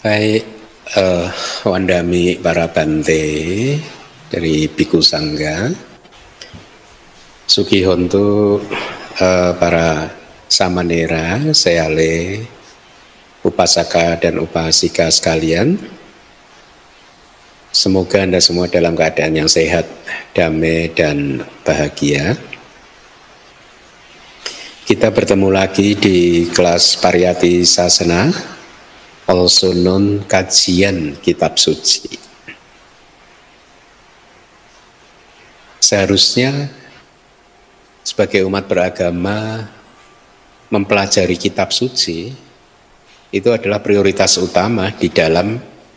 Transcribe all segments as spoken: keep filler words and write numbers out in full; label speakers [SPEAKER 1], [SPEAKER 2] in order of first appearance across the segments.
[SPEAKER 1] Baik, uh, Wandami para Bante dari Biku Sangga, Sugihontu uh, para Samanera, Seale, Upasaka dan Upasika sekalian. Semoga Anda semua dalam keadaan yang sehat, damai dan bahagia. Kita bertemu lagi di kelas Pariyati Sasana, also known kajian kitab suci. Seharusnya sebagai umat beragama mempelajari kitab suci itu adalah prioritas utama di dalam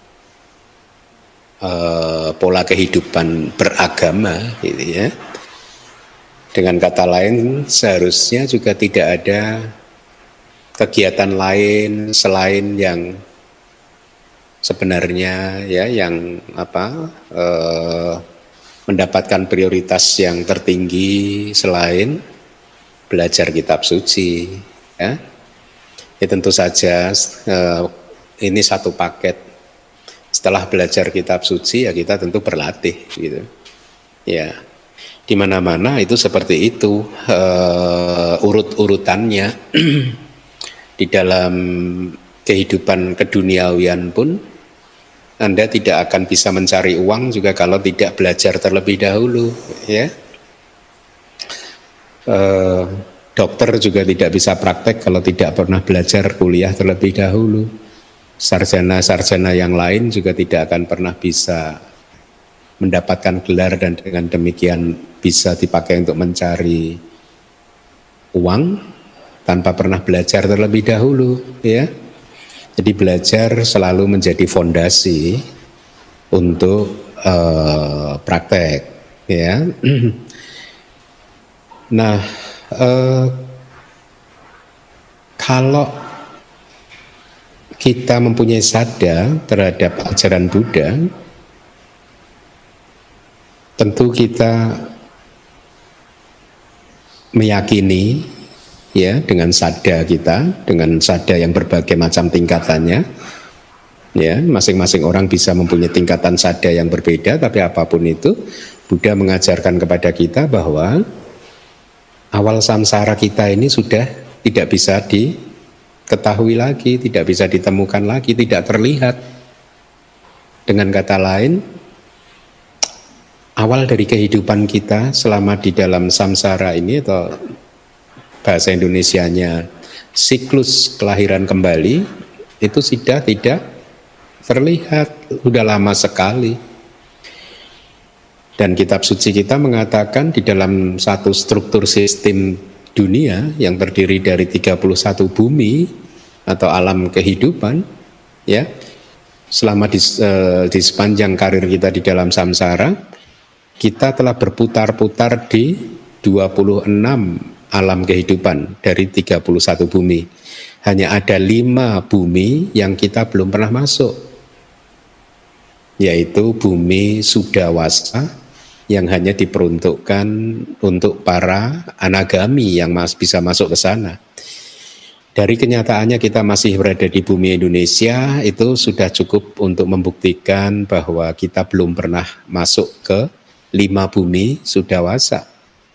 [SPEAKER 1] uh, pola kehidupan beragama, gitu ya. Dengan kata lain, seharusnya juga tidak ada kegiatan lain selain yang sebenarnya ya yang apa eh, mendapatkan prioritas yang tertinggi selain belajar kitab suci, ya. Ya tentu saja eh, ini satu paket. Setelah belajar kitab suci ya kita tentu berlatih, gitu. Ya, di mana-mana itu seperti itu uh, urut-urutannya. Di dalam kehidupan keduniawian pun Anda tidak akan bisa mencari uang juga kalau tidak belajar terlebih dahulu, ya. Uh, dokter juga tidak bisa praktek kalau tidak pernah belajar kuliah terlebih dahulu. Sarjana-sarjana yang lain juga tidak akan pernah bisa mendapatkan gelar dan dengan demikian bisa dipakai untuk mencari uang tanpa pernah belajar terlebih dahulu, ya. Jadi belajar selalu menjadi fondasi untuk uh, praktek, ya. Nah, uh, kalau kita mempunyai sadar terhadap ajaran Buddha, tentu kita meyakini, ya, dengan sada kita, dengan sada yang berbagai macam tingkatannya, ya, masing-masing orang bisa mempunyai tingkatan sada yang berbeda, tapi apapun itu, Buddha mengajarkan kepada kita bahwa awal samsara kita ini sudah tidak bisa diketahui lagi, tidak bisa ditemukan lagi, tidak terlihat. Dengan kata lain, awal dari kehidupan kita selama di dalam samsara ini, atau bahasa Indonesianya siklus kelahiran kembali, itu sudah tidak terlihat, sudah lama sekali. Dan kitab suci kita mengatakan di dalam satu struktur sistem dunia yang terdiri dari tiga puluh satu bumi atau alam kehidupan, ya, selama di, eh, di sepanjang karir kita di dalam samsara, kita telah berputar-putar di dua puluh enam alam kehidupan dari tiga puluh satu bumi. Hanya ada lima bumi yang kita belum pernah masuk, yaitu bumi Sudawasa yang hanya diperuntukkan untuk para anagami yang mas bisa masuk ke sana. Dari kenyataannya kita masih berada di bumi Indonesia, itu sudah cukup untuk membuktikan bahwa kita belum pernah masuk ke lima bumi Sudawasa.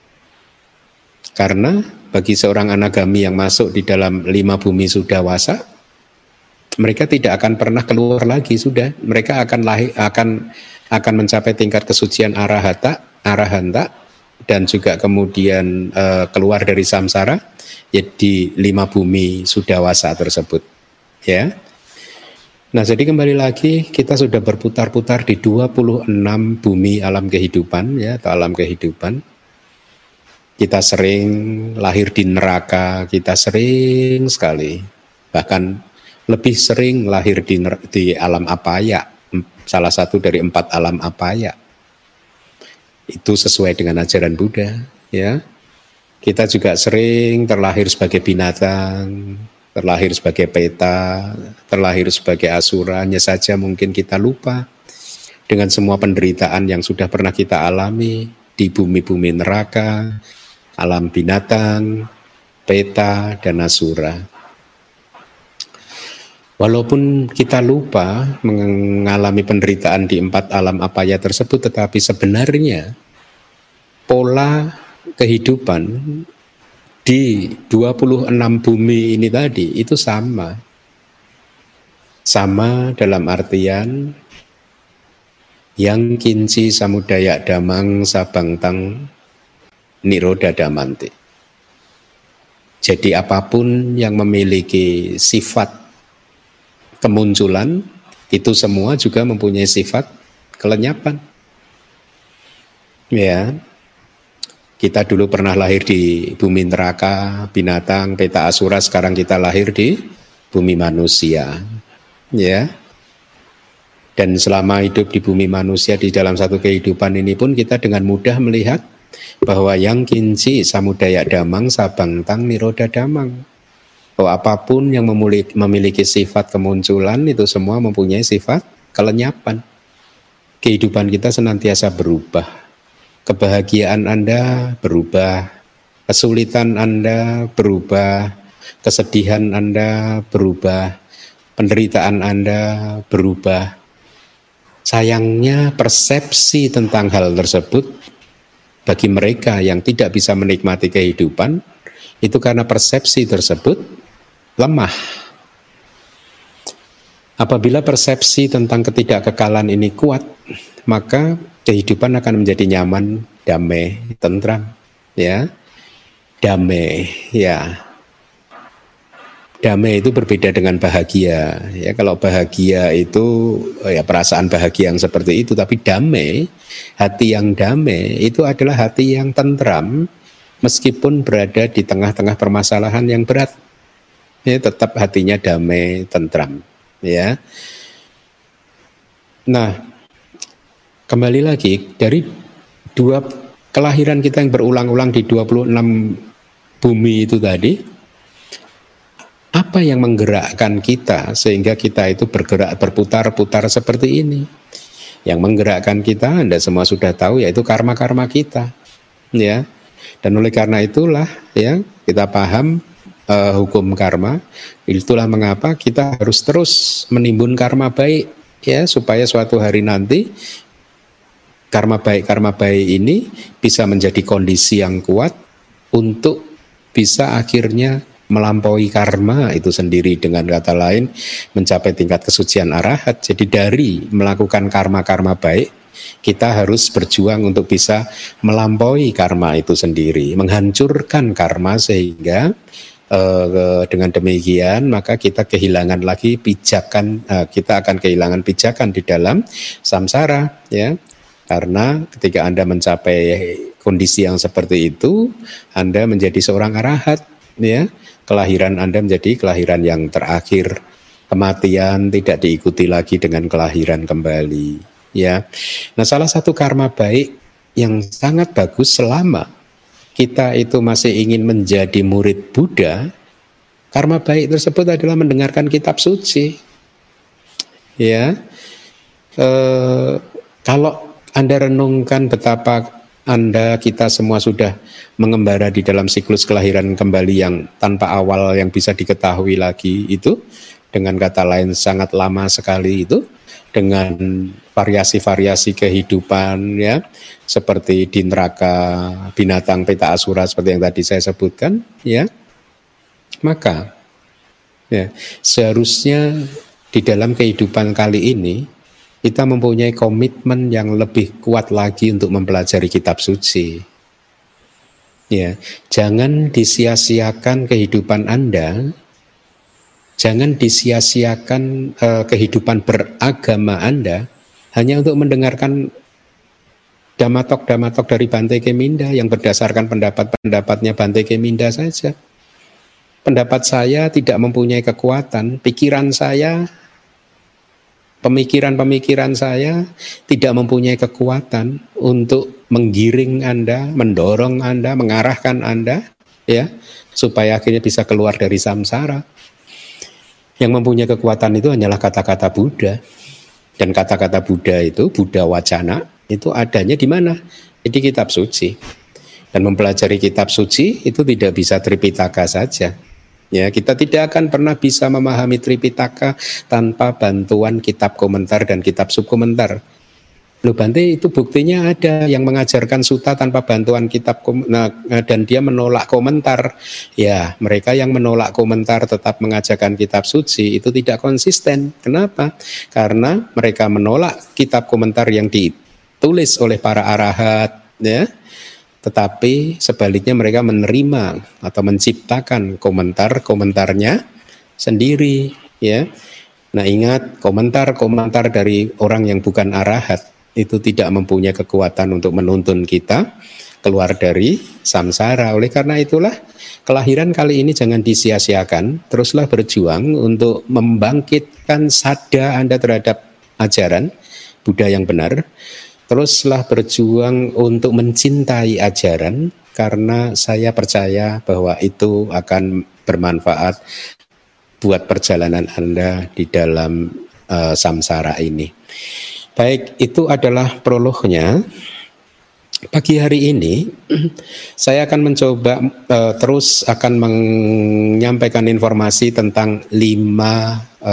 [SPEAKER 1] Karena bagi seorang anagami yang masuk di dalam lima bumi Sudawasa, mereka tidak akan pernah keluar lagi, sudah. Mereka akan lahir, akan akan mencapai tingkat kesucian arahata, arahanta, dan juga kemudian uh, keluar dari samsara, ya, di lima bumi Sudawasa tersebut, ya. Nah, jadi kembali lagi kita sudah berputar-putar di dua puluh enam bumi alam kehidupan, ya, atau alam kehidupan. Kita sering lahir di neraka, kita sering sekali, bahkan lebih sering lahir di, di alam apaya, salah satu dari empat alam apaya. Itu sesuai dengan ajaran Buddha, ya. Kita juga sering terlahir sebagai binatang, terlahir sebagai peta, terlahir sebagai asura, hanya saja mungkin kita lupa dengan semua penderitaan yang sudah pernah kita alami di bumi-bumi neraka, alam binatang, peta, dan asura. Walaupun kita lupa mengalami penderitaan di empat alam apaya tersebut, tetapi sebenarnya pola kehidupan di dua puluh enam bumi ini tadi itu sama. Sama dalam artian yang kinci samudaya damang sabangtang niroda damanti. Jadi apapun yang memiliki sifat kemunculan, itu semua juga mempunyai sifat kelenyapan. Ya, kita dulu pernah lahir di bumi neraka, binatang, peta asura, sekarang kita lahir di bumi manusia. Ya, dan selama hidup di bumi manusia di dalam satu kehidupan ini pun kita dengan mudah melihat bahwa yang kinci samudaya damang sabangtang niroda damang. Bahwa apapun yang memiliki, memiliki sifat kemunculan itu semua mempunyai sifat kelenyapan. Kehidupan kita senantiasa berubah. Kebahagiaan Anda berubah, kesulitan Anda berubah, kesedihan Anda berubah, penderitaan Anda berubah. Sayangnya persepsi tentang hal tersebut bagi mereka yang tidak bisa menikmati kehidupan, itu karena persepsi tersebut lemah. Apabila persepsi tentang ketidakkekalan ini kuat, maka kehidupan akan menjadi nyaman, damai, tentram, ya. Damai, ya. Damai itu berbeda dengan bahagia. Ya, kalau bahagia itu ya perasaan bahagia yang seperti itu, tapi damai, hati yang damai itu adalah hati yang tentram meskipun berada di tengah-tengah permasalahan yang berat. Ya, tetap hatinya damai, tentram, ya. Nah, kembali lagi dari dua kelahiran kita yang berulang-ulang di dua puluh enam bumi itu tadi, apa yang menggerakkan kita sehingga kita itu bergerak berputar-putar seperti ini? Yang menggerakkan kita, Anda semua sudah tahu, yaitu karma-karma kita, ya. Dan oleh karena itulah, ya, kita paham Uh, hukum karma. Itulah mengapa kita harus terus menimbun karma baik, ya, supaya suatu hari nanti karma baik karma baik ini bisa menjadi kondisi yang kuat untuk bisa akhirnya melampaui karma itu sendiri, dengan kata lain mencapai tingkat kesucian arahat. Jadi dari melakukan karma-karma baik, kita harus berjuang untuk bisa melampaui karma itu sendiri, menghancurkan karma, sehingga Uh, dengan demikian maka kita kehilangan lagi pijakan, uh, kita akan kehilangan pijakan di dalam samsara, ya. Karena ketika Anda mencapai kondisi yang seperti itu, Anda menjadi seorang arahat, ya. Kelahiran Anda menjadi kelahiran yang terakhir. Kematian tidak diikuti lagi dengan kelahiran kembali, ya. Nah, salah satu karma baik yang sangat bagus selama kita itu masih ingin menjadi murid Buddha, karma baik tersebut adalah mendengarkan kitab suci. Ya, e, kalau Anda renungkan betapa Anda, kita semua sudah mengembara di dalam siklus kelahiran kembali yang tanpa awal yang bisa diketahui lagi itu, dengan kata lain sangat lama sekali itu, dengan variasi-variasi kehidupan, ya, seperti di neraka, binatang, peta asura seperti yang tadi saya sebutkan, ya. Maka ya, seharusnya di dalam kehidupan kali ini kita mempunyai komitmen yang lebih kuat lagi untuk mempelajari kitab suci. Ya, jangan disia-siakan kehidupan Anda. Jangan disia-siakan uh, kehidupan beragama Anda hanya untuk mendengarkan damatok-damatok dari Bante Keminda yang berdasarkan pendapat-pendapatnya Bante Keminda saja. Pendapat saya tidak mempunyai kekuatan, pikiran saya, pemikiran-pemikiran saya tidak mempunyai kekuatan untuk menggiring Anda, mendorong Anda, mengarahkan Anda, ya, supaya akhirnya bisa keluar dari samsara. Yang mempunyai kekuatan itu hanyalah kata-kata Buddha. Dan kata-kata Buddha itu, Buddha Wacana, itu adanya di mana? Di kitab suci. Dan mempelajari kitab suci itu tidak bisa Tripitaka saja. Ya, kita tidak akan pernah bisa memahami Tripitaka tanpa bantuan kitab komentar dan kitab subkomentar. Loh Bante, itu buktinya ada yang mengajarkan suta tanpa bantuan kitab kom- nah, dan dia menolak komentar. Ya, mereka yang menolak komentar tetap mengajarkan kitab suci itu tidak konsisten. Kenapa? Karena mereka menolak kitab komentar yang ditulis oleh para arahat, ya. Tetapi sebaliknya mereka menerima atau menciptakan komentar-komentarnya sendiri, ya. Nah, ingat, komentar-komentar dari orang yang bukan arahat itu tidak mempunyai kekuatan untuk menuntun kita keluar dari samsara. Oleh karena itulah kelahiran kali ini jangan disia-siakan, teruslah berjuang untuk membangkitkan sada Anda terhadap ajaran Buddha yang benar. Teruslah berjuang untuk mencintai ajaran, karena saya percaya bahwa itu akan bermanfaat buat perjalanan Anda di dalam uh, samsara ini. Baik, itu adalah prolognya. Pagi hari ini saya akan mencoba uh, terus akan menyampaikan informasi tentang lima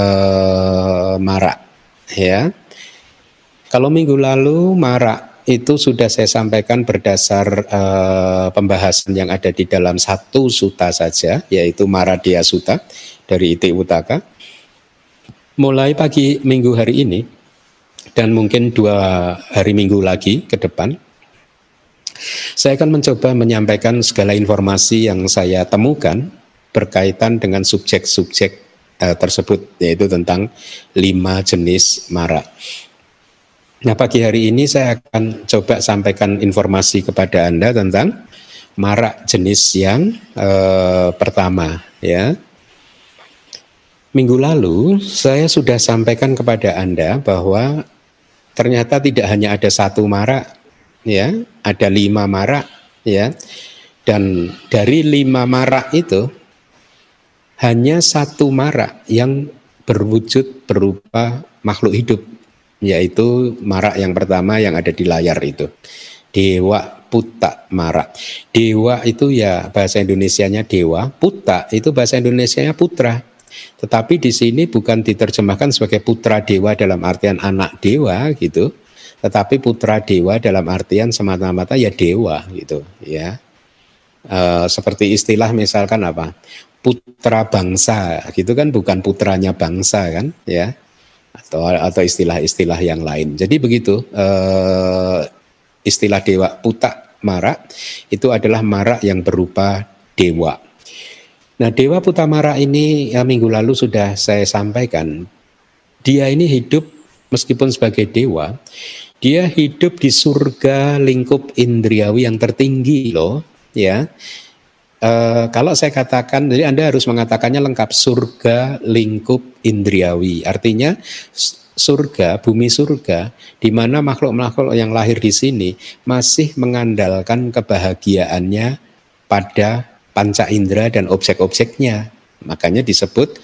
[SPEAKER 1] uh, marak, ya. Kalau minggu lalu marak itu sudah saya sampaikan berdasar uh, pembahasan yang ada di dalam satu sutta saja, yaitu Maradhya Sutta dari Iti Uttaka. Mulai pagi minggu hari ini dan mungkin dua hari minggu lagi ke depan, saya akan mencoba menyampaikan segala informasi yang saya temukan berkaitan dengan subjek-subjek uh, tersebut, yaitu tentang lima jenis marak. Nah, pagi hari ini saya akan coba sampaikan informasi kepada Anda tentang marak jenis yang eh, pertama, ya. Minggu lalu saya sudah sampaikan kepada Anda bahwa ternyata tidak hanya ada satu marak, ya, ada lima marak, ya. Dan dari lima marak itu hanya satu marak yang berwujud berupa makhluk hidup, yaitu marak yang pertama yang ada di layar itu, Dewa Puta Marak. Dewa itu ya bahasa Indonesianya dewa, Puta itu bahasa Indonesianya putra. Tetapi di sini bukan diterjemahkan sebagai putra dewa dalam artian anak dewa gitu, tetapi putra dewa dalam artian semata-mata ya dewa gitu, ya. E, seperti istilah misalkan apa? Putra bangsa gitu kan, bukan putranya bangsa kan, ya. Atau, atau istilah-istilah yang lain. Jadi begitu, eh, istilah Dewa Puta Marak itu adalah marak yang berupa dewa. Nah, Dewa Puta Marak ini ya, minggu lalu sudah saya sampaikan, dia ini hidup meskipun sebagai dewa, dia hidup di surga lingkup indriawi yang tertinggi loh, ya. Uh, kalau saya katakan, jadi Anda harus mengatakannya lengkap, surga lingkup indriawi. Artinya surga, bumi surga, di mana makhluk-makhluk yang lahir di sini masih mengandalkan kebahagiaannya pada panca indera dan objek-objeknya. Makanya disebut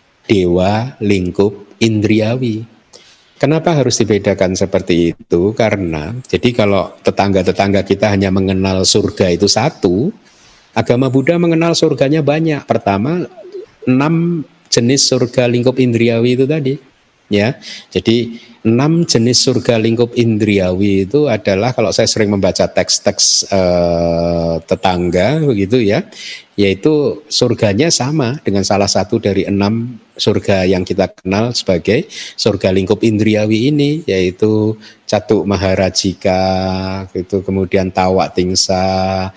[SPEAKER 1] dewa lingkup indriawi. Kenapa harus dibedakan seperti itu? Karena jadi kalau tetangga-tetangga kita hanya mengenal surga itu satu, agama Buddha mengenal surganya banyak. Pertama, enam jenis surga lingkup indriawi itu tadi, ya. Jadi enam jenis surga lingkup indriawi itu adalah, kalau saya sering membaca teks-teks eh, tetangga begitu ya, yaitu surganya sama dengan salah satu dari enam surga yang kita kenal sebagai surga lingkup indriawi ini, yaitu Catuk Maharajika, itu kemudian Tawak Tingsa,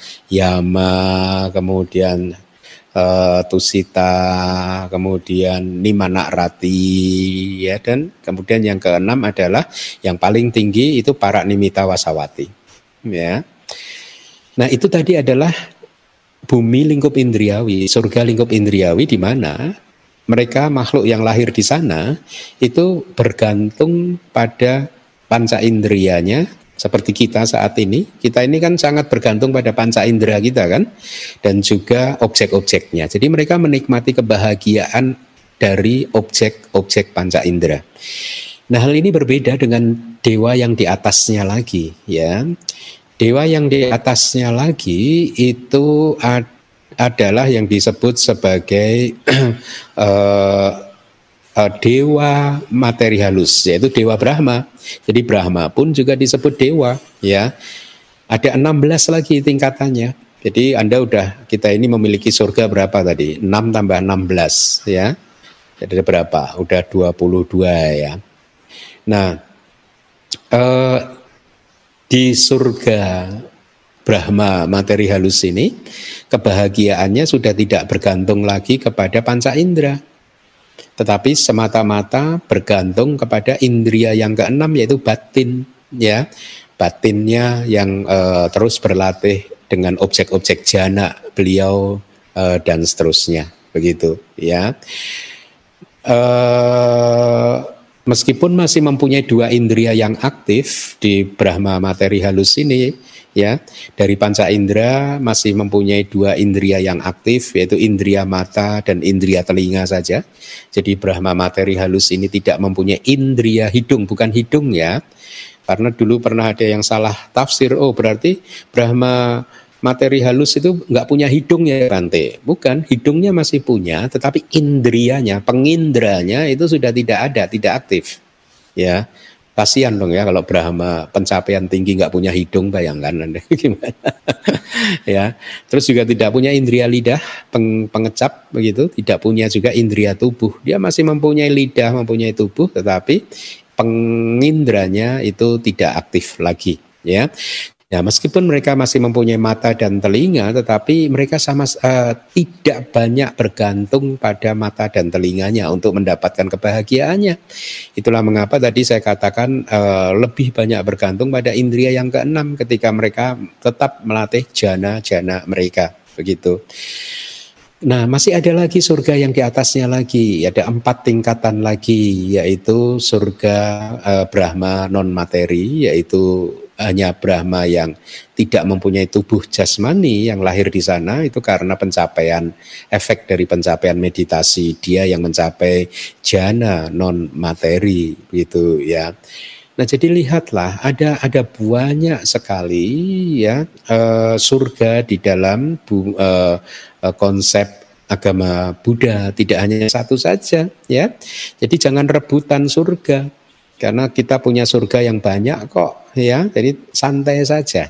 [SPEAKER 1] Yama, kemudian uh, Tusita, kemudian Nimanak Rati, ya, dan kemudian yang keenam adalah yang paling tinggi itu Paranimita Wasawati, ya. Nah, itu tadi adalah bumi lingkup indriawi, surga lingkup indriawi, di mana mereka makhluk yang lahir di sana itu bergantung pada panca indrianya, seperti kita saat ini. Kita ini kan sangat bergantung pada panca indera kita kan, dan juga objek-objeknya. Jadi mereka menikmati kebahagiaan dari objek-objek panca indera. Nah, hal ini berbeda dengan dewa yang di atasnya lagi, ya. Dewa yang di atasnya lagi itu adalah yang disebut sebagai uh, uh, dewa materi halus, yaitu dewa Brahma. Jadi Brahma pun juga disebut dewa, ya. Ada enam belas lagi tingkatannya. Jadi Anda udah, kita ini memiliki surga berapa tadi? enam tambah enam belas, ya. Jadi berapa? Udah dua puluh dua, ya. Nah, uh, di surga Brahma materi halus ini, kebahagiaannya sudah tidak bergantung lagi kepada panca indera, tetapi semata-mata bergantung kepada indria yang keenam, yaitu batin, ya. Batinnya yang uh, terus berlatih dengan objek-objek jana beliau uh, dan seterusnya, begitu, ya. Uh, meskipun masih mempunyai dua indria yang aktif di Brahma materi halus ini, ya, dari panca indera masih mempunyai dua indria yang aktif, yaitu indria mata dan indria telinga saja. Jadi Brahma materi halus ini tidak mempunyai indria hidung, bukan hidung, ya. Karena dulu pernah ada yang salah tafsir, oh berarti Brahma materi halus itu nggak punya hidung, ya Bante. Bukan, hidungnya masih punya, tetapi indrianya, pengindranya itu sudah tidak ada, tidak aktif, ya. Kasihan dong ya kalau Brahma pencapaian tinggi nggak punya hidung, bayangkan Anda gimana. Ya, terus juga tidak punya indria lidah peng, pengecap begitu, tidak punya juga indria tubuh. Dia masih mempunyai lidah, mempunyai tubuh, tetapi pengindranya itu tidak aktif lagi, ya. Ya, meskipun mereka masih mempunyai mata dan telinga, tetapi mereka sama uh, tidak banyak bergantung pada mata dan telinganya untuk mendapatkan kebahagiaannya. Itulah mengapa tadi saya katakan uh, lebih banyak bergantung pada indria yang keenam ketika mereka tetap melatih jana-jana mereka, begitu. Nah, masih ada lagi surga yang di atasnya lagi, ada empat tingkatan lagi, yaitu surga uh, Brahma non materi, yaitu hanya Brahma yang tidak mempunyai tubuh jasmani yang lahir di sana, itu karena pencapaian efek dari pencapaian meditasi dia yang mencapai jana non materi, gitu, ya. Nah, jadi lihatlah ada ada banyak sekali, ya, uh, surga di dalam bu, uh, uh, konsep agama Buddha, tidak hanya satu saja, ya. Jadi jangan rebutan surga. Karena kita punya surga yang banyak kok, ya, jadi santai saja.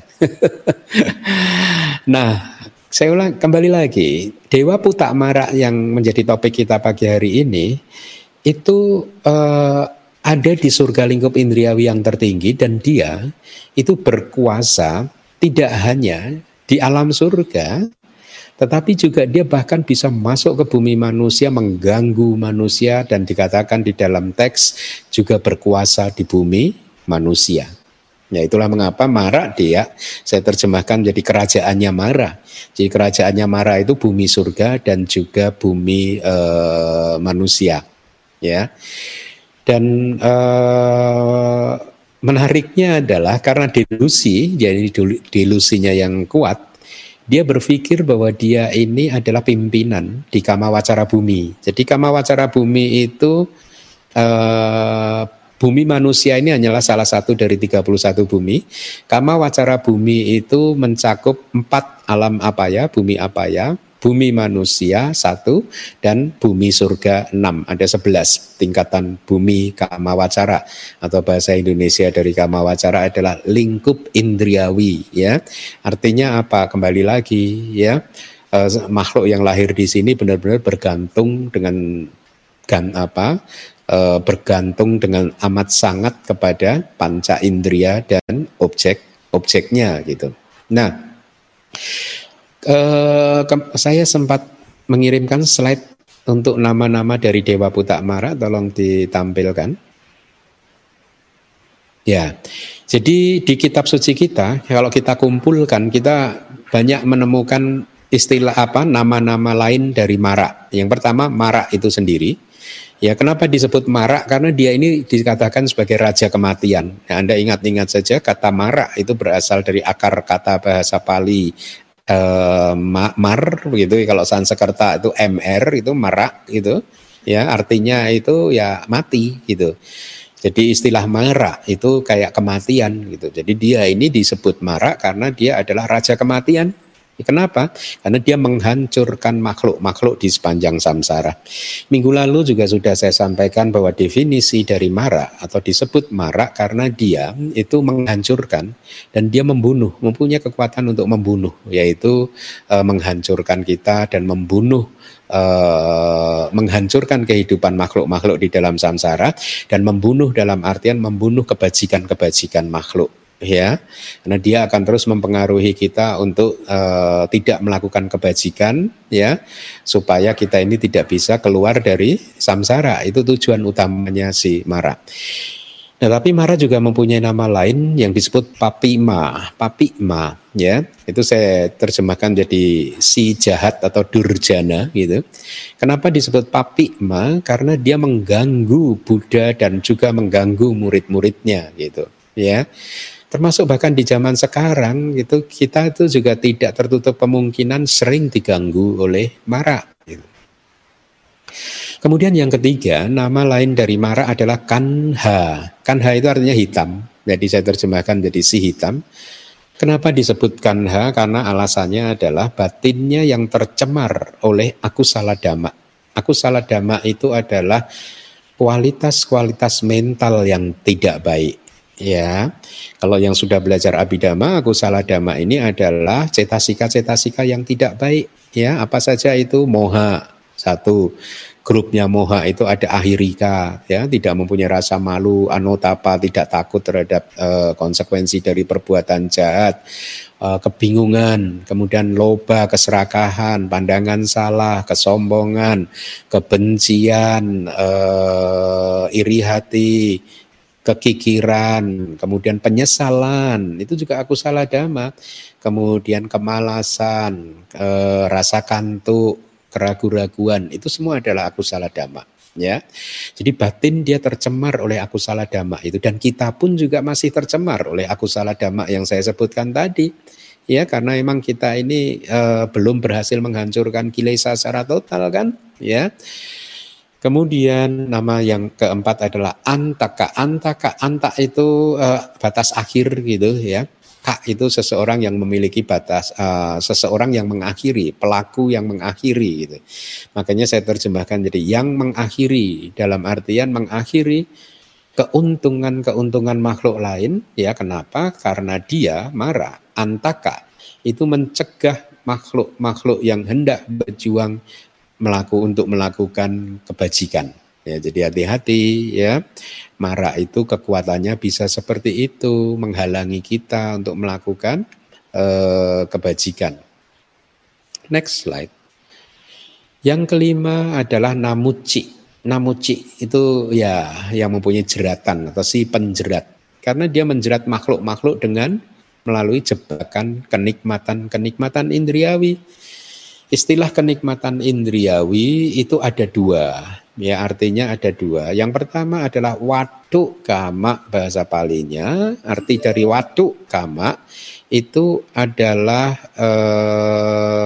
[SPEAKER 1] Nah, saya ulang kembali lagi, Dewa Putakmara yang menjadi topik kita pagi hari ini, itu eh, ada di surga lingkup indriawi yang tertinggi, dan dia itu berkuasa tidak hanya di alam surga, tetapi juga dia bahkan bisa masuk ke bumi manusia, mengganggu manusia, dan dikatakan di dalam teks juga berkuasa di bumi manusia. Ya, itulah mengapa Mara dia, saya terjemahkan jadi kerajaannya Mara. Jadi kerajaannya Mara itu bumi surga dan juga bumi e, manusia. Ya, dan e, menariknya adalah karena delusi, jadi delusinya yang kuat. Dia berpikir bahwa dia ini adalah pimpinan di Kamawacara bumi. Jadi Kamawacara bumi itu eh, bumi manusia ini hanyalah salah satu dari tiga puluh satu bumi. Kamawacara bumi itu mencakup empat alam apaya, bumi apaya, bumi manusia satu, dan bumi surga enam. Ada sebelas tingkatan bumi Kamawacara, atau bahasa Indonesia dari Kamawacara adalah lingkup indriawi, ya. Artinya apa? Kembali lagi, ya, eh, makhluk yang lahir di sini benar-benar bergantung dengan gan, apa? Eh, bergantung dengan amat sangat kepada panca indria dan objek-objeknya, gitu. Nah, Uh, ke, saya sempat mengirimkan slide untuk nama-nama dari Dewa Putakmara, tolong ditampilkan. Ya, jadi di kitab suci kita, kalau kita kumpulkan, kita banyak menemukan istilah apa, nama-nama lain dari Mara. Yang pertama Mara itu sendiri. Ya, kenapa disebut Mara? Karena dia ini dikatakan sebagai raja kematian. Nah, Anda ingat-ingat saja kata Mara itu berasal dari akar kata bahasa Pali Uh, mar begitu, kalau Sanskerta itu mr itu marak gitu, ya, artinya itu ya mati gitu. Jadi istilah mara itu kayak kematian gitu. Jadi dia ini disebut mara karena dia adalah raja kematian Kenapa? Karena dia menghancurkan makhluk-makhluk di sepanjang samsara. Minggu lalu juga sudah saya sampaikan bahwa definisi dari mara atau disebut mara karena dia itu menghancurkan dan dia membunuh, mempunyai kekuatan untuk membunuh, yaitu e, menghancurkan kita dan membunuh, e, menghancurkan kehidupan makhluk-makhluk di dalam samsara, dan membunuh dalam artian membunuh kebajikan-kebajikan makhluk. Ya, karena dia akan terus mempengaruhi kita untuk uh, tidak melakukan kebajikan, ya, supaya kita ini tidak bisa keluar dari samsara. Itu tujuan utamanya si mara. Nah, tapi mara juga mempunyai nama lain yang disebut papima, papima, ya. Itu saya terjemahkan jadi si jahat atau durjana, gitu. Kenapa disebut papima? Karena dia mengganggu Buddha dan juga mengganggu murid-muridnya, gitu, ya. Termasuk bahkan di zaman sekarang itu kita itu juga tidak tertutup kemungkinan sering diganggu oleh mara. Gitu. Kemudian yang ketiga, nama lain dari mara adalah kanha. Kanha itu artinya hitam. Jadi saya terjemahkan jadi si hitam. Kenapa disebut kanha? Karena alasannya adalah batinnya yang tercemar oleh akusala dhamma. Akusala dhamma itu adalah kualitas-kualitas mental yang tidak baik. Ya, kalau yang sudah belajar abhidhamma, akusala dhamma ini adalah cetasika-cetasika yang tidak baik. Ya, apa saja itu? Moha, satu. Grupnya moha itu ada ahirika, ya, tidak mempunyai rasa malu, anotapa, tidak takut terhadap uh, konsekuensi dari perbuatan jahat, uh, kebingungan, kemudian loba, keserakahan, pandangan salah, kesombongan, kebencian, uh, iri hati, kekikiran, kemudian penyesalan, itu juga akusala dhamma. Kemudian kemalasan, e, rasa kantuk, keraguan-raguan, itu semua adalah akusala dhamma. Ya, jadi batin dia tercemar oleh akusala dhamma itu, dan kita pun juga masih tercemar oleh akusala dhamma yang saya sebutkan tadi. Ya, karena memang kita ini e, belum berhasil menghancurkan kilesa secara total, kan? Ya. Kemudian nama yang keempat adalah antaka. Antaka, antak itu uh, batas akhir gitu, ya. Kak itu seseorang yang memiliki batas, uh, seseorang yang mengakhiri, pelaku yang mengakhiri gitu. Makanya saya terjemahkan jadi yang mengakhiri, dalam artian mengakhiri keuntungan-keuntungan makhluk lain, ya. Kenapa? Karena dia mara, antaka itu mencegah makhluk-makhluk yang hendak berjuang melaku untuk melakukan kebajikan. Ya, jadi hati-hati, ya. Mara itu kekuatannya bisa seperti itu, menghalangi kita untuk melakukan eh, kebajikan. Next slide. Yang kelima adalah namuci. Namuci itu ya yang mempunyai jeratan atau si penjerat. Karena dia menjerat makhluk-makhluk dengan melalui jebakan kenikmatan-kenikmatan indriawi. Istilah kenikmatan indriawi itu ada dua, ya, artinya ada dua. Yang pertama adalah watu kama, bahasa Palinya. Arti dari watu kama itu adalah eh,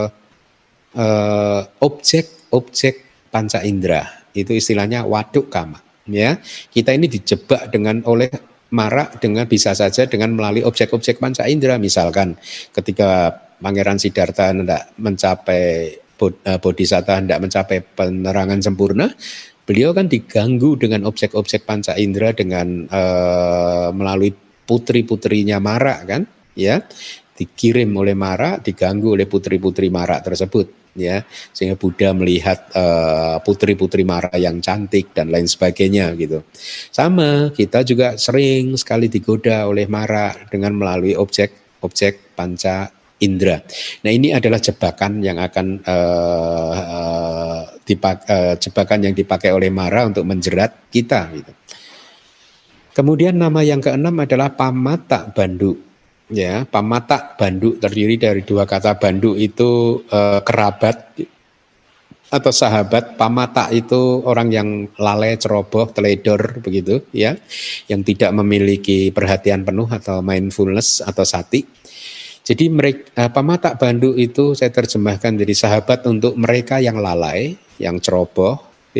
[SPEAKER 1] eh, objek-objek panca indera. Itu istilahnya watu kama. Ya, kita ini dijebak dengan oleh mara dengan bisa saja dengan melalui objek-objek panca indera. Misalkan ketika Pangeran Siddhartha hendak mencapai bodhisattva, hendak mencapai penerangan sempurna, beliau kan diganggu dengan objek-objek panca indera dengan uh, melalui putri-putrinya Mara, kan, ya, dikirim oleh Mara, diganggu oleh putri-putri Mara tersebut, ya, sehingga Buddha melihat uh, putri-putri Mara yang cantik dan lain sebagainya gitu. Sama, kita juga sering sekali digoda oleh Mara dengan melalui objek-objek panca indera. Nah, ini adalah jebakan yang akan uh, uh, dipak, uh, jebakan yang dipakai oleh Mara untuk menjerat kita gitu. Kemudian nama yang keenam adalah pamata bandu. Ya, pamata bandu terdiri dari dua kata. Bandu itu uh, kerabat atau sahabat. Pamata itu orang yang lalai, ceroboh, teledor begitu, ya, yang tidak memiliki perhatian penuh atau mindfulness atau sati. Jadi mereka, pamata bandu itu saya terjemahkan jadi sahabat untuk mereka yang lalai, yang ceroboh, ya,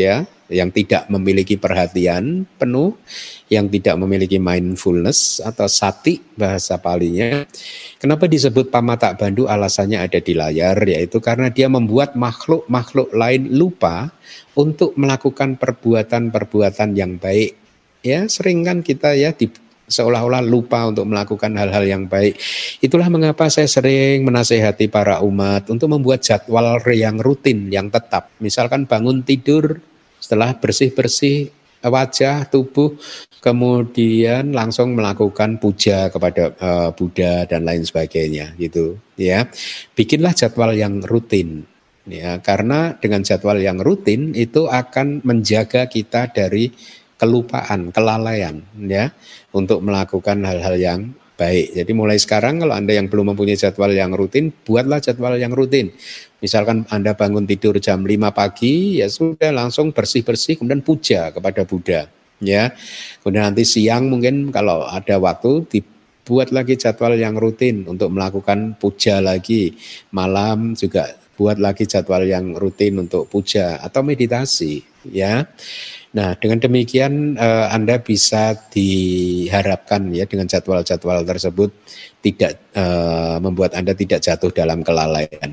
[SPEAKER 1] yang tidak memiliki perhatian penuh, yang tidak memiliki mindfulness atau sati bahasa Palinya. Kenapa disebut pamatak bandu? Alasannya ada di layar, yaitu karena dia membuat makhluk-makhluk lain lupa untuk melakukan perbuatan-perbuatan yang baik. Ya, sering kan kita ya di seolah-olah lupa untuk melakukan hal-hal yang baik. Itulah mengapa saya sering menasehati para umat untuk membuat jadwal yang rutin, yang tetap. Misalkan bangun tidur, setelah bersih-bersih wajah, tubuh, kemudian langsung melakukan puja kepada uh, Buddha dan lain sebagainya, gitu. Ya, bikinlah jadwal yang rutin. Ya, karena dengan jadwal yang rutin itu akan menjaga kita dari kelupaan, kelalaian, ya, untuk melakukan hal-hal yang baik. Jadi mulai sekarang kalau Anda yang belum mempunyai jadwal yang rutin, buatlah jadwal yang rutin. Misalkan Anda bangun tidur jam lima pagi, ya sudah langsung bersih-bersih kemudian puja kepada Buddha, ya. Kemudian nanti siang mungkin kalau ada waktu dibuat lagi jadwal yang rutin untuk melakukan puja lagi. Malam juga buat lagi jadwal yang rutin untuk puja atau meditasi, ya. Nah, dengan demikian eh, Anda bisa diharapkan ya dengan jadwal-jadwal tersebut tidak eh, membuat Anda tidak jatuh dalam kelalaian.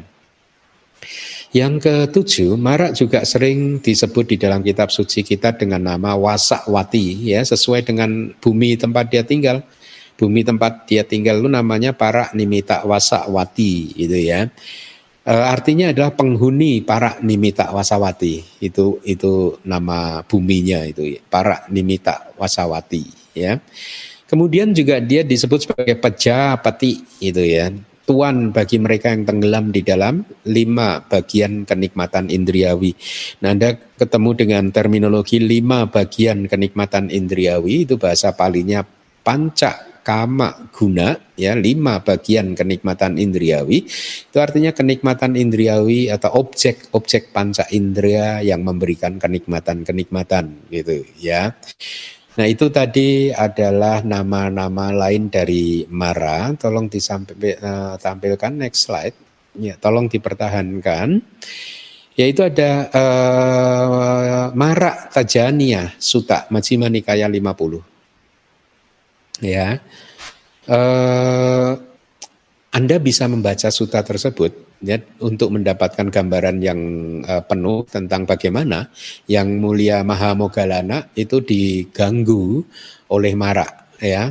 [SPEAKER 1] Yang ketujuh, marak juga sering disebut di dalam kitab suci kita dengan nama Wasakwati, ya, sesuai dengan bumi tempat dia tinggal. Bumi tempat dia tinggal itu namanya Parak Nimita Wasakwati, gitu ya. E, artinya adalah penghuni Parak Nimita Wasawati, itu itu nama buminya itu, Parak Nimita Wasawati, ya. Kemudian juga dia disebut sebagai Pejapati, itu ya, tuan bagi mereka yang tenggelam di dalam lima bagian kenikmatan indriawi. Nah, Anda ketemu dengan terminologi lima bagian kenikmatan indriawi, itu bahasa Palinya panca kama guna, ya, lima bagian kenikmatan indriawi. Itu artinya kenikmatan indriawi atau objek-objek panca indera yang memberikan kenikmatan-kenikmatan, gitu ya. Nah, itu tadi adalah nama-nama lain dari Mara. Tolong ditampilkan next slide. Ya, tolong dipertahankan. Yaitu ada uh, Mara Tajaniya Sutta Majjhima Nikaya lima puluh. Ya, eh, Anda bisa membaca sutta tersebut ya, untuk mendapatkan gambaran yang eh, penuh tentang bagaimana yang mulia Mahamoggallana itu diganggu oleh Mara, ya.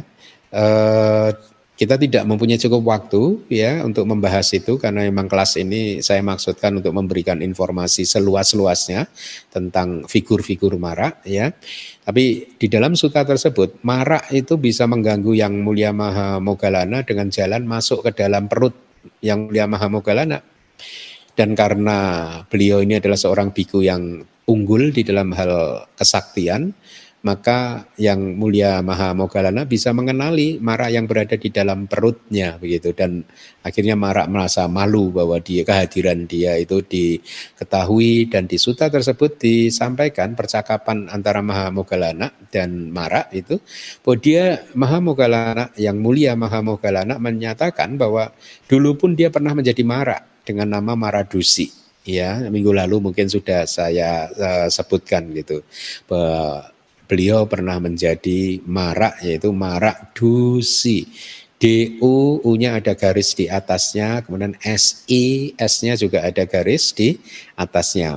[SPEAKER 1] Eh, kita tidak mempunyai cukup waktu ya untuk membahas itu karena memang kelas ini saya maksudkan untuk memberikan informasi seluas-luasnya tentang figur-figur Mara, ya. Tapi di dalam sutta tersebut, Mara itu bisa mengganggu yang mulia Mahamoggallana dengan jalan masuk ke dalam perut yang mulia Mahamoggallana. Dan karena beliau ini adalah seorang biku yang unggul di dalam hal kesaktian, maka yang mulia Mahamoggallana bisa mengenali Mara yang berada di dalam perutnya, begitu. Dan akhirnya Mara merasa malu bahwa dia kehadiran dia itu diketahui, dan di sutta tersebut disampaikan percakapan antara Mahamoggallana dan Mara itu bahwa dia Mahamoggallana yang mulia Mahamoggallana menyatakan bahwa dulu pun dia pernah menjadi Mara dengan nama Maradusi, ya. Minggu lalu mungkin sudah saya uh, sebutkan gitu bahwa beliau pernah menjadi Mara, yaitu Maradusi. D U, U-nya ada garis di atasnya, kemudian S I, S-nya juga ada garis di atasnya,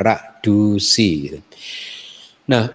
[SPEAKER 1] Maradusi. Nah,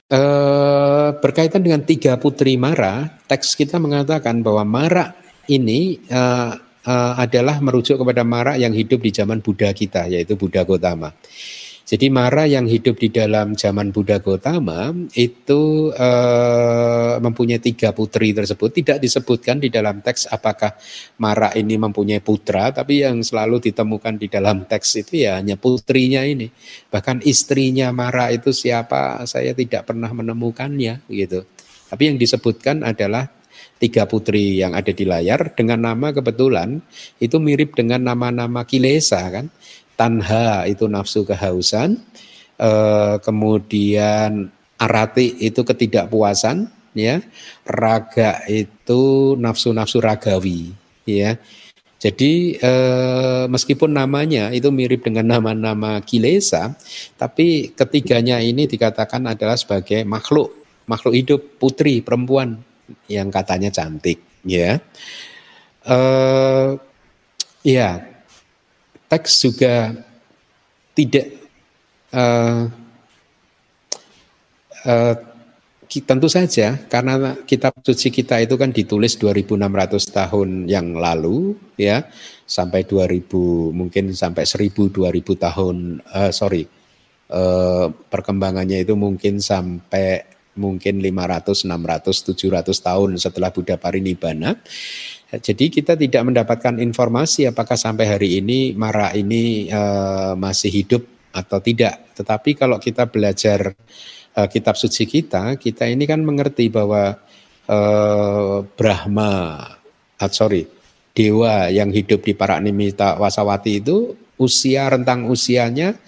[SPEAKER 1] eh, berkaitan dengan tiga putri Mara, teks kita mengatakan bahwa Mara ini eh, eh, adalah merujuk kepada Mara yang hidup di zaman Buddha kita, yaitu Buddha Gotama. Jadi Mara yang hidup di dalam zaman Buddha Gotama itu eh, mempunyai tiga putri tersebut. Tidak disebutkan di dalam teks apakah Mara ini mempunyai putra, tapi yang selalu ditemukan di dalam teks itu ya hanya putrinya ini. Bahkan istrinya Mara itu siapa, saya tidak pernah menemukannya, gitu. Tapi yang disebutkan adalah tiga putri yang ada di layar dengan nama kebetulan itu mirip dengan nama-nama kilesa, kan? Tanha itu nafsu kehausan, eh, kemudian arati itu ketidakpuasan, ya. Raga itu nafsu-nafsu ragawi, ya. Jadi eh, meskipun namanya itu mirip dengan nama-nama kilesa, tapi ketiganya ini dikatakan adalah sebagai makhluk, makhluk hidup, putri, perempuan yang katanya cantik, ya. Eh, ya, teks juga tidak uh, uh, tentu saja karena kitab suci kita itu kan ditulis dua ribu enam ratus tahun yang lalu, ya, sampai dua ribu, mungkin sampai seribu dua ribu tahun, uh, sorry uh, perkembangannya itu mungkin sampai mungkin lima ratus, enam ratus, tujuh ratus tahun setelah Buddha Parinibbana. Jadi kita tidak mendapatkan informasi apakah sampai hari ini Mara ini uh, masih hidup atau tidak. Tetapi kalau kita belajar uh, kitab suci kita, kita ini kan mengerti bahwa uh, Brahma, uh, sorry, dewa yang hidup di Paranimita Wasawati itu usia rentang usianya,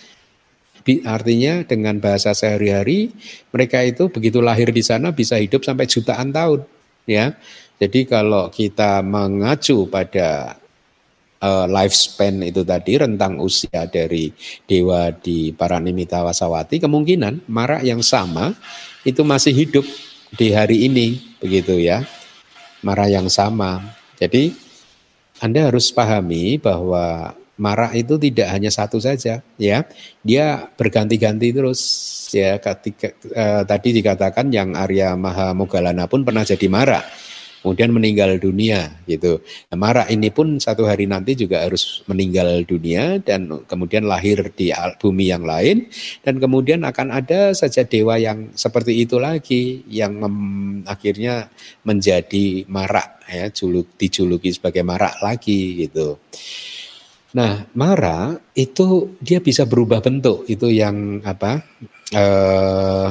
[SPEAKER 1] artinya dengan bahasa sehari-hari mereka itu begitu lahir di sana bisa hidup sampai jutaan tahun, ya. Jadi kalau kita mengacu pada uh, lifespan itu tadi, rentang usia dari dewa di Paranimita Wasawati, kemungkinan Mara yang sama itu masih hidup di hari ini, begitu ya. Mara yang sama. Jadi Anda harus pahami bahwa Mara itu tidak hanya satu saja, ya. Dia berganti-ganti terus, ya. Ketika uh, tadi dikatakan yang Arya Mahamoggallana pun pernah jadi Mara, kemudian meninggal dunia, gitu. Nah, Mara ini pun satu hari nanti juga harus meninggal dunia dan kemudian lahir di bumi yang lain, dan kemudian akan ada saja dewa yang seperti itu lagi yang mem, akhirnya menjadi Mara, ya, juluk, dijuluki sebagai Mara lagi, gitu. Nah, Mara itu dia bisa berubah bentuk, itu yang apa? Eh,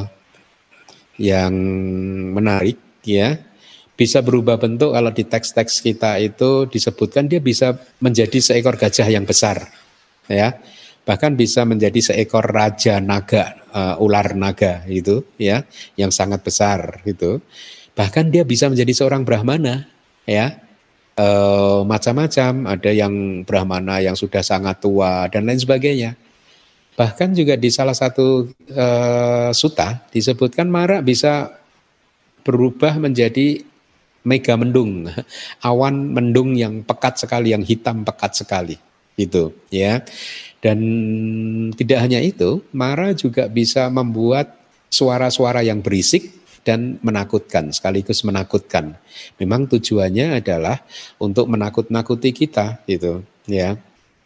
[SPEAKER 1] yang menarik, ya. Bisa berubah bentuk. Kalau di teks-teks kita itu disebutkan dia bisa menjadi seekor gajah yang besar, ya, bahkan bisa menjadi seekor raja naga, uh, ular naga itu, ya, yang sangat besar gitu. Bahkan dia bisa menjadi seorang brahmana, ya, uh, macam-macam. Ada yang brahmana yang sudah sangat tua dan lain sebagainya. Bahkan juga di salah satu uh, sutta disebutkan Mara bisa berubah menjadi mega mendung, awan mendung yang pekat sekali, yang hitam pekat sekali, gitu, ya. Dan tidak hanya itu, Mara juga bisa membuat suara-suara yang berisik dan menakutkan, sekaligus menakutkan. Memang tujuannya adalah untuk menakut-nakuti kita, gitu, ya.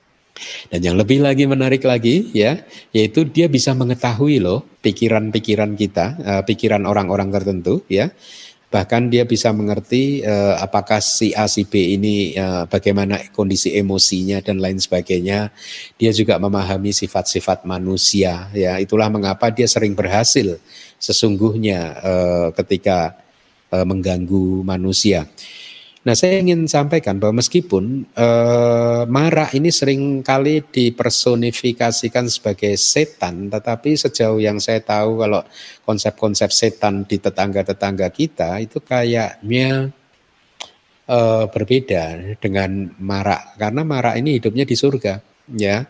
[SPEAKER 1] Dan yang lebih lagi menarik lagi, ya, yaitu dia bisa mengetahui loh pikiran-pikiran kita, uh, pikiran orang-orang tertentu, ya. Bahkan dia bisa mengerti uh, apakah si A, si B ini uh, bagaimana kondisi emosinya dan lain sebagainya. Dia juga memahami sifat-sifat manusia, ya. Itulah mengapa dia sering berhasil sesungguhnya uh, ketika uh, mengganggu manusia. Nah, saya ingin sampaikan bahwa meskipun eh, Mara ini sering kali dipersonifikasikan sebagai setan, tetapi sejauh yang saya tahu kalau konsep-konsep setan di tetangga-tetangga kita itu kayaknya eh, berbeda dengan Mara, karena Mara ini hidupnya di surga, ya.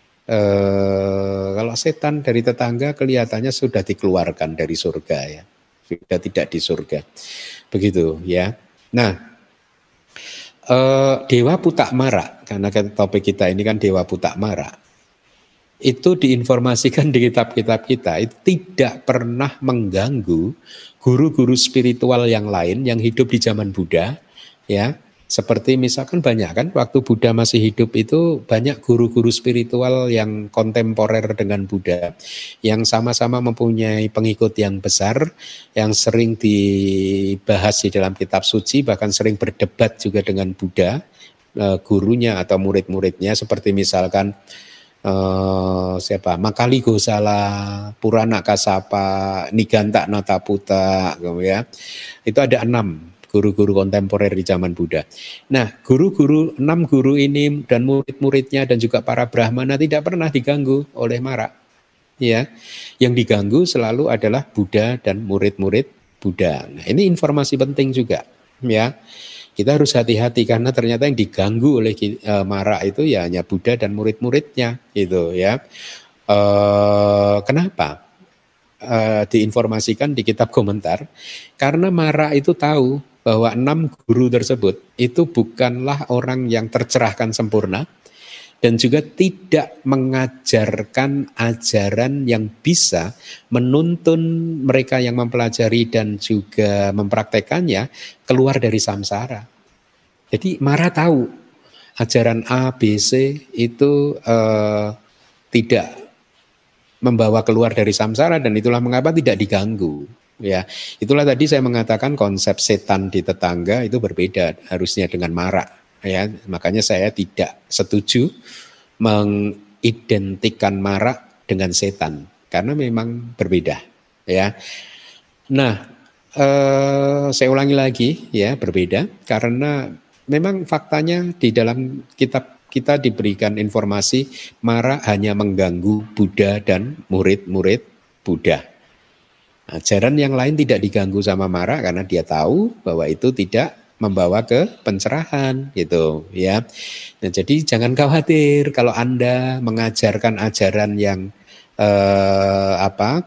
[SPEAKER 1] Eh, kalau setan dari tetangga kelihatannya sudah dikeluarkan dari surga, ya, sudah tidak di surga, begitu, ya. Nah, Uh, Dewa Putak Mara, karena topik kita ini kan Dewa Putak Mara, itu diinformasikan di kitab-kitab kita, itu tidak pernah mengganggu guru-guru spiritual yang lain yang hidup di zaman Buddha, ya. Seperti misalkan banyak kan waktu Buddha masih hidup itu banyak guru-guru spiritual yang kontemporer dengan Buddha, yang sama-sama mempunyai pengikut yang besar, yang sering dibahas di dalam kitab suci, bahkan sering berdebat juga dengan Buddha, gurunya atau murid-muridnya, seperti misalkan eh, siapa? Makali Gosala, Purana Kasapa, Niganta Nataputa, ya. Itu ada enam guru-guru kontemporer di zaman Buddha. Nah, guru-guru, enam guru ini dan murid-muridnya dan juga para Brahmana tidak pernah diganggu oleh Mara, ya. Yang diganggu selalu adalah Buddha dan murid-murid Buddha. Nah, ini informasi penting juga, ya. kita harus hati-hati karena ternyata yang diganggu oleh uh, Mara itu ya hanya Buddha dan murid-muridnya gitu ya. Uh, kenapa? Uh, diinformasikan di kitab komentar karena Mara itu tahu bahwa enam guru tersebut itu bukanlah orang yang tercerahkan sempurna dan juga tidak mengajarkan ajaran yang bisa menuntun mereka yang mempelajari dan juga mempraktekannya keluar dari samsara. Jadi Mara tahu ajaran A, B, C itu eh, tidak membawa keluar dari samsara dan itulah mengapa tidak diganggu. Ya, itulah tadi saya mengatakan konsep setan di tetangga itu berbeda harusnya dengan Mara. Ya, makanya saya tidak setuju mengidentikan Mara dengan setan karena memang berbeda. Ya, nah eh, saya ulangi lagi ya berbeda karena memang faktanya di dalam kitab kita diberikan informasi Mara hanya mengganggu Buddha dan murid-murid Buddha. Ajaran yang lain tidak diganggu sama Mara karena dia tahu bahwa itu tidak membawa ke pencerahan gitu ya. Nah, jadi jangan khawatir kalau Anda mengajarkan ajaran yang eh, apa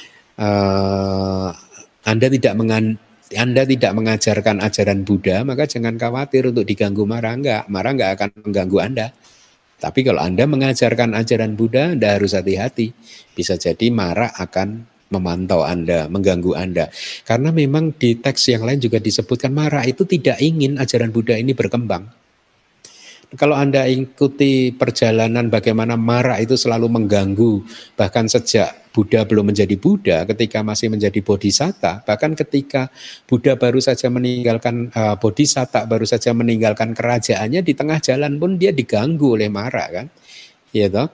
[SPEAKER 1] eh, Anda tidak mengan, Anda tidak mengajarkan ajaran Buddha, maka jangan khawatir untuk diganggu Mara. Enggak, Mara enggak akan mengganggu Anda. Tapi kalau Anda mengajarkan ajaran Buddha, Anda harus hati-hati. Bisa jadi Mara akan memantau Anda, mengganggu Anda. Karena memang di teks yang lain juga disebutkan Mara itu tidak ingin ajaran Buddha ini berkembang. Kalau Anda ikuti perjalanan bagaimana Mara itu selalu mengganggu, bahkan sejak Buddha belum menjadi Buddha, ketika masih menjadi Bodhisatta, bahkan ketika Buddha baru saja meninggalkan, uh, Bodhisatta baru saja meninggalkan kerajaannya, di tengah jalan pun dia diganggu oleh Mara kan, ya toh.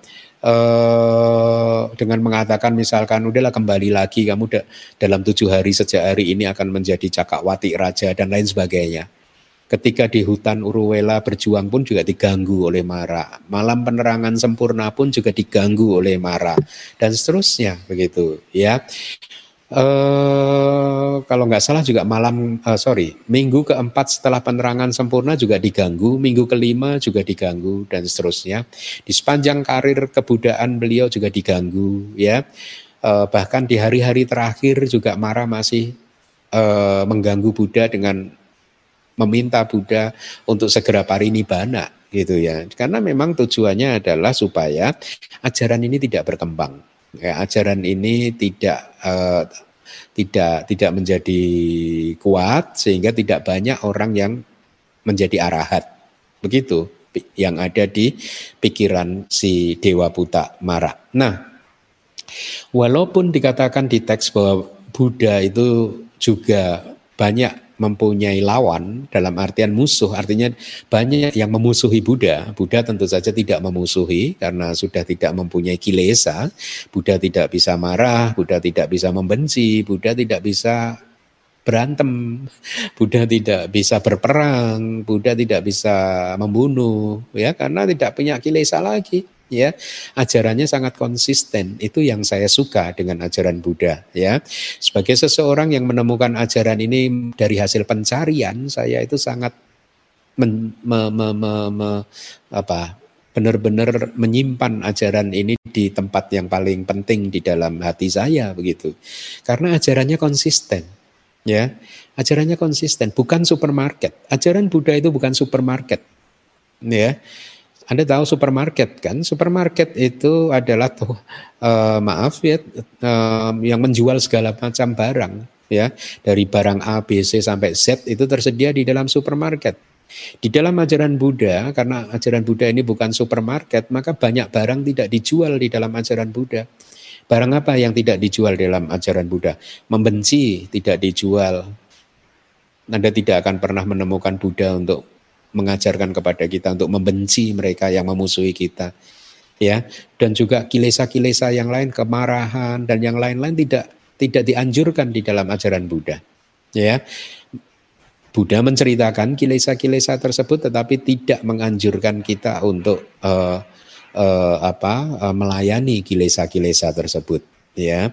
[SPEAKER 1] Uh, dengan mengatakan misalkan udahlah kembali lagi kamu da- dalam tujuh hari sejak hari ini akan menjadi Cakrawarti Raja dan lain sebagainya. Ketika di hutan Uruwela berjuang pun juga diganggu oleh Mara. Malam penerangan sempurna pun juga diganggu oleh Mara dan seterusnya begitu ya. Uh, kalau nggak salah juga malam uh, sorry minggu keempat setelah penerangan sempurna juga diganggu, minggu kelima juga diganggu dan seterusnya. Di sepanjang karir kebudayaan beliau juga diganggu ya. Uh, bahkan di hari-hari terakhir juga Mara masih uh, mengganggu Buddha dengan meminta Buddha untuk segera parinibbana gitu ya. Karena memang tujuannya adalah supaya ajaran ini tidak berkembang. Ya, ajaran ini tidak uh, tidak tidak menjadi kuat sehingga tidak banyak orang yang menjadi arahat. Begitu yang ada di pikiran si Dewa Buta Mara. Nah, walaupun dikatakan di teks bahwa Buddha itu juga banyak mempunyai lawan dalam artian musuh, artinya banyak yang memusuhi Buddha. Buddha tentu saja tidak memusuhi karena sudah tidak mempunyai kilesa. Buddha tidak bisa marah, Buddha tidak bisa membenci, Buddha tidak bisa berantem, Buddha tidak bisa berperang, Buddha tidak bisa membunuh, ya karena tidak punya kilesa lagi. Ya, ajarannya sangat konsisten. Itu yang saya suka dengan ajaran Buddha. Ya, sebagai seseorang yang menemukan ajaran ini dari hasil pencarian, saya itu sangat men, me, me, me, me, apa, benar-benar menyimpan ajaran ini di tempat yang paling penting di dalam hati saya begitu. Karena ajarannya konsisten. Ya, ajarannya konsisten, bukan supermarket. Ajaran Buddha itu bukan supermarket. Ya. Anda tahu supermarket kan? Supermarket itu adalah tuh uh, maaf ya uh, yang menjual segala macam barang ya, dari barang A, B, C sampai Z itu tersedia di dalam supermarket. Di dalam ajaran Buddha, karena ajaran Buddha ini bukan supermarket, maka banyak barang tidak dijual di dalam ajaran Buddha. Barang apa yang tidak dijual dalam ajaran Buddha? Membenci tidak dijual. Anda tidak akan pernah menemukan Buddha untuk mengajarkan kepada kita untuk membenci mereka yang memusuhi kita, ya. Dan juga kilesa-kilesa yang lain, kemarahan dan yang lain-lain tidak tidak dianjurkan di dalam ajaran Buddha, ya. Buddha menceritakan kilesa-kilesa tersebut, tetapi tidak menganjurkan kita untuk uh, uh, apa uh, melayani kilesa-kilesa tersebut, ya.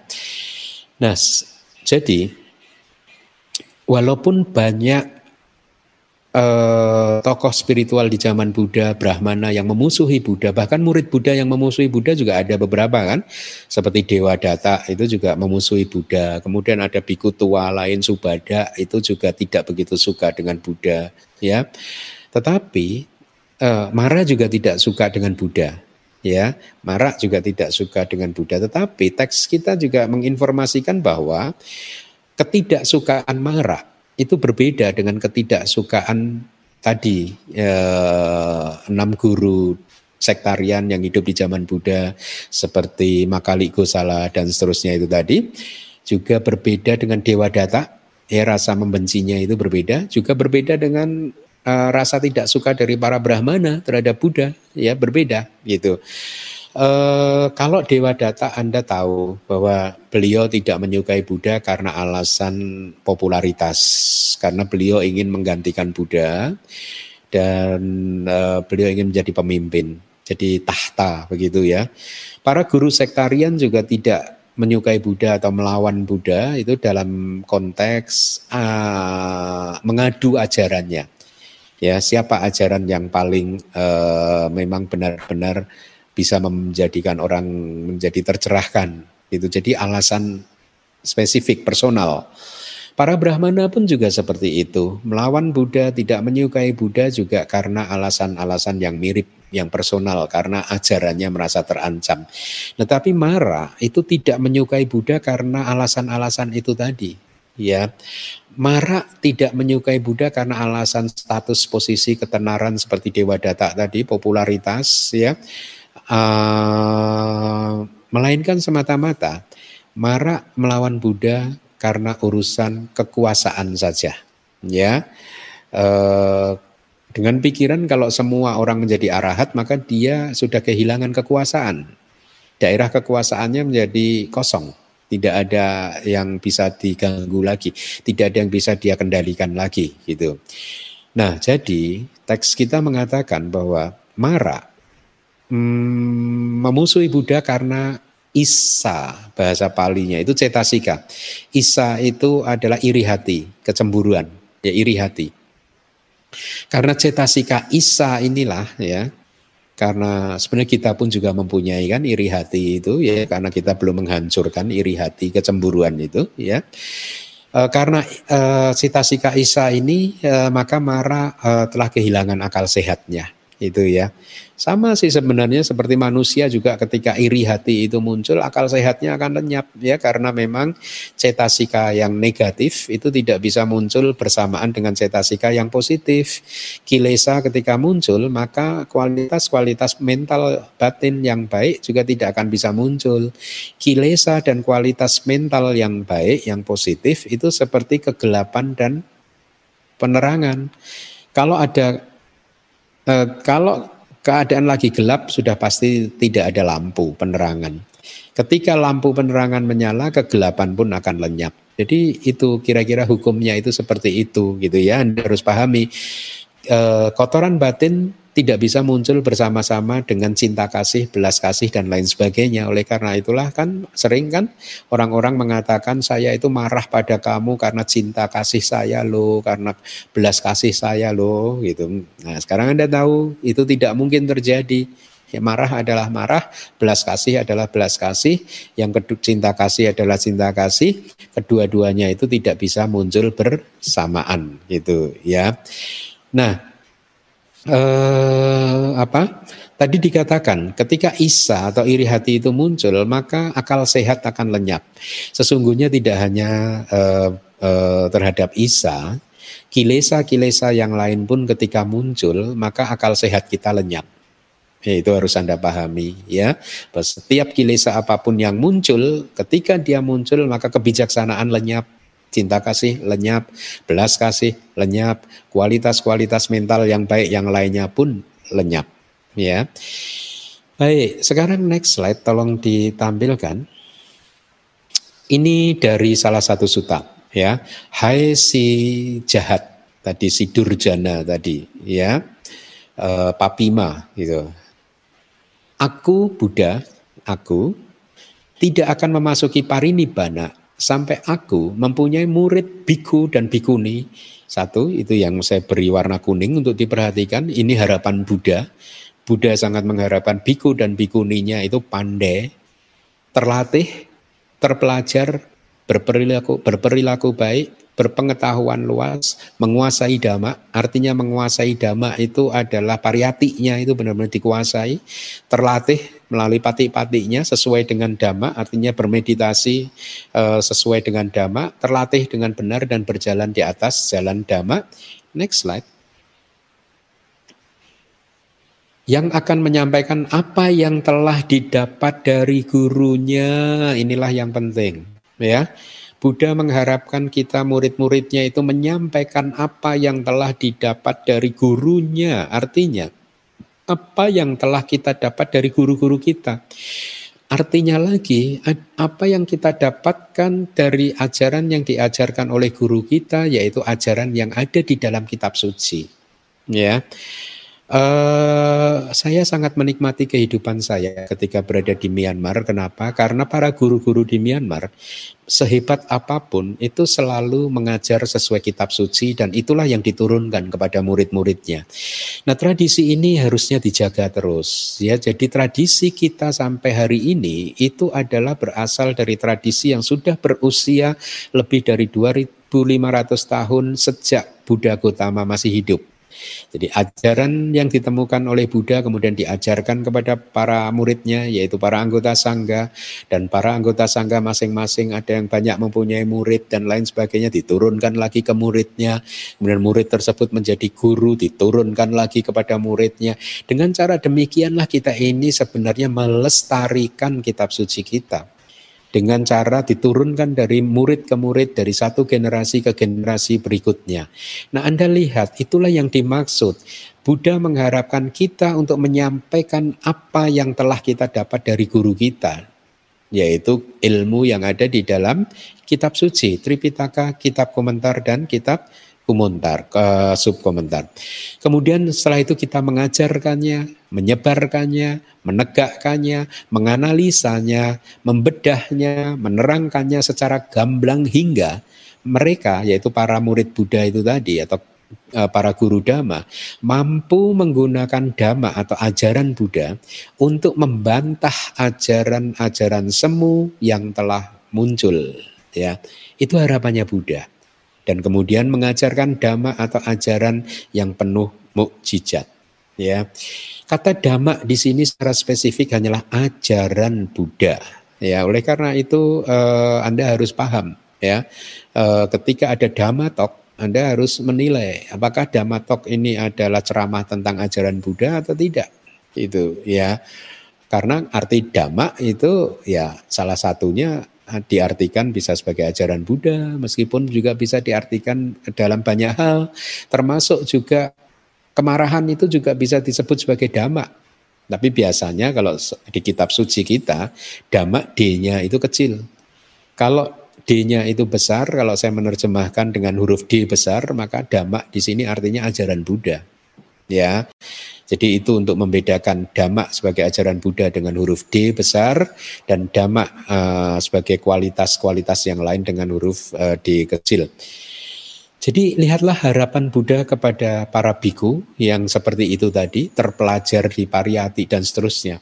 [SPEAKER 1] Nah, jadi walaupun banyak eh, tokoh spiritual di zaman Buddha, Brahmana yang memusuhi Buddha, bahkan murid Buddha yang memusuhi Buddha juga ada beberapa kan, seperti Dewa Datta itu juga memusuhi Buddha. Kemudian ada biku tua lain Subhada itu juga tidak begitu suka dengan Buddha, ya. Tetapi eh, Mara juga tidak suka dengan Buddha. Ya, Mara juga tidak suka dengan Buddha. Tetapi teks kita juga menginformasikan bahwa ketidaksukaan Mara itu berbeda dengan ketidaksukaan tadi eh, enam guru sektarian yang hidup di zaman Buddha seperti Makali Gosala dan seterusnya itu tadi, juga berbeda dengan Dewa Datta, ya rasa membencinya itu berbeda, juga berbeda dengan eh, rasa tidak suka dari para Brahmana terhadap Buddha, ya berbeda gitu. Uh, kalau Dewa Datta Anda tahu bahwa beliau tidak menyukai Buddha karena alasan popularitas, karena beliau ingin menggantikan Buddha dan uh, beliau ingin menjadi pemimpin, jadi tahta begitu ya. Para guru sektarian juga tidak menyukai Buddha atau melawan Buddha itu dalam konteks uh, mengadu ajarannya. Ya, siapa ajaran yang paling uh, memang benar-benar bisa menjadikan orang menjadi tercerahkan itu, jadi alasan spesifik personal. Para Brahmana pun juga seperti itu, melawan Buddha, tidak menyukai Buddha juga karena alasan-alasan yang mirip, yang personal, karena ajarannya merasa terancam. Tetapi Mara itu tidak menyukai Buddha karena alasan-alasan itu tadi, ya. Mara tidak menyukai Buddha karena alasan status, posisi, ketenaran seperti Dewa Datta tadi, popularitas, ya. Uh, melainkan semata-mata Mara melawan Buddha karena urusan kekuasaan saja, ya. Uh, dengan pikiran kalau semua orang menjadi arahat maka dia sudah kehilangan kekuasaan, daerah kekuasaannya menjadi kosong, tidak ada yang bisa diganggu lagi, tidak ada yang bisa dia kendalikan lagi gitu. Nah, jadi teks kita mengatakan bahwa Mara Hmm, memusuhi Buddha karena Issa, bahasa Palinya itu cetasika. Issa itu adalah iri hati, kecemburuan, ya iri hati. Karena cetasika Issa inilah ya, karena sebenarnya kita pun juga mempunyai kan iri hati itu ya, karena kita belum menghancurkan iri hati, kecemburuan itu ya. E, karena e, cetasika Issa ini e, maka Mara e, telah kehilangan akal sehatnya itu ya. Sama sih sebenarnya seperti manusia juga ketika iri hati itu muncul, akal sehatnya akan lenyap ya, karena memang cetasika yang negatif itu tidak bisa muncul bersamaan dengan cetasika yang positif. Kilesa ketika muncul maka kualitas-kualitas mental batin yang baik juga tidak akan bisa muncul. Kilesa dan kualitas mental yang baik, yang positif itu seperti kegelapan dan penerangan. Kalau ada eh, kalau keadaan lagi gelap sudah pasti tidak ada lampu penerangan. Ketika lampu penerangan menyala, kegelapan pun akan lenyap. Jadi itu kira-kira hukumnya itu seperti itu gitu ya. Anda harus pahami e, kotoran batin tidak bisa muncul bersama-sama dengan cinta kasih, belas kasih dan lain sebagainya. Oleh karena itulah kan sering kan orang-orang mengatakan saya itu marah pada kamu karena cinta kasih saya loh, karena belas kasih saya loh gitu. Nah, sekarang Anda tahu itu tidak mungkin terjadi. Ya, marah adalah marah, belas kasih adalah belas kasih, yang kedua cinta kasih adalah cinta kasih. Kedua-duanya itu tidak bisa muncul bersamaan gitu ya. Nah, Eh, apa? Tadi dikatakan ketika Issa atau iri hati itu muncul maka akal sehat akan lenyap. Sesungguhnya tidak hanya eh, eh, terhadap Issa, kilesa-kilesa yang lain pun ketika muncul maka akal sehat kita lenyap. Ya, itu harus Anda pahami ya. Setiap kilesa apapun yang muncul, ketika dia muncul maka kebijaksanaan lenyap. Cinta kasih lenyap, belas kasih lenyap, kualitas-kualitas mental yang baik yang lainnya pun lenyap. Ya, baik. Sekarang next slide, tolong ditampilkan. Ini dari salah satu sutta, ya. Hai si jahat tadi, si Durjana tadi, ya, e, Papima, gitu. Aku Buddha, aku tidak akan memasuki parinibbana sampai aku mempunyai murid biku dan bikuni. Satu, itu yang saya beri warna kuning untuk diperhatikan, ini harapan Buddha. Buddha sangat mengharapkan biku dan bikuninya itu pandai, terlatih, terpelajar, berperilaku, berperilaku baik, berpengetahuan luas, menguasai dhamma. Artinya menguasai dhamma itu adalah pariyatinya itu benar-benar dikuasai, terlatih melalui pati-patinya sesuai dengan dhamma, artinya bermeditasi uh, sesuai dengan dhamma, terlatih dengan benar dan berjalan di atas jalan dhamma. Next slide. Yang akan menyampaikan apa yang telah didapat dari gurunya, inilah yang penting, ya. Buddha mengharapkan kita murid-muridnya itu menyampaikan apa yang telah didapat dari gurunya. Artinya, apa yang telah kita dapat dari guru-guru kita. Artinya lagi, apa yang kita dapatkan dari ajaran yang diajarkan oleh guru kita, yaitu ajaran yang ada di dalam kitab suci. Ya. Uh, saya sangat menikmati kehidupan saya ketika berada di Myanmar. Kenapa? Karena para guru-guru di Myanmar sehebat apapun itu selalu mengajar sesuai kitab suci dan itulah yang diturunkan kepada murid-muridnya. Nah, tradisi ini harusnya dijaga terus ya. Jadi tradisi kita sampai hari ini itu adalah berasal dari tradisi yang sudah berusia lebih dari dua ribu lima ratus tahun sejak Buddha Gautama masih hidup. Jadi ajaran yang ditemukan oleh Buddha kemudian diajarkan kepada para muridnya, yaitu para anggota sangga, dan para anggota sangga masing-masing ada yang banyak mempunyai murid dan lain sebagainya, diturunkan lagi ke muridnya, kemudian murid tersebut menjadi guru, diturunkan lagi kepada muridnya. Dengan cara demikianlah kita ini sebenarnya melestarikan kitab suci kita. Dengan cara diturunkan dari murid ke murid, dari satu generasi ke generasi berikutnya. Nah, Anda lihat, itulah yang dimaksud. Buddha mengharapkan kita untuk menyampaikan apa yang telah kita dapat dari guru kita, yaitu ilmu yang ada di dalam kitab suci, Tripitaka, kitab komentar, dan kitab komentar, ke subkomentar. Kemudian setelah itu kita mengajarkannya, menyebarkannya, menegakkannya, menganalisanya, membedahnya, menerangkannya secara gamblang hingga mereka, yaitu para murid Buddha itu tadi atau e, para guru Dhamma, mampu menggunakan Dhamma atau ajaran Buddha untuk membantah ajaran-ajaran semu yang telah muncul. Ya, itu harapannya Buddha. Dan kemudian mengajarkan dhamma atau ajaran yang penuh mukjizat. Ya, kata dhamma di sini secara spesifik hanyalah ajaran Buddha. Ya, oleh karena itu eh, Anda harus paham. Ya, eh, ketika ada dhamma talk, Anda harus menilai apakah dhamma talk ini adalah ceramah tentang ajaran Buddha atau tidak. Itu ya, karena arti dhamma itu ya salah satunya diartikan bisa sebagai ajaran Buddha, meskipun juga bisa diartikan dalam banyak hal, termasuk juga kemarahan itu juga bisa disebut sebagai dhamma. Tapi biasanya kalau di kitab suci kita, dhamma D-nya itu kecil. Kalau D-nya itu besar, kalau saya menerjemahkan dengan huruf D besar, maka dhamma di sini artinya ajaran Buddha. Ya. Jadi itu untuk membedakan dhamma sebagai ajaran Buddha dengan huruf D besar dan dhamma uh, sebagai kualitas-kualitas yang lain dengan huruf uh, D kecil. Jadi lihatlah harapan Buddha kepada para biku yang seperti itu tadi, terpelajar di pariyati dan seterusnya.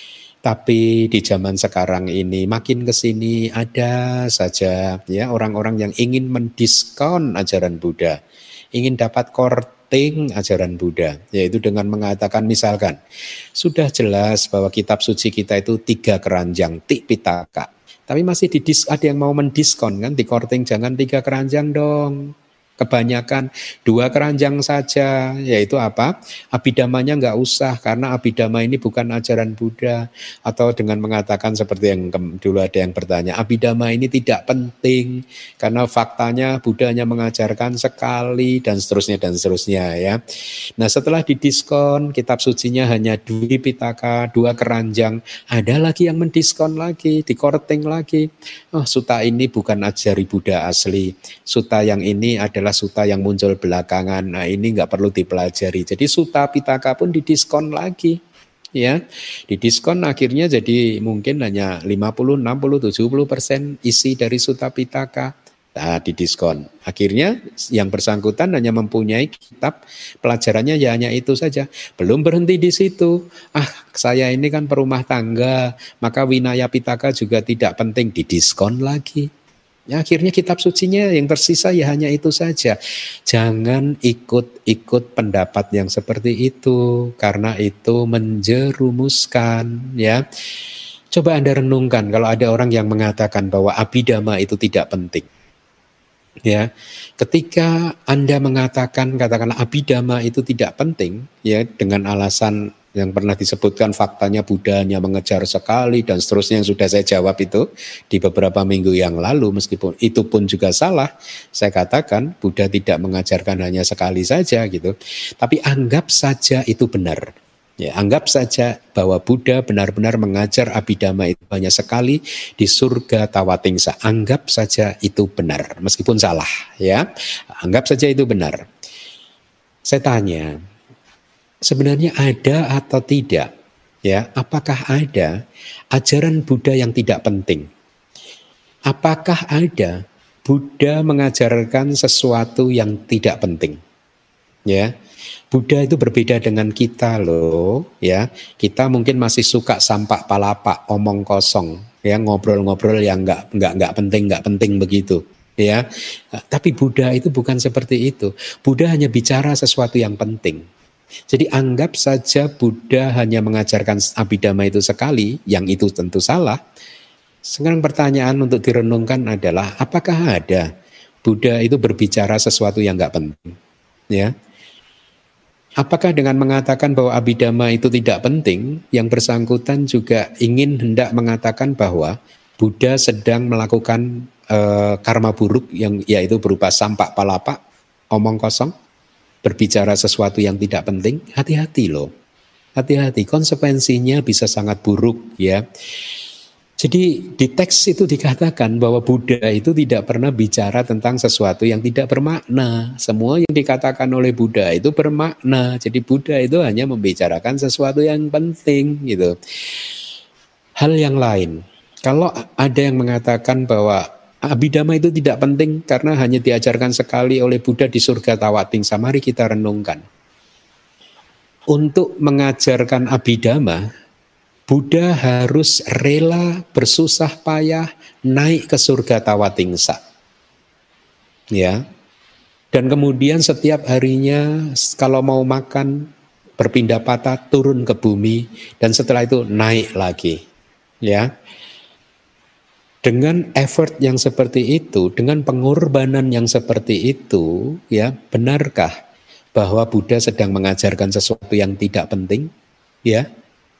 [SPEAKER 1] Tapi di zaman sekarang ini makin ke sini ada saja ya orang-orang yang ingin mendiskon ajaran Buddha, ingin dapat kort ajaran Buddha, yaitu dengan mengatakan misalkan sudah jelas bahwa kitab suci kita itu tiga keranjang Tipitaka, tapi masih didis, ada yang mau mendiskon kan, di korting jangan tiga keranjang dong, kebanyakan dua keranjang saja, yaitu apa? Abhidhamanya nggak usah karena abhidhamma ini bukan ajaran Buddha. Atau dengan mengatakan seperti yang dulu ada yang bertanya, abhidhamma ini tidak penting karena faktanya Buddha hanya mengajarkan sekali dan seterusnya dan seterusnya ya. Nah setelah didiskon kitab sucinya hanya dua pitaka, dua keranjang, ada lagi yang mendiskon lagi, dikorting lagi. Oh suta ini bukan ajari Buddha asli, suta yang ini adalah suta yang muncul belakangan, nah ini nggak perlu dipelajari. Jadi suta pitaka pun didiskon lagi. Ya, didiskon akhirnya jadi mungkin hanya lima puluh, enam puluh, tujuh puluh persen isi dari Sutta Pitaka. Nah, didiskon. Akhirnya yang bersangkutan hanya mempunyai kitab pelajarannya ya hanya itu saja. Belum berhenti di situ. Ah, saya ini kan perumah tangga, maka Winaya Pitaka juga tidak penting, didiskon lagi. Ya, akhirnya kitab sucinya yang tersisa ya hanya itu saja. Jangan ikut-ikut pendapat yang seperti itu, karena itu menjerumuskan, ya. Coba Anda renungkan kalau ada orang yang mengatakan bahwa abhidhamma itu tidak penting. Ya, ketika Anda mengatakan katakanlah abhidhamma itu tidak penting, ya, dengan alasan yang pernah disebutkan faktanya Buddha hanya mengejar sekali dan seterusnya yang sudah saya jawab itu di beberapa minggu yang lalu, meskipun itu pun juga salah, saya katakan Buddha tidak mengajarkan hanya sekali saja gitu, tapi anggap saja itu benar. Ya, anggap saja bahwa Buddha benar-benar mengajar abhidhamma itu hanya sekali di surga Tawatingsa. Anggap saja itu benar, meskipun salah, ya. Anggap saja itu benar. Saya tanya, sebenarnya ada atau tidak? Ya, apakah ada ajaran Buddha yang tidak penting? Apakah ada Buddha mengajarkan sesuatu yang tidak penting? Ya. Buddha itu berbeda dengan kita loh, ya. Kita mungkin masih suka sampak palapa, omong kosong, ya, ngobrol-ngobrol yang nggak nggak nggak penting nggak penting begitu, ya. Tapi Buddha itu bukan seperti itu. Buddha hanya bicara sesuatu yang penting. Jadi anggap saja Buddha hanya mengajarkan abhidhamma itu sekali, yang itu tentu salah. Sekarang pertanyaan untuk direnungkan adalah, apakah ada Buddha itu berbicara sesuatu yang nggak penting, ya? Apakah dengan mengatakan bahwa abhidhamma itu tidak penting, yang bersangkutan juga ingin hendak mengatakan bahwa Buddha sedang melakukan e, karma buruk yang yaitu berupa sampak palapa, omong kosong, berbicara sesuatu yang tidak penting? Hati-hati loh, hati-hati, konsekuensinya bisa sangat buruk, ya. Jadi di teks itu dikatakan bahwa Buddha itu tidak pernah bicara tentang sesuatu yang tidak bermakna. Semua yang dikatakan oleh Buddha itu bermakna. Jadi Buddha itu hanya membicarakan sesuatu yang penting gitu. Hal yang lain, kalau ada yang mengatakan bahwa abhidhamma itu tidak penting karena hanya diajarkan sekali oleh Buddha di surga Tawatingsa, mari kita renungkan. Untuk mengajarkan abhidhamma, Buddha harus rela bersusah payah naik ke surga Tawatingsa. Ya. Dan kemudian setiap harinya kalau mau makan berpindah patah turun ke bumi dan setelah itu naik lagi. Ya. Dengan effort yang seperti itu, dengan pengorbanan yang seperti itu, ya, benarkah bahwa Buddha sedang mengajarkan sesuatu yang tidak penting? Ya.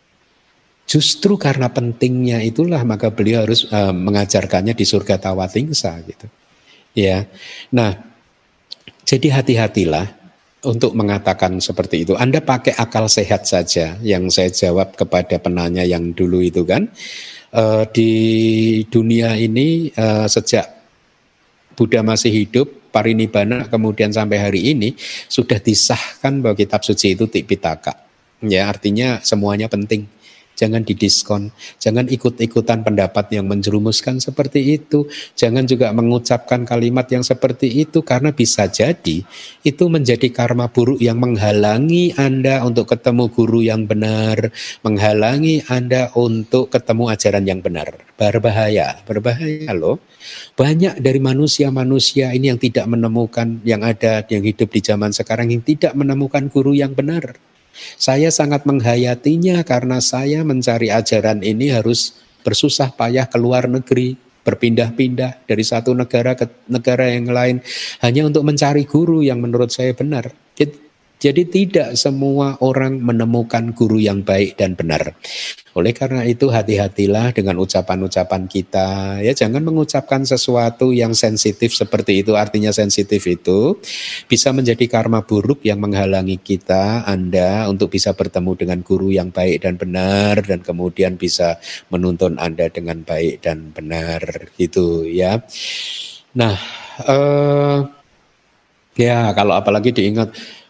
[SPEAKER 1] Justru karena pentingnya itulah maka beliau harus uh, mengajarkannya di surga Tawatingsa gitu. Ya. Nah, jadi hati-hatilah untuk mengatakan seperti itu. Anda pakai akal sehat saja, yang saya jawab kepada penanya yang dulu itu kan. Uh, di dunia ini uh, sejak Buddha masih hidup, parinibbana, kemudian sampai hari ini sudah disahkan bahwa kitab suci itu Tipitaka. Ya, artinya semuanya penting. Jangan didiskon, jangan ikut-ikutan pendapat yang menjerumuskan seperti itu. Jangan juga mengucapkan kalimat yang seperti itu karena bisa jadi itu menjadi karma buruk yang menghalangi Anda untuk ketemu guru yang benar, menghalangi Anda untuk ketemu ajaran yang benar. Berbahaya, berbahaya loh. Banyak dari manusia-manusia ini yang tidak menemukan, yang ada, yang hidup di zaman sekarang yang tidak menemukan guru yang benar. Saya sangat menghayatinya karena saya mencari ajaran ini harus bersusah payah ke luar negeri, berpindah-pindah dari satu negara ke negara yang lain hanya untuk mencari guru yang menurut saya benar. Jadi tidak semua orang menemukan guru yang baik dan benar. Oleh karena itu hati-hatilah dengan ucapan-ucapan kita. Ya, jangan mengucapkan sesuatu yang sensitif seperti itu. Artinya sensitif itu bisa menjadi karma buruk yang menghalangi kita, Anda untuk bisa bertemu dengan guru yang baik dan benar dan kemudian bisa menuntun Anda dengan baik dan benar gitu ya. Nah, eh, ya kalau apalagi diingat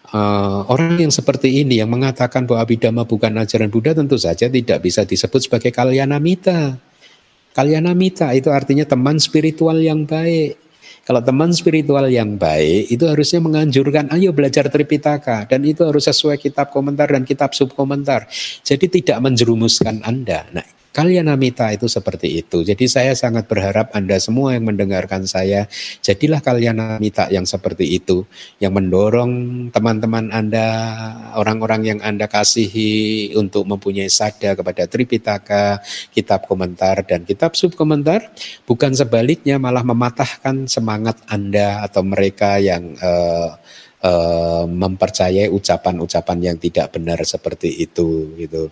[SPEAKER 1] uh, orang yang seperti ini yang mengatakan bahwa Abhidhamma bukan ajaran Buddha tentu saja tidak bisa disebut sebagai kalyanamita. Kalyanamita itu artinya teman spiritual yang baik. Kalau teman spiritual yang baik itu harusnya menganjurkan ayo belajar Tripitaka, dan itu harus sesuai kitab komentar dan kitab subkomentar. Jadi tidak menjerumuskan Anda. Nah, kalyanamita itu seperti itu. Jadi saya sangat berharap Anda semua yang mendengarkan saya, jadilah kalyanamita yang seperti itu, yang mendorong teman-teman Anda, orang-orang yang Anda kasihi untuk mempunyai sadha kepada Tripitaka, kitab komentar dan kitab subkomentar, bukan sebaliknya malah mematahkan semangat Anda atau mereka yang uh, uh, mempercayai ucapan-ucapan yang tidak benar seperti itu gitu.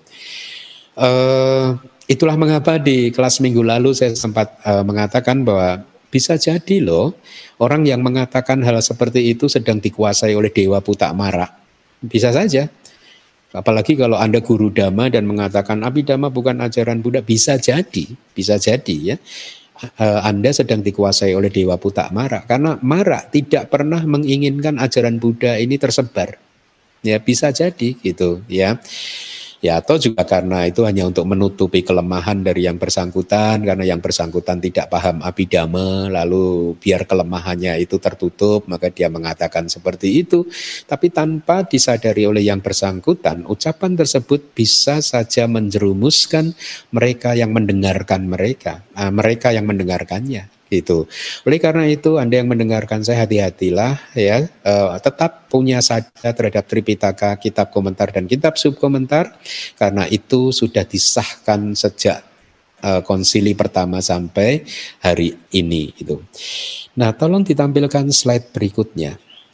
[SPEAKER 1] Uh, itulah mengapa di kelas minggu lalu saya sempat uh, mengatakan bahwa bisa jadi loh orang yang mengatakan hal seperti itu sedang dikuasai oleh Dewa Putak Mara. Bisa saja. Apalagi kalau Anda guru Dhamma dan mengatakan Abhidhamma bukan ajaran Buddha, bisa jadi, bisa jadi ya. Uh, Anda sedang dikuasai oleh Dewa Putak Mara, karena Mara tidak pernah menginginkan ajaran Buddha ini tersebar. Ya, bisa jadi gitu ya. Ya, atau juga karena itu hanya untuk menutupi kelemahan dari yang bersangkutan, karena yang bersangkutan tidak paham Abhidhamma, lalu biar kelemahannya itu tertutup, maka dia mengatakan seperti itu. Tapi tanpa disadari oleh yang bersangkutan, ucapan tersebut bisa saja menjerumuskan mereka yang mendengarkan mereka, uh, mereka yang mendengarkannya. Gitu. Oleh karena itu Anda yang mendengarkan saya hati-hatilah ya, uh, tetap punya sadar terhadap Tripitaka, kitab komentar dan kitab subkomentar, karena itu sudah disahkan sejak uh, konsili pertama sampai hari ini gitu. Nah, tolong ditampilkan slide berikutnya.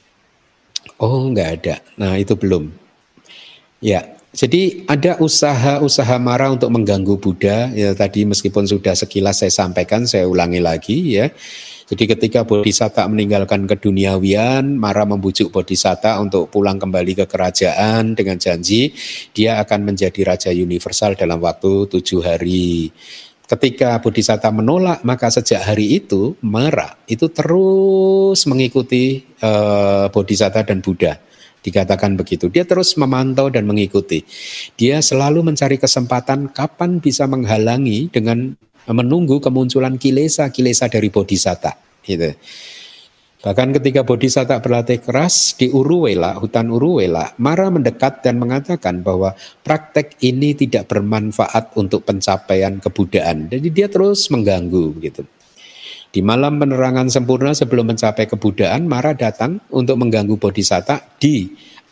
[SPEAKER 1] Oh, enggak ada. Nah, itu belum. Ya. Jadi ada usaha-usaha Mara untuk mengganggu Buddha, ya tadi meskipun sudah sekilas saya sampaikan, saya ulangi lagi ya. Jadi ketika Bodhisatta meninggalkan keduniawian, Mara membujuk Bodhisatta untuk pulang kembali ke kerajaan dengan janji dia akan menjadi raja universal dalam waktu tujuh hari. Ketika Bodhisatta menolak, maka sejak hari itu Mara itu terus mengikuti uh, Bodhisatta dan Buddha. Dikatakan begitu. Dia terus memantau dan mengikuti. Dia selalu mencari kesempatan kapan bisa menghalangi dengan menunggu kemunculan kilesa-kilesa dari Bodhisatta. Gitu. Bahkan ketika Bodhisatta berlatih keras di Uruwela, hutan Uruwela, Mara mendekat dan mengatakan bahwa praktek ini tidak bermanfaat untuk pencapaian kebudaan. Jadi dia terus mengganggu gitu. Di malam penerangan sempurna sebelum mencapai kebudaan, Mara datang untuk mengganggu Bodhisatta di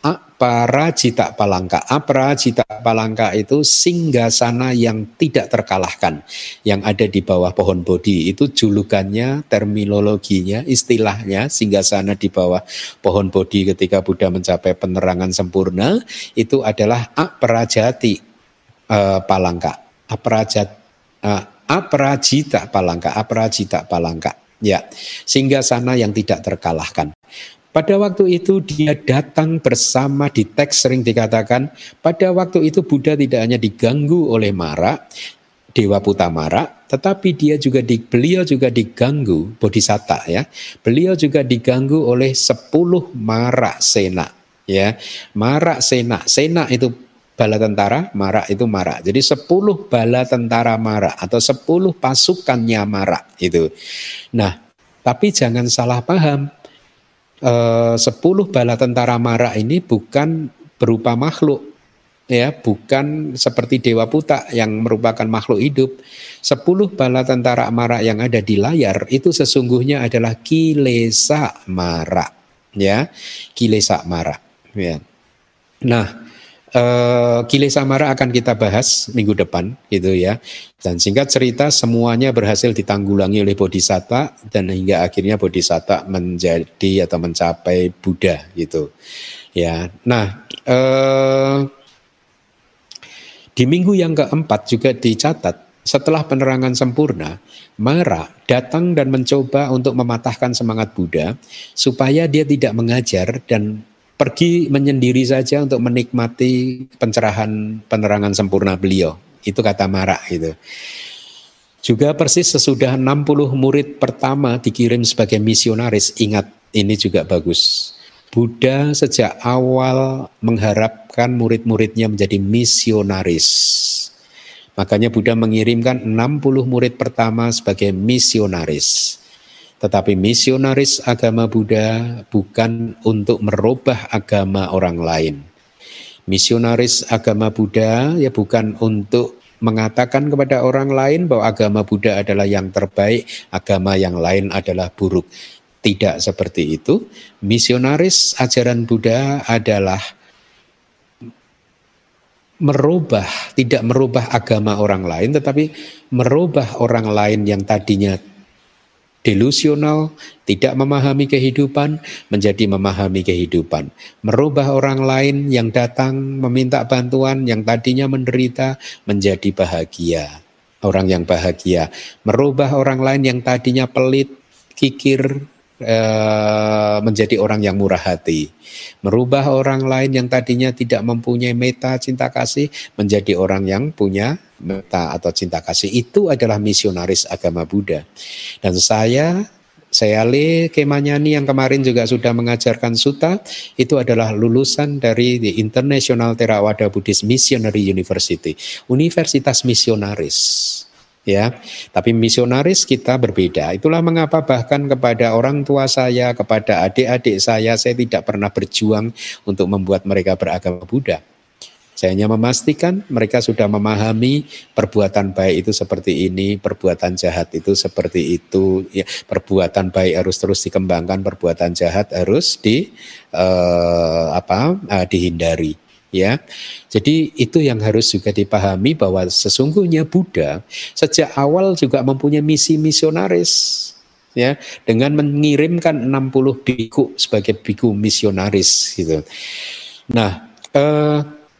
[SPEAKER 1] Aparajita Palangka. Aparajita Palangka itu singgasana yang tidak terkalahkan, yang ada di bawah pohon Bodhi. Itu julukannya, terminologinya, istilahnya singgasana di bawah pohon Bodhi ketika Buddha mencapai penerangan sempurna, itu adalah Aparajati uh, Palangka. Aparajat uh, Aparajita Palangka, Aparajita Palangka. Ya, singgasana yang tidak terkalahkan. Pada waktu itu dia datang bersama, di teks sering dikatakan, pada waktu itu Buddha tidak hanya diganggu oleh Mara, Dewa Putak Mara, tetapi dia juga di, beliau juga diganggu, Bodhisatta ya. Beliau juga diganggu oleh sepuluh Mara Sena. Ya, Mara Sena, Sena itu bala tentara, Mara itu Mara. Jadi sepuluh bala tentara Mara atau sepuluh pasukannya Mara itu. Nah, tapi jangan salah paham. Uh, sepuluh bala tentara Mara ini bukan berupa makhluk, ya, bukan seperti Dewa Putak yang merupakan makhluk hidup. Sepuluh bala tentara Mara yang ada di layar itu sesungguhnya adalah kilesa Mara, ya, kilesa Mara. Ya. Nah, Uh, kilesa Mara akan kita bahas minggu depan gitu ya. Dan singkat cerita semuanya berhasil ditanggulangi oleh Bodhisatta dan hingga akhirnya Bodhisatta menjadi atau mencapai Buddha gitu. Ya. Nah, uh, di minggu yang keempat juga dicatat setelah penerangan sempurna, Mara datang dan mencoba untuk mematahkan semangat Buddha supaya dia tidak mengajar dan pergi menyendiri saja untuk menikmati pencerahan penerangan sempurna beliau. Itu kata Mara gitu. Juga persis sesudah enam puluh murid pertama dikirim sebagai misionaris. Ingat, ini juga bagus. Buddha sejak awal mengharapkan murid-muridnya menjadi misionaris. Makanya Buddha mengirimkan enam puluh murid pertama sebagai misionaris. Tetapi misionaris agama Buddha bukan untuk merubah agama orang lain. Misionaris agama Buddha ya bukan untuk mengatakan kepada orang lain bahwa agama Buddha adalah yang terbaik, agama yang lain adalah buruk. Tidak seperti itu. Misionaris ajaran Buddha adalah merubah, tidak merubah agama orang lain, tetapi merubah orang lain yang tadinya delusional, tidak memahami kehidupan, menjadi memahami kehidupan. Merubah orang lain yang datang meminta bantuan, yang tadinya menderita, menjadi bahagia. Orang yang bahagia. Merubah orang lain yang tadinya pelit, kikir, menjadi orang yang murah hati. Merubah orang lain yang tadinya tidak mempunyai meta cinta kasih menjadi orang yang punya meta atau cinta kasih. Itu adalah misionaris agama Buddha. Dan saya Saya Le Kemanyani yang kemarin juga sudah mengajarkan sutta, itu adalah lulusan dari The International Theravada Buddhist Missionary University, Universitas Misionaris. Ya, tapi misionaris kita berbeda. Itulah mengapa bahkan kepada orang tua saya, kepada adik-adik saya, saya tidak pernah berjuang untuk membuat mereka beragama Buddha. Saya hanya memastikan mereka sudah memahami perbuatan baik itu seperti ini, perbuatan jahat itu seperti itu. Ya, perbuatan baik harus terus dikembangkan, perbuatan jahat harus di eh, apa eh, dihindari. Ya, jadi itu yang harus juga dipahami bahwa sesungguhnya Buddha sejak awal juga mempunyai misi misionaris, ya, dengan mengirimkan enam puluh biku sebagai biku misionaris, gitu. Nah, eh,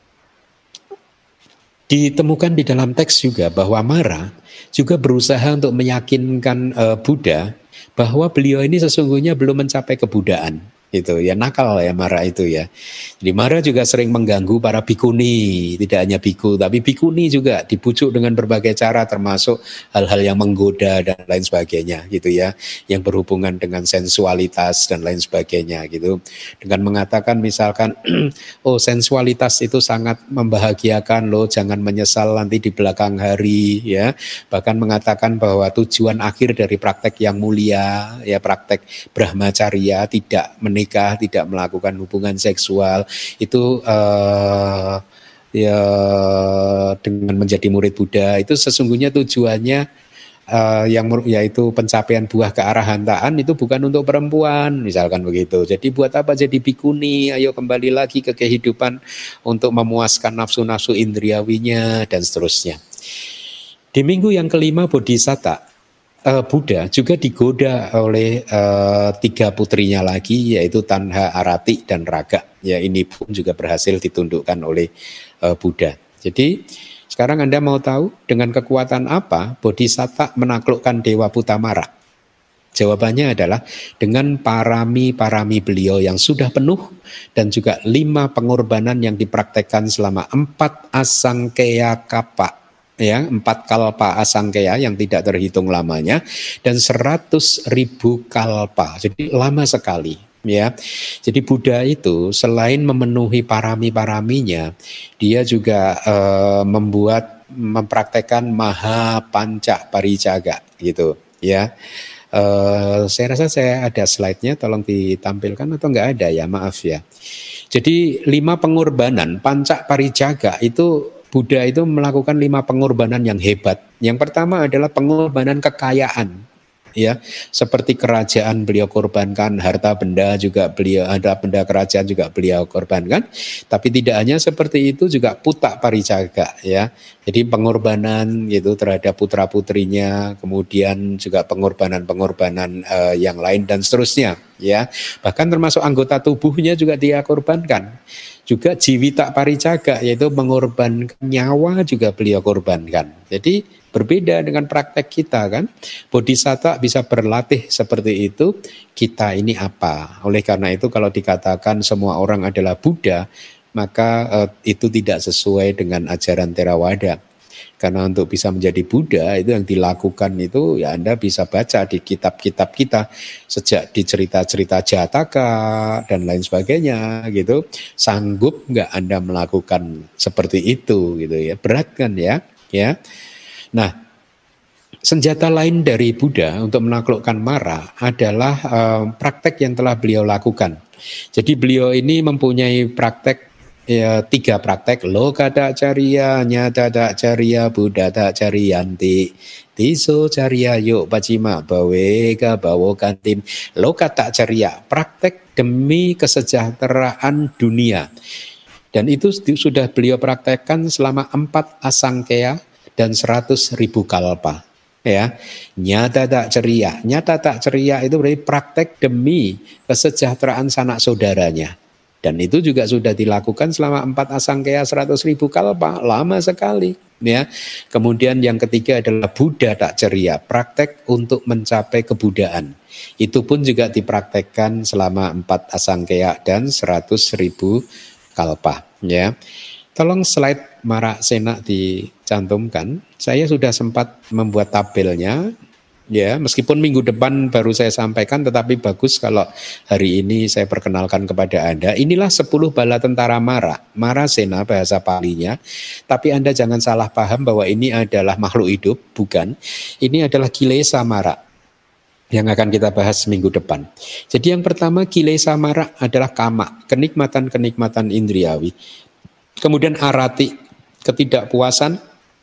[SPEAKER 1] ditemukan di dalam teks juga bahwa Mara juga berusaha untuk meyakinkan eh, Buddha bahwa beliau ini sesungguhnya belum mencapai kebudaan. Itu ya, nakal ya Mara itu ya. Jadi Mara juga sering mengganggu para bikuni, tidak hanya biku tapi bikuni juga dibujuk dengan berbagai cara, termasuk hal-hal yang menggoda dan lain sebagainya gitu ya, yang berhubungan dengan sensualitas dan lain sebagainya gitu. Dengan mengatakan misalkan oh sensualitas itu sangat membahagiakan loh, jangan menyesal nanti di belakang hari ya. Bahkan mengatakan bahwa tujuan akhir dari praktek yang mulia ya, praktek brahmacarya, tidak menikah nikah, tidak melakukan hubungan seksual, itu uh, ya dengan menjadi murid Buddha itu sesungguhnya tujuannya uh, yang yaitu pencapaian buah kearahantaan itu bukan untuk perempuan, misalkan begitu. Jadi buat apa jadi bikuni? Ayo kembali lagi ke kehidupan untuk memuaskan nafsu-nafsu indriawinya dan seterusnya. Di minggu yang kelima Bodhisatta Uh, Buddha juga digoda oleh uh, tiga putrinya lagi, yaitu Tanha, Arati, dan Raga. Ya, ini pun juga berhasil ditundukkan oleh uh, Buddha. Jadi sekarang Anda mau tahu dengan kekuatan apa Bodhisatta menaklukkan Dewa Putamara? Jawabannya adalah dengan parami-parami beliau yang sudah penuh dan juga lima pengorbanan yang dipraktekkan selama empat asangkeya kapa. Ya, empat kalpa asangkeya yang tidak terhitung lamanya dan seratus ribu kalpa, jadi lama sekali ya. Jadi Buddha itu selain memenuhi parami-paraminya, dia juga eh, membuat mempraktekkan maha panca parijaga gitu ya. Eh, saya rasa saya ada slide-nya, tolong ditampilkan atau enggak ada ya, maaf ya. Jadi lima pengorbanan panca parijaga itu Buddha itu melakukan lima pengorbanan yang hebat. Yang pertama adalah pengorbanan kekayaan. Ya, seperti kerajaan beliau korbankan, harta benda juga beliau, ada benda kerajaan juga beliau korbankan. Tapi tidak hanya seperti itu, juga putak parijaga ya. Jadi pengorbanan gitu terhadap putra putrinya, kemudian juga pengorbanan-pengorbanan uh, yang lain dan seterusnya ya. Bahkan termasuk anggota tubuhnya juga dia korbankan. Juga jiwita parijaga, yaitu mengorbankan nyawa juga beliau korbankan. Jadi berbeda dengan praktek kita kan. Bodhisatta bisa berlatih seperti itu, kita ini apa? Oleh karena itu kalau dikatakan semua orang adalah Buddha, maka eh, itu tidak sesuai dengan ajaran Theravada. Karena untuk bisa menjadi Buddha itu yang dilakukan itu ya Anda bisa baca di kitab-kitab kita sejak di cerita-cerita Jataka dan lain sebagainya gitu. Sanggup nggak Anda melakukan seperti itu gitu ya? Berat kan ya? Ya. Nah, senjata lain dari Buddha untuk menaklukkan mara adalah eh, praktek yang telah beliau lakukan. Jadi beliau ini mempunyai praktek ya, tiga praktek, lokada cariya, nyata cariya, buddha cariyanti, tiso cariya yuk pacima baweka bawo kantim. Lokada cariya, praktek demi kesejahteraan dunia. Dan itu sudah beliau praktekkan selama empat asangkaya dan seratus ribu kalpa. Ya, nyata tak ceria, nyata tak ceria itu berarti praktek demi kesejahteraan sanak saudaranya. Dan itu juga sudah dilakukan selama empat asangkaya seratus ribu kalpa, lama sekali. Ya. Kemudian yang ketiga adalah Buddha tak ceria, praktek untuk mencapai kebudaan. Itu pun juga dipraktekkan selama empat asangkaya dan seratus ribu kalpa. Ya. Tolong slide Mara Sena dicantumkan. Saya sudah sempat membuat tabelnya. Ya, meskipun minggu depan baru saya sampaikan, tetapi bagus kalau hari ini saya perkenalkan kepada Anda. Inilah sepuluh bala tentara Mara, Mara Sena bahasa Palinya. Tapi Anda jangan salah paham bahwa ini adalah makhluk hidup, bukan. Ini adalah Kilesa Mara yang akan kita bahas minggu depan. Jadi yang pertama Kilesa Mara adalah kama, kenikmatan-kenikmatan indriawi. Kemudian arati, ketidakpuasan.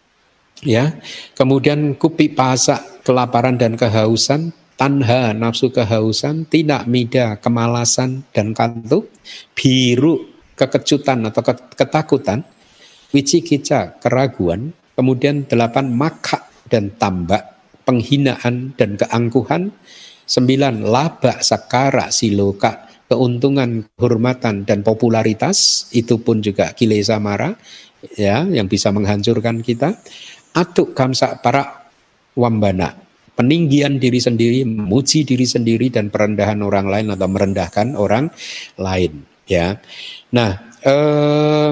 [SPEAKER 1] Ya, kemudian kupi pasa, kelaparan dan kehausan, tanha, nafsu kehausan, tidak mida, kemalasan dan kantuk, biru, kekejutan atau ketakutan, wicikica, keraguan, kemudian delapan maka dan tambak, penghinaan dan keangkuhan, sembilan laba, sakara, siloka, keuntungan, kehormatan dan popularitas, itu pun juga kilesa mara, ya, yang bisa menghancurkan kita. Atuk kamsa para wambana, peninggian diri sendiri, memuji diri sendiri dan perendahan orang lain atau merendahkan orang lain. Ya, nah eh,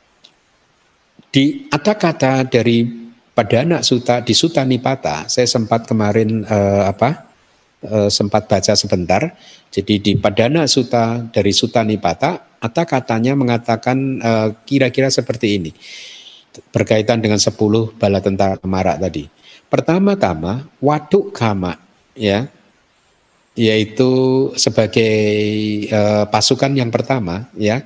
[SPEAKER 1] di ada kata dari Padana Sutta di Sutta Nipata, saya sempat kemarin eh, apa eh, sempat baca sebentar. Jadi di Padana Sutta dari Sutta Nipata, ada katanya mengatakan eh, kira-kira seperti ini. Berkaitan dengan sepuluh bala tentara Mara tadi. Pertama-tama waduk kama, ya, yaitu sebagai uh, pasukan yang pertama, ya,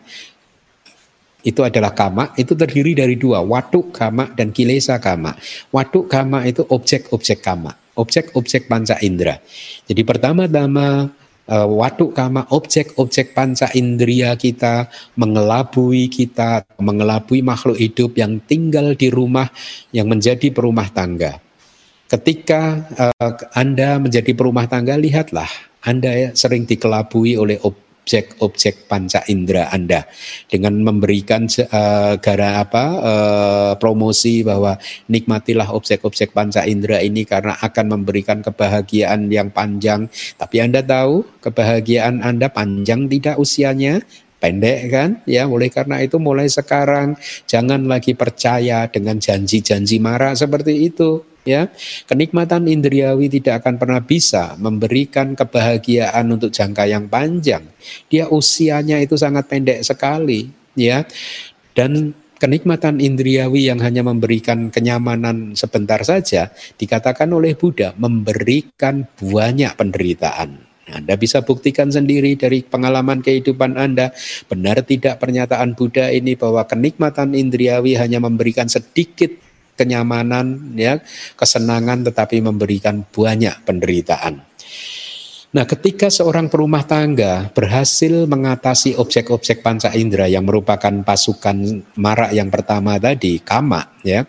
[SPEAKER 1] itu adalah kama. Itu terdiri dari dua, waduk kama dan kilesa kama. Waduk kama itu objek-objek kama, objek-objek panca indera. Jadi pertama-tama Uh, waduk kama, objek-objek panca indria kita mengelabui kita, mengelabui makhluk hidup yang tinggal di rumah yang menjadi perumah tangga. Ketika uh, Anda menjadi perumah tangga, lihatlah Anda sering dikelabui oleh objek-objek panca indera Anda dengan memberikan uh, gara apa uh, promosi bahwa nikmatilah objek-objek panca indera ini karena akan memberikan kebahagiaan yang panjang. Tapi Anda tahu kebahagiaan Anda panjang tidak usianya, pendek kan? Ya, oleh karena itu mulai sekarang jangan lagi percaya dengan janji-janji Mara seperti itu. Ya, kenikmatan indriawi tidak akan pernah bisa memberikan kebahagiaan untuk jangka yang panjang. Dia usianya itu sangat pendek sekali, ya. Dan kenikmatan indriawi yang hanya memberikan kenyamanan sebentar saja dikatakan oleh Buddha memberikan banyak penderitaan. Anda bisa buktikan sendiri dari pengalaman kehidupan Anda. Benar tidak pernyataan Buddha ini bahwa kenikmatan indriawi hanya memberikan sedikit kenyamanan, ya, kesenangan, tetapi memberikan banyak penderitaan. Nah, ketika seorang perumah tangga berhasil mengatasi objek-objek panca indera yang merupakan pasukan Mara yang pertama tadi, kama, ya,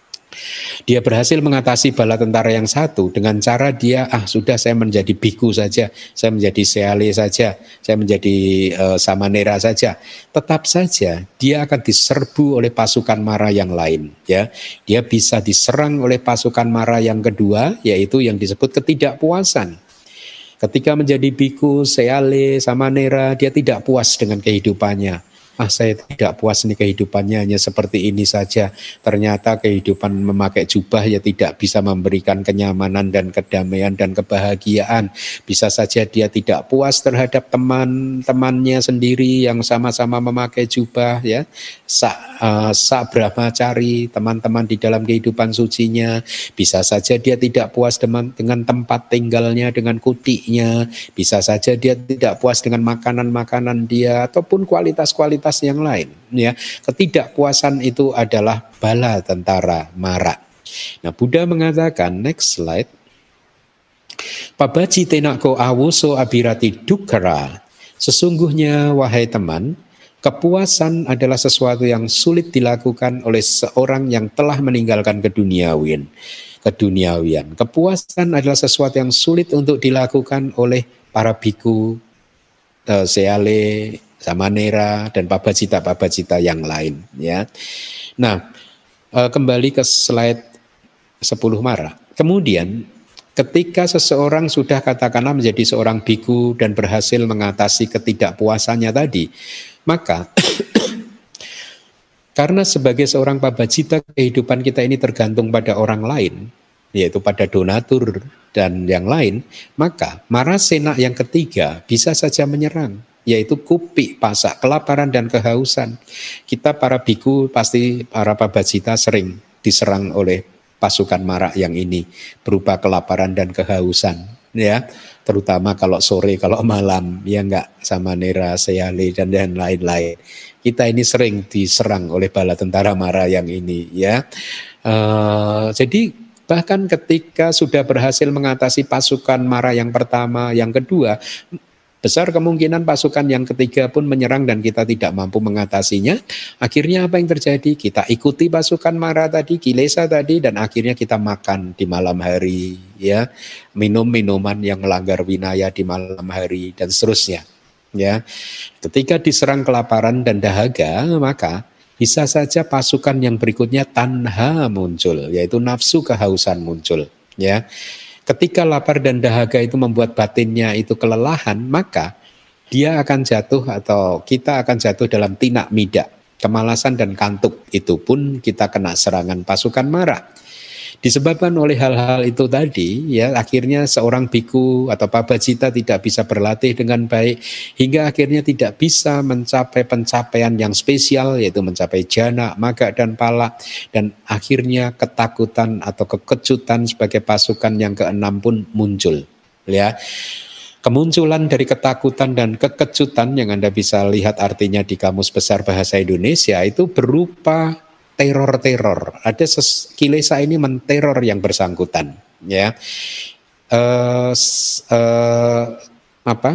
[SPEAKER 1] dia berhasil mengatasi bala tentara yang satu dengan cara dia, ah sudah saya menjadi biku saja, saya menjadi seale saja, saya menjadi uh, samanera saja. Tetap saja dia akan diserbu oleh pasukan Mara yang lain. Ya, dia bisa diserang oleh pasukan Mara yang kedua, yaitu yang disebut ketidakpuasan. Ketika menjadi biku, seale, samanera, dia tidak puas dengan kehidupannya. ah saya tidak puas nih kehidupannya hanya seperti ini saja. Ternyata kehidupan memakai jubah ya tidak bisa memberikan kenyamanan dan kedamaian dan kebahagiaan. Bisa saja dia tidak puas terhadap teman-temannya sendiri yang sama-sama memakai jubah ya. Sa, uh, sa brahmacari, teman-teman di dalam kehidupan sucinya. Bisa saja dia tidak puas dengan, dengan tempat tinggalnya, dengan kutiknya. Bisa saja dia tidak puas dengan makanan-makanan dia ataupun kualitas-kualitas yang lain ya. Ketidakpuasan itu adalah bala tentara mara. Nah, Buddha mengatakan, next slide, pabaji tenako awuso abirati dukkara. Sesungguhnya wahai teman, kepuasan adalah sesuatu yang sulit dilakukan oleh seorang yang telah meninggalkan keduniawian. Keduniawian. Kepuasan adalah sesuatu yang sulit untuk dilakukan oleh para biku, uh, seale, samanera, dan pabacita-pabacita yang lain. Ya. Nah, uh, kembali ke slide sepuluh mara. Kemudian, ketika seseorang sudah katakanlah menjadi seorang biku dan berhasil mengatasi ketidakpuasannya tadi, maka karena sebagai seorang pabacita kehidupan kita ini tergantung pada orang lain, yaitu pada donatur dan yang lain, maka marasena yang ketiga bisa saja menyerang, yaitu kupi, pasak, kelaparan dan kehausan. Kita para biku pasti para pabacita sering diserang oleh pasukan mara yang ini berupa kelaparan dan kehausan, ya, terutama kalau sore, kalau malam, ya enggak, samanera, seale dan dan lain-lain. Kita ini sering diserang oleh bala tentara mara yang ini, ya. Uh, jadi bahkan ketika sudah berhasil mengatasi pasukan mara yang pertama, yang kedua, besar kemungkinan pasukan yang ketiga pun menyerang dan kita tidak mampu mengatasinya. Akhirnya apa yang terjadi? Kita ikuti pasukan mara tadi, kilesa tadi, dan akhirnya kita makan di malam hari, ya, minum minuman yang melanggar winaya di malam hari dan seterusnya. Ya, ketika diserang kelaparan dan dahaga, maka bisa saja pasukan yang berikutnya tanha muncul, yaitu nafsu kehausan muncul. Ya, ketika lapar dan dahaga itu membuat batinnya itu kelelahan, maka dia akan jatuh atau kita akan jatuh dalam tinak mida, kemalasan dan kantuk. Itu pun kita kena serangan pasukan mara. Disebabkan oleh hal-hal itu tadi, ya, akhirnya seorang biku atau pabacita tidak bisa berlatih dengan baik, hingga akhirnya tidak bisa mencapai pencapaian yang spesial, yaitu mencapai jana, maga dan pala, dan akhirnya ketakutan atau kekejutan sebagai pasukan yang keenam pun muncul. Ya, kemunculan dari ketakutan dan kekejutan yang Anda bisa lihat artinya di Kamus Besar Bahasa Indonesia itu berupa teror-teror. Ada ses- kilesa ini menteror yang bersangkutan, ya. Uh, uh, apa?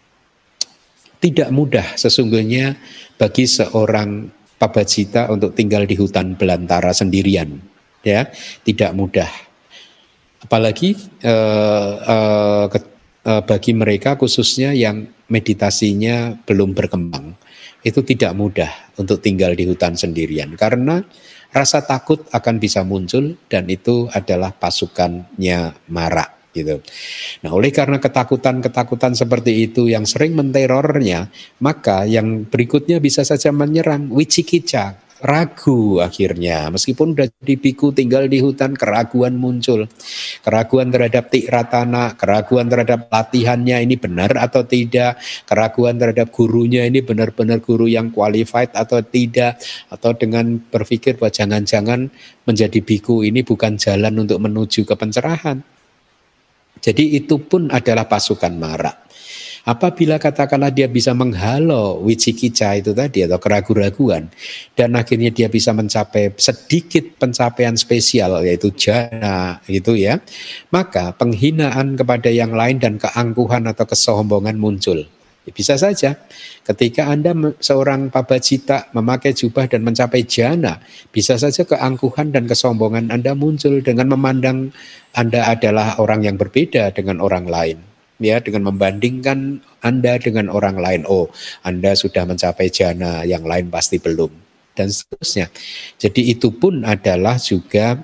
[SPEAKER 1] Tidak mudah sesungguhnya bagi seorang pabacita untuk tinggal di hutan belantara sendirian, ya. Tidak mudah. Apalagi uh, uh, ke, uh, bagi mereka khususnya yang meditasinya belum berkembang. Itu tidak mudah untuk tinggal di hutan sendirian karena rasa takut akan bisa muncul dan itu adalah pasukannya mara gitu. Nah, oleh karena ketakutan-ketakutan seperti itu yang sering menterornya, maka yang berikutnya bisa saja menyerang wicikica, ragu akhirnya. Meskipun sudah jadi biku tinggal di hutan, keraguan muncul. Keraguan terhadap tikratana, keraguan terhadap latihannya ini benar atau tidak, keraguan terhadap gurunya ini benar-benar guru yang qualified atau tidak, atau dengan berpikir bahwa jangan-jangan menjadi biku ini bukan jalan untuk menuju ke pencerahan. Jadi itu pun adalah pasukan mara. Apabila katakanlah dia bisa menghalau wicikica itu tadi atau keraguan-raguan dan akhirnya dia bisa mencapai sedikit pencapaian spesial yaitu jana gitu ya, maka penghinaan kepada yang lain dan keangkuhan atau kesombongan muncul. Bisa saja ketika Anda seorang pabacita memakai jubah dan mencapai jana, bisa saja keangkuhan dan kesombongan Anda muncul dengan memandang Anda adalah orang yang berbeda dengan orang lain. Ya, dengan membandingkan Anda dengan orang lain. Oh, Anda sudah mencapai jana, yang lain pasti belum. dan seterusnya. Jadi itu pun adalah juga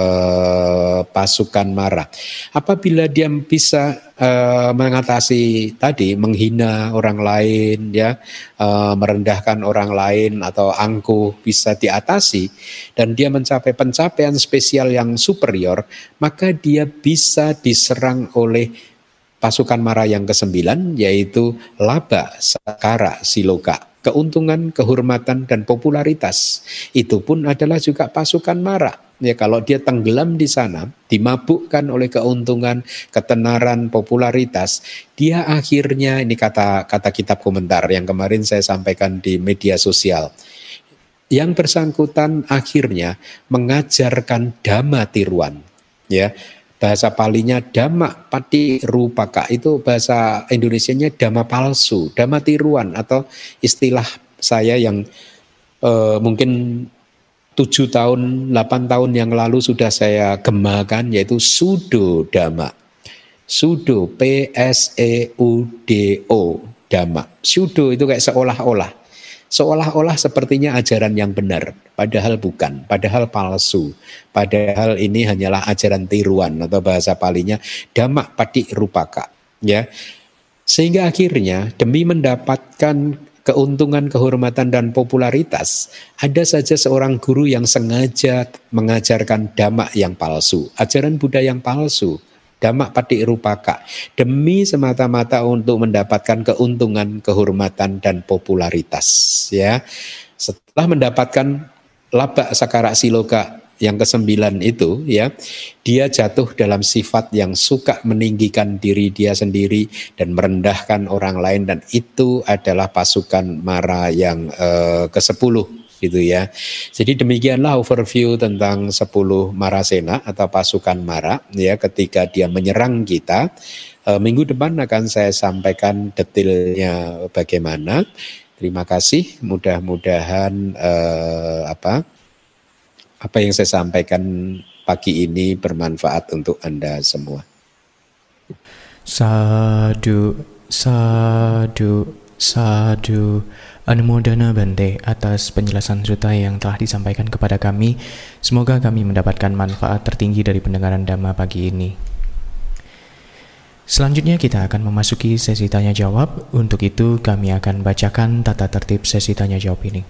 [SPEAKER 1] eh, pasukan mara. Apabila dia bisa eh, mengatasi tadi menghina orang lain, ya, eh, merendahkan orang lain atau angkuh bisa diatasi dan dia mencapai pencapaian spesial yang superior, maka dia bisa diserang oleh pasukan mara yang kesembilan, yaitu laba, sakara, siloka. Keuntungan, kehormatan, dan popularitas. Itu pun adalah juga pasukan mara. Ya, kalau dia tenggelam di sana, dimabukkan oleh keuntungan, ketenaran, popularitas, dia akhirnya, ini kata kata kitab komentar yang kemarin saya sampaikan di media sosial, yang bersangkutan akhirnya mengajarkan dhamma tiruan, ya. Bahasa Palinya dhamma pati rupaka, itu bahasa Indonesianya dhamma palsu, dhamma tiruan, atau istilah saya yang eh, mungkin tujuh tahun, delapan tahun yang lalu sudah saya gemakan, yaitu pseudo dhamma. Pseudo, P S E U D O, dhamma. Pseudo itu kayak seolah-olah. Seolah-olah sepertinya ajaran yang benar, padahal bukan, padahal palsu. Padahal ini hanyalah ajaran tiruan, atau bahasa Palinya dhamma pati rupaka, ya. Sehingga akhirnya demi mendapatkan keuntungan, kehormatan, dan popularitas, ada saja seorang guru yang sengaja mengajarkan dhamma yang palsu, ajaran Buddha yang palsu, dhamma pati rupaka, demi semata-mata untuk mendapatkan keuntungan, kehormatan, dan popularitas, ya. Setelah mendapatkan laba, sakara, siloka yang kesembilan itu, ya, dia jatuh dalam sifat yang suka meninggikan diri dia sendiri dan merendahkan orang lain, dan itu adalah pasukan mara yang eh, kesepuluh, gitu ya. Jadi demikianlah overview tentang sepuluh marasena atau pasukan mara, ya, ketika dia menyerang kita. E, minggu depan akan saya sampaikan detailnya bagaimana. Terima kasih, mudah-mudahan eh, apa apa yang saya sampaikan pagi ini bermanfaat untuk Anda semua.
[SPEAKER 2] Sadu, sadu, sadu. Anumodana Bante atas penjelasan sutta yang telah disampaikan kepada kami. Semoga kami mendapatkan manfaat tertinggi dari pendengaran Dhamma pagi ini. Selanjutnya kita akan memasuki sesi tanya jawab. Untuk itu kami akan bacakan tata tertib sesi tanya jawab ini.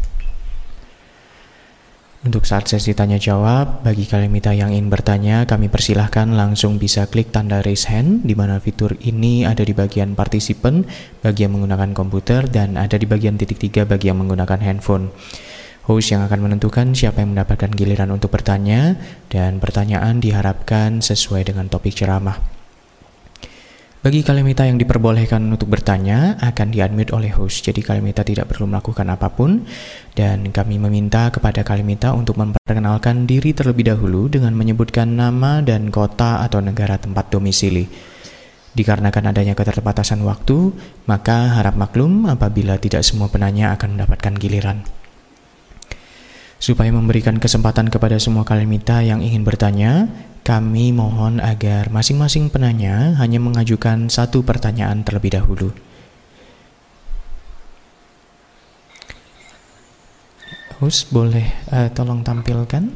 [SPEAKER 2] Untuk saat sesi tanya jawab, bagi kalian mita yang ingin bertanya, kami persilahkan langsung bisa klik tanda raise hand, di mana fitur ini ada di bagian partisipan bagi yang menggunakan komputer dan ada di bagian titik tiga bagi yang menggunakan handphone. Host yang akan menentukan siapa yang mendapatkan giliran untuk bertanya, dan pertanyaan diharapkan sesuai dengan topik ceramah. Bagi kalimita yang diperbolehkan untuk bertanya akan di-unmute oleh host, jadi kalimita tidak perlu melakukan apapun, dan kami meminta kepada kalimita untuk memperkenalkan diri terlebih dahulu dengan menyebutkan nama dan kota atau negara tempat domisili. Dikarenakan adanya keterbatasan waktu, maka harap maklum apabila tidak semua penanya akan mendapatkan giliran. Supaya memberikan kesempatan kepada semua kalimita yang ingin bertanya, kami mohon agar masing-masing penanya hanya mengajukan satu pertanyaan terlebih dahulu. Host boleh uh, tolong tampilkan?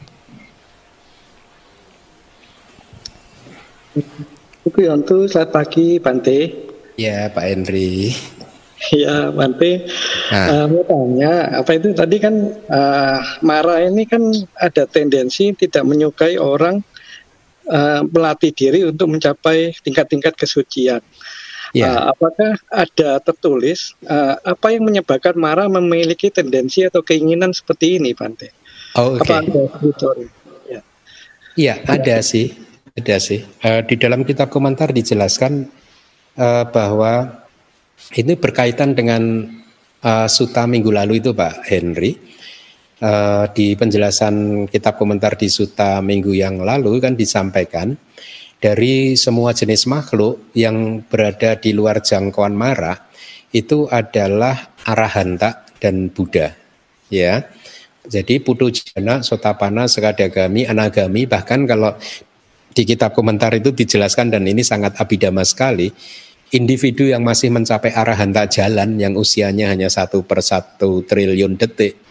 [SPEAKER 3] Ibu Yontu, selamat pagi Bante.
[SPEAKER 1] Ya, Pak Henry.
[SPEAKER 3] Ya Bante, nah. uh, mau tanya, apa itu tadi kan uh, Mara ini kan ada tendensi tidak menyukai orang Uh, melatih diri untuk mencapai tingkat-tingkat kesucian. Yeah. Uh, apakah ada tertulis uh, apa yang menyebabkan Mara memiliki tendensi atau keinginan seperti ini, Bante?
[SPEAKER 1] Oh, oke.
[SPEAKER 3] Okay.
[SPEAKER 1] Ya, yeah, ada sih, ada sih. Uh, di dalam kitab komentar dijelaskan uh, bahwa ini berkaitan dengan uh, sutta minggu lalu itu, Pak Henry. Uh, di penjelasan kitab komentar di sutta minggu yang lalu kan disampaikan dari semua jenis makhluk yang berada di luar jangkauan Mara itu adalah Arahanta dan Buddha, ya. Jadi Puthujjana, Sotapanna, Sakadagami, Anagami, bahkan kalau di kitab komentar itu dijelaskan, dan ini sangat abhidhamma sekali, individu yang masih mencapai Arahanta jalan yang usianya hanya satu per satu triliun detik,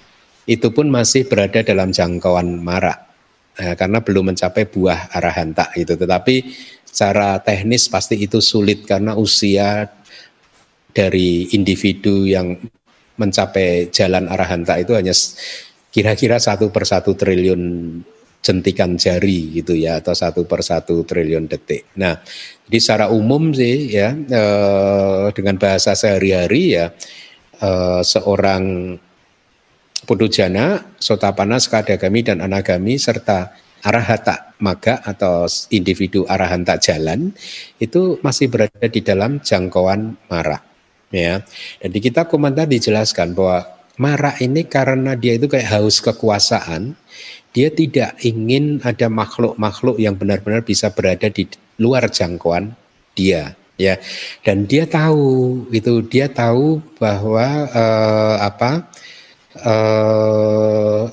[SPEAKER 1] itu pun masih berada dalam jangkauan Mara. Nah, karena belum mencapai buah arahanta gitu. Tetapi secara teknis pasti itu sulit karena usia dari individu yang mencapai jalan arahanta itu hanya kira-kira satu per satu triliun jentikan jari gitu ya, atau satu per satu triliun detik. Nah, jadi secara umum sih ya eh, dengan bahasa sehari-hari ya eh, seorang Pudujana, Sotapana, Skadagami dan Anagami serta Arahata Maga atau individu Arahanta jalan itu masih berada di dalam jangkauan Mara. Ya, dan di kitab komentar dijelaskan bahwa Mara ini karena dia itu kayak haus kekuasaan, dia tidak ingin ada makhluk-makhluk yang benar-benar bisa berada di luar jangkauan dia, ya. Dan dia tahu itu, dia tahu bahwa eh, apa eh,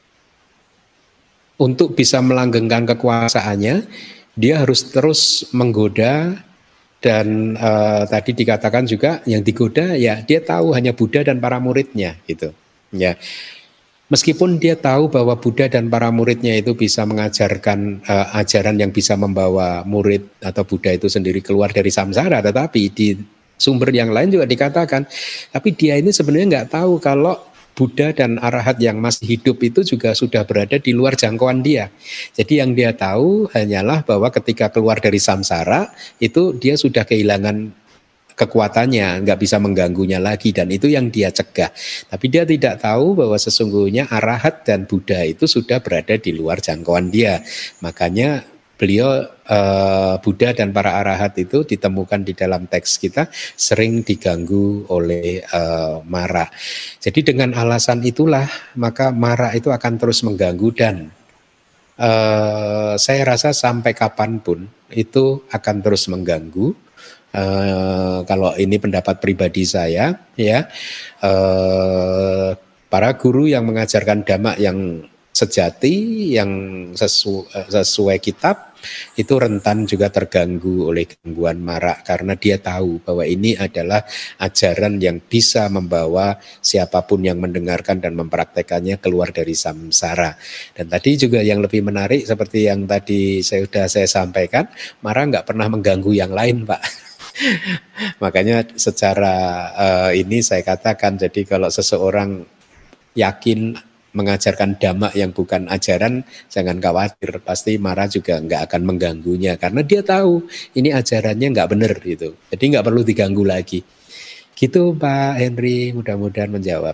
[SPEAKER 1] untuk bisa melanggengkan kekuasaannya, dia harus terus menggoda. Dan uh, tadi dikatakan juga yang digoda ya dia tahu hanya Buddha dan para muridnya gitu ya. Meskipun dia tahu bahwa Buddha dan para muridnya itu bisa mengajarkan uh, ajaran yang bisa membawa murid atau Buddha itu sendiri keluar dari samsara, tetapi di sumber yang lain juga dikatakan, tapi dia ini sebenarnya nggak tahu kalau Buddha dan Arahat yang masih hidup itu juga sudah berada di luar jangkauan dia. Jadi yang dia tahu hanyalah bahwa ketika keluar dari samsara itu dia sudah kehilangan kekuatannya, nggak bisa mengganggunya lagi, dan itu yang dia cegah. Tapi dia tidak tahu bahwa sesungguhnya Arahat dan Buddha itu sudah berada di luar jangkauan dia. Makanya beliau eh, Buddha dan para Arahat itu ditemukan di dalam teks kita sering diganggu oleh eh, Mara. Jadi dengan alasan itulah maka Mara itu akan terus mengganggu, dan eh, saya rasa sampai kapanpun itu akan terus mengganggu. Eh, kalau ini pendapat pribadi saya, ya eh, para guru yang mengajarkan dhamma yang sejati, yang sesu, sesuai kitab itu rentan juga terganggu oleh gangguan Mara, karena dia tahu bahwa ini adalah ajaran yang bisa membawa siapapun yang mendengarkan dan mempraktekannya keluar dari samsara. Dan tadi juga yang lebih menarik seperti yang tadi saya sudah saya sampaikan, Mara nggak pernah mengganggu yang lain, Pak. Makanya secara uh, ini saya katakan, jadi kalau seseorang yakin mengajarkan dhamma yang bukan ajaran, jangan khawatir, pasti Mara juga nggak akan mengganggunya, karena dia tahu ini ajarannya nggak benar gitu, jadi nggak perlu diganggu lagi. Gitu Pak Henry, mudah-mudahan menjawab.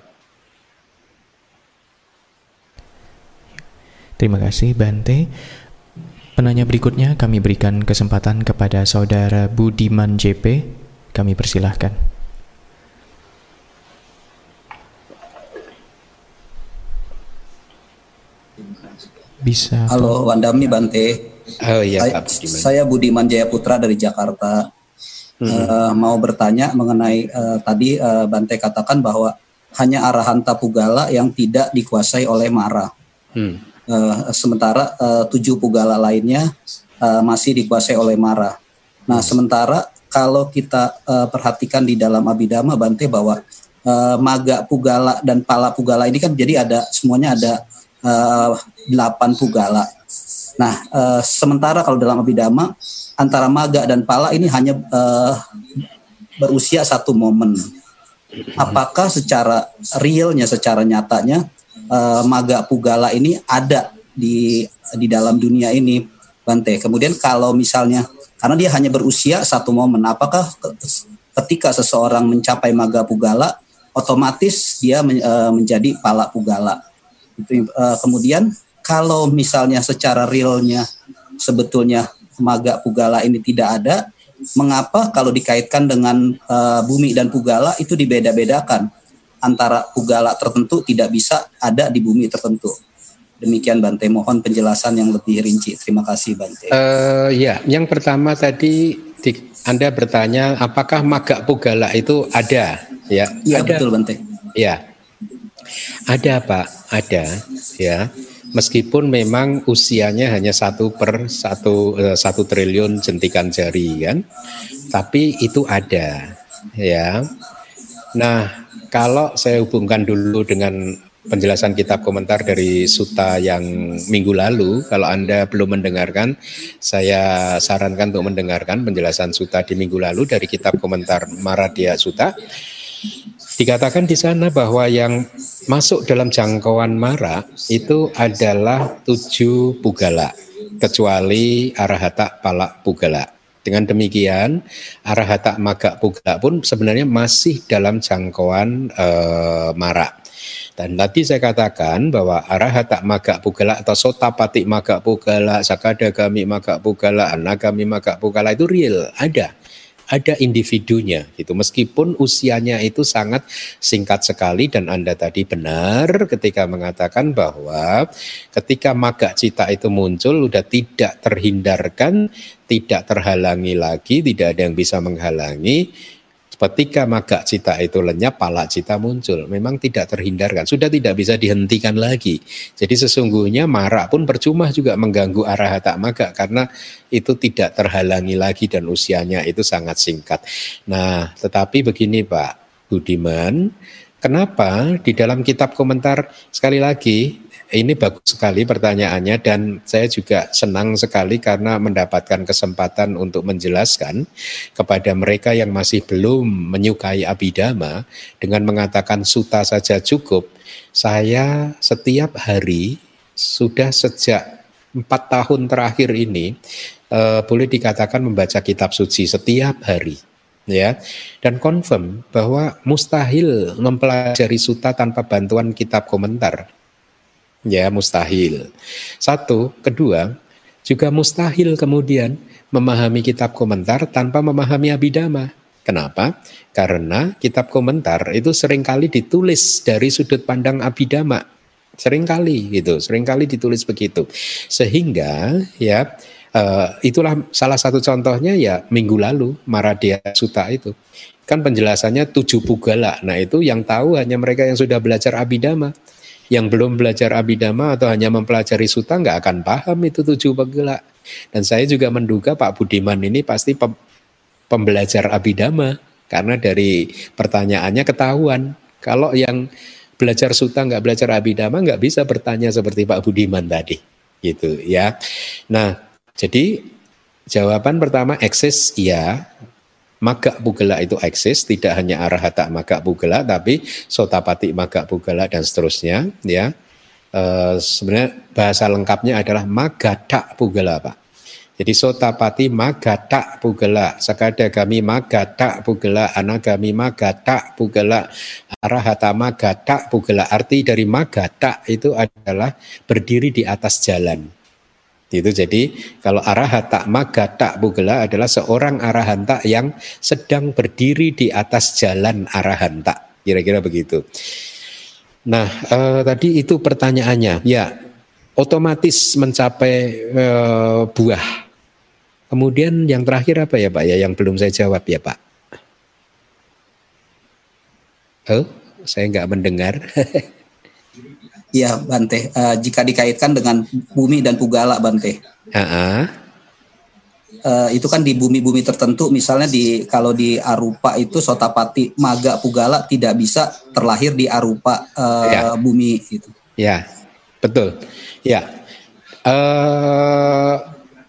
[SPEAKER 2] Terima kasih Bante. Penanya berikutnya kami berikan kesempatan kepada Saudara Budiman J P. Kami persilahkan. Bisa.
[SPEAKER 4] Halo Wandami Bante.
[SPEAKER 1] Oh iya
[SPEAKER 4] saya,
[SPEAKER 1] Pak Budiman.
[SPEAKER 4] Saya Budiman Jayaputra dari Jakarta. Hmm. Uh, mau bertanya mengenai uh, tadi uh, Bante katakan bahwa hanya Arahanta Pugala yang tidak dikuasai oleh Mara. Hmm. Uh, sementara uh, tujuh Pugala lainnya uh, masih dikuasai oleh Mara. Nah, sementara kalau kita uh, perhatikan di dalam Abhidhamma Bante bahwa uh, Maga Pugala dan Pala Pugala ini kan jadi ada semuanya ada uh, delapan Pugala. Nah, uh, sementara kalau dalam Abhidhamma antara Maga dan Pala ini hanya uh, berusia satu momen. Apakah secara realnya, secara nyatanya Uh, Maga Pugala ini ada di di dalam dunia ini, Bante? Kemudian kalau misalnya karena dia hanya berusia satu momen, apakah ketika seseorang mencapai Maga Pugala otomatis dia men, uh, menjadi Pala Pugala? Itu, uh, kemudian kalau misalnya secara realnya sebetulnya Maga Pugala ini tidak ada, mengapa kalau dikaitkan dengan uh, bumi dan Pugala itu dibeda-bedakan? Antara Pugala tertentu tidak bisa ada di bumi tertentu. Demikian Bante, mohon penjelasan yang lebih rinci. Terima kasih Bante.
[SPEAKER 1] Uh, ya, yang pertama tadi di, Anda bertanya apakah Maga Pugala itu ada? Ya,
[SPEAKER 4] ya
[SPEAKER 1] ada.
[SPEAKER 4] Betul Bante.
[SPEAKER 1] Ya, ada Pak, ada. Ya, meskipun memang usianya hanya satu per satu uh, satu triliun jentikan jari kan, tapi itu ada. Ya, nah. Kalau saya hubungkan dulu dengan penjelasan kitab komentar dari Sutta yang minggu lalu. Kalau Anda belum mendengarkan, saya sarankan untuk mendengarkan penjelasan Sutta di minggu lalu dari kitab komentar Maradhya Sutta. Dikatakan di sana bahwa yang masuk dalam jangkauan Mara itu adalah tujuh pugala, kecuali Arahata Pala Pugala. Dengan demikian, Arahata Magga Pugala pun sebenarnya masih dalam jangkauan e, Mara. Dan tadi saya katakan bahwa Arahata Magga Pugala atau Sotapati Magga Pugala, Sakadagami Magga Pugala, Anagami Magga Pugala itu real, ada. Ada individunya gitu, meskipun usianya itu sangat singkat sekali. Dan Anda tadi benar ketika mengatakan bahwa ketika Magga Cita itu muncul sudah tidak terhindarkan, tidak terhalangi lagi, tidak ada yang bisa menghalangi. Ketika Magga Cita itu lenyap, Pala Cita muncul. Memang tidak terhindarkan, sudah tidak bisa dihentikan lagi. Jadi sesungguhnya Mara pun percuma juga mengganggu Arahata Magga, karena itu tidak terhalangi lagi dan usianya itu sangat singkat. Nah, tetapi begini Pak Budiman, kenapa di dalam kitab komentar, sekali lagi, ini bagus sekali pertanyaannya, dan saya juga senang sekali karena mendapatkan kesempatan untuk menjelaskan kepada mereka yang masih belum menyukai Abhidhamma dengan mengatakan Sutta saja cukup. Saya setiap hari sudah sejak empat tahun terakhir ini eh, boleh dikatakan membaca kitab suci setiap hari. Ya, dan confirm bahwa mustahil mempelajari Sutta tanpa bantuan kitab komentar. Ya, mustahil. Satu, kedua, juga mustahil kemudian memahami kitab komentar tanpa memahami Abhidhamma. Kenapa? Karena kitab komentar itu seringkali ditulis dari sudut pandang Abhidhamma. Seringkali gitu, seringkali ditulis begitu. Sehingga ya uh, itulah salah satu contohnya ya minggu lalu Maradhya Sutta itu. Kan penjelasannya tujuh pugala. Nah, itu yang tahu hanya mereka yang sudah belajar Abhidhamma. Yang belum belajar Abhidhamma atau hanya mempelajari Sutta nggak akan paham itu tujuh pugala. Dan saya juga menduga Pak Budiman ini pasti pem- pembelajar Abhidhamma, karena dari pertanyaannya ketahuan. Kalau yang belajar Sutta nggak belajar Abhidhamma nggak bisa bertanya seperti Pak Budiman tadi, gitu ya. Nah, jadi jawaban pertama eksis ya. Magga Pugala itu eksis, tidak hanya Arahata Magga Pugala, tapi Sotapati Magga Pugala dan seterusnya. Ya, e, sebenarnya bahasa lengkapnya adalah Maggata Pugala, Pak. Jadi Sotapati Maggata Pugala, Sakadagami Maggata Pugala, Anagami Maggata Pugala, Arahata Maggata Pugala. Arti dari Maggata itu adalah berdiri di atas jalan. Itu jadi kalau Arahata Maggata Pugala adalah seorang arahanta yang sedang berdiri di atas jalan arahanta, kira-kira begitu. Nah, eh, tadi itu pertanyaannya, ya otomatis mencapai eh, buah. Kemudian yang terakhir apa ya Pak ya, yang belum saya jawab ya Pak? Oh, saya nggak mendengar.
[SPEAKER 4] Iya Bante, uh, jika dikaitkan dengan bumi dan pugala Bante, uh-uh. uh, itu kan di bumi-bumi tertentu, misalnya di kalau di Arupa itu Sotapati Magga Pugala tidak bisa terlahir di Arupa uh, ya. Bumi itu.
[SPEAKER 1] Ya, betul. Ya, uh,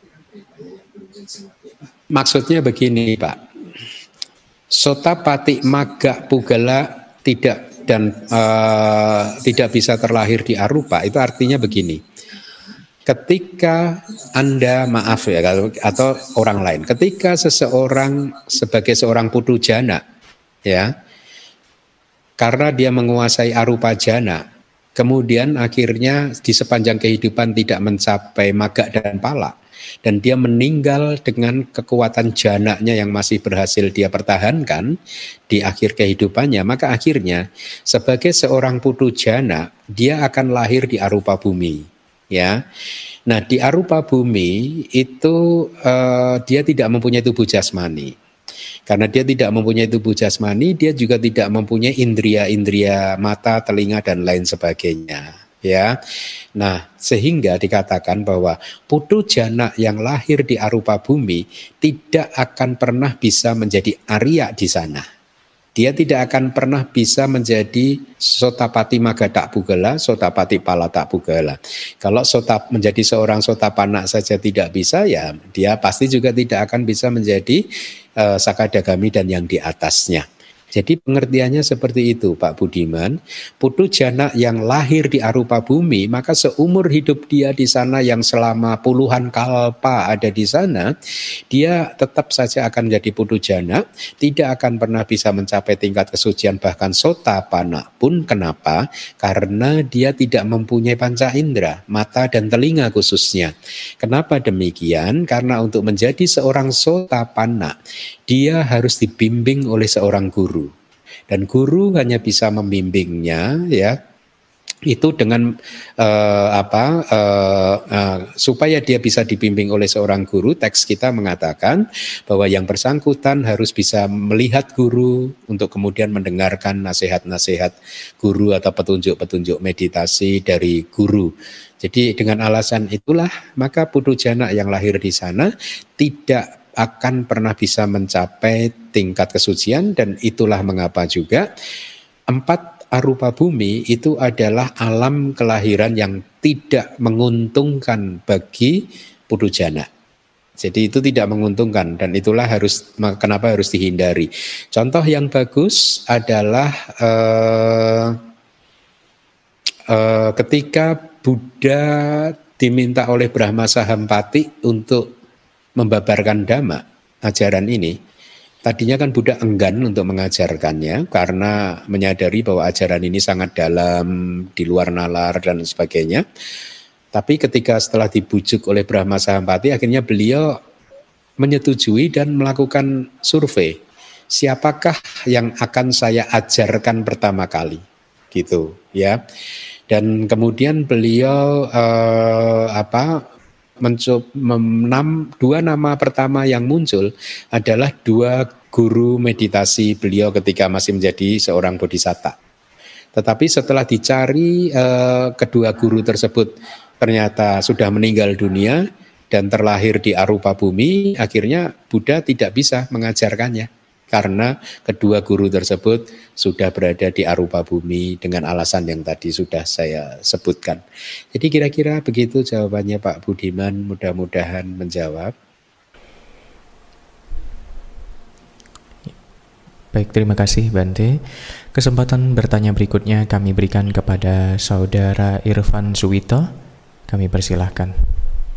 [SPEAKER 1] maksudnya begini Pak, Sotapati Magga Pugala tidak dan uh, tidak bisa terlahir di Arupa, itu artinya begini. Ketika Anda, maaf ya, atau orang lain, ketika seseorang sebagai seorang putu jana, ya, karena dia menguasai arupa jana, kemudian akhirnya di sepanjang kehidupan tidak mencapai magga dan pala, dan dia meninggal dengan kekuatan jananya yang masih berhasil dia pertahankan di akhir kehidupannya, maka akhirnya sebagai seorang putu jana dia akan lahir di arupa bumi, ya. Nah, di arupa bumi itu uh, dia tidak mempunyai tubuh jasmani. Karena dia tidak mempunyai tubuh jasmani, dia juga tidak mempunyai indria-indria mata, telinga dan lain sebagainya, ya. Nah, sehingga dikatakan bahwa putu jana yang lahir di arupa bumi tidak akan pernah bisa menjadi Arya di sana. dia tidak akan pernah bisa menjadi Sotapati Magatak Pugala, Sotapati Palatak Pugala. Kalau sotap, menjadi seorang Sotapana saja tidak bisa, ya dia pasti juga tidak akan bisa menjadi uh, Sakadagami dan yang di atasnya. Jadi pengertiannya seperti itu Pak Budiman. Putu jana yang lahir di arupa bumi, maka seumur hidup dia di sana yang selama puluhan kalpa ada di sana, dia tetap saja akan menjadi putu jana, tidak akan pernah bisa mencapai tingkat kesucian bahkan Sotapana pun. Kenapa? Karena dia tidak mempunyai panca indera, mata dan telinga khususnya. Kenapa demikian? Karena untuk menjadi seorang Sotapana, dia harus dibimbing oleh seorang guru. Dan guru hanya bisa membimbingnya ya itu dengan uh, apa uh, uh, supaya dia bisa dibimbing oleh seorang guru. Teks kita mengatakan bahwa yang bersangkutan harus bisa melihat guru untuk kemudian mendengarkan nasihat-nasihat guru atau petunjuk-petunjuk meditasi dari guru. Jadi dengan alasan itulah maka putu jana yang lahir di sana tidak akan pernah bisa mencapai tingkat kesucian, dan itulah mengapa juga empat arupa bumi itu adalah alam kelahiran yang tidak menguntungkan bagi putu jana. Jadi itu tidak menguntungkan, dan itulah harus kenapa harus dihindari. Contoh yang bagus adalah eh, eh, ketika Buddha diminta oleh Brahma Sahampati untuk membabarkan dhamma, ajaran ini. Tadinya kan Buddha enggan untuk mengajarkannya karena menyadari bahwa ajaran ini sangat dalam, di luar nalar dan sebagainya. Tapi ketika setelah dibujuk oleh Brahma Sahampati, akhirnya beliau menyetujui dan melakukan survei. Siapakah yang akan saya ajarkan pertama kali? Gitu ya. Dan kemudian beliau eh, apa Mencoba, menam, dua nama pertama yang muncul adalah dua guru meditasi beliau ketika masih menjadi seorang bodhisatta. Tetapi setelah dicari eh, kedua guru tersebut ternyata sudah meninggal dunia dan terlahir di arupa bumi, akhirnya Buddha tidak bisa mengajarkannya karena kedua guru tersebut sudah berada di arupa bumi dengan alasan yang tadi sudah saya sebutkan. Jadi kira-kira begitu jawabannya Pak Budiman, mudah-mudahan menjawab.
[SPEAKER 2] Baik, terima kasih Bante. Kesempatan bertanya berikutnya kami berikan kepada Saudara Irfan Suwito. Kami persilahkan.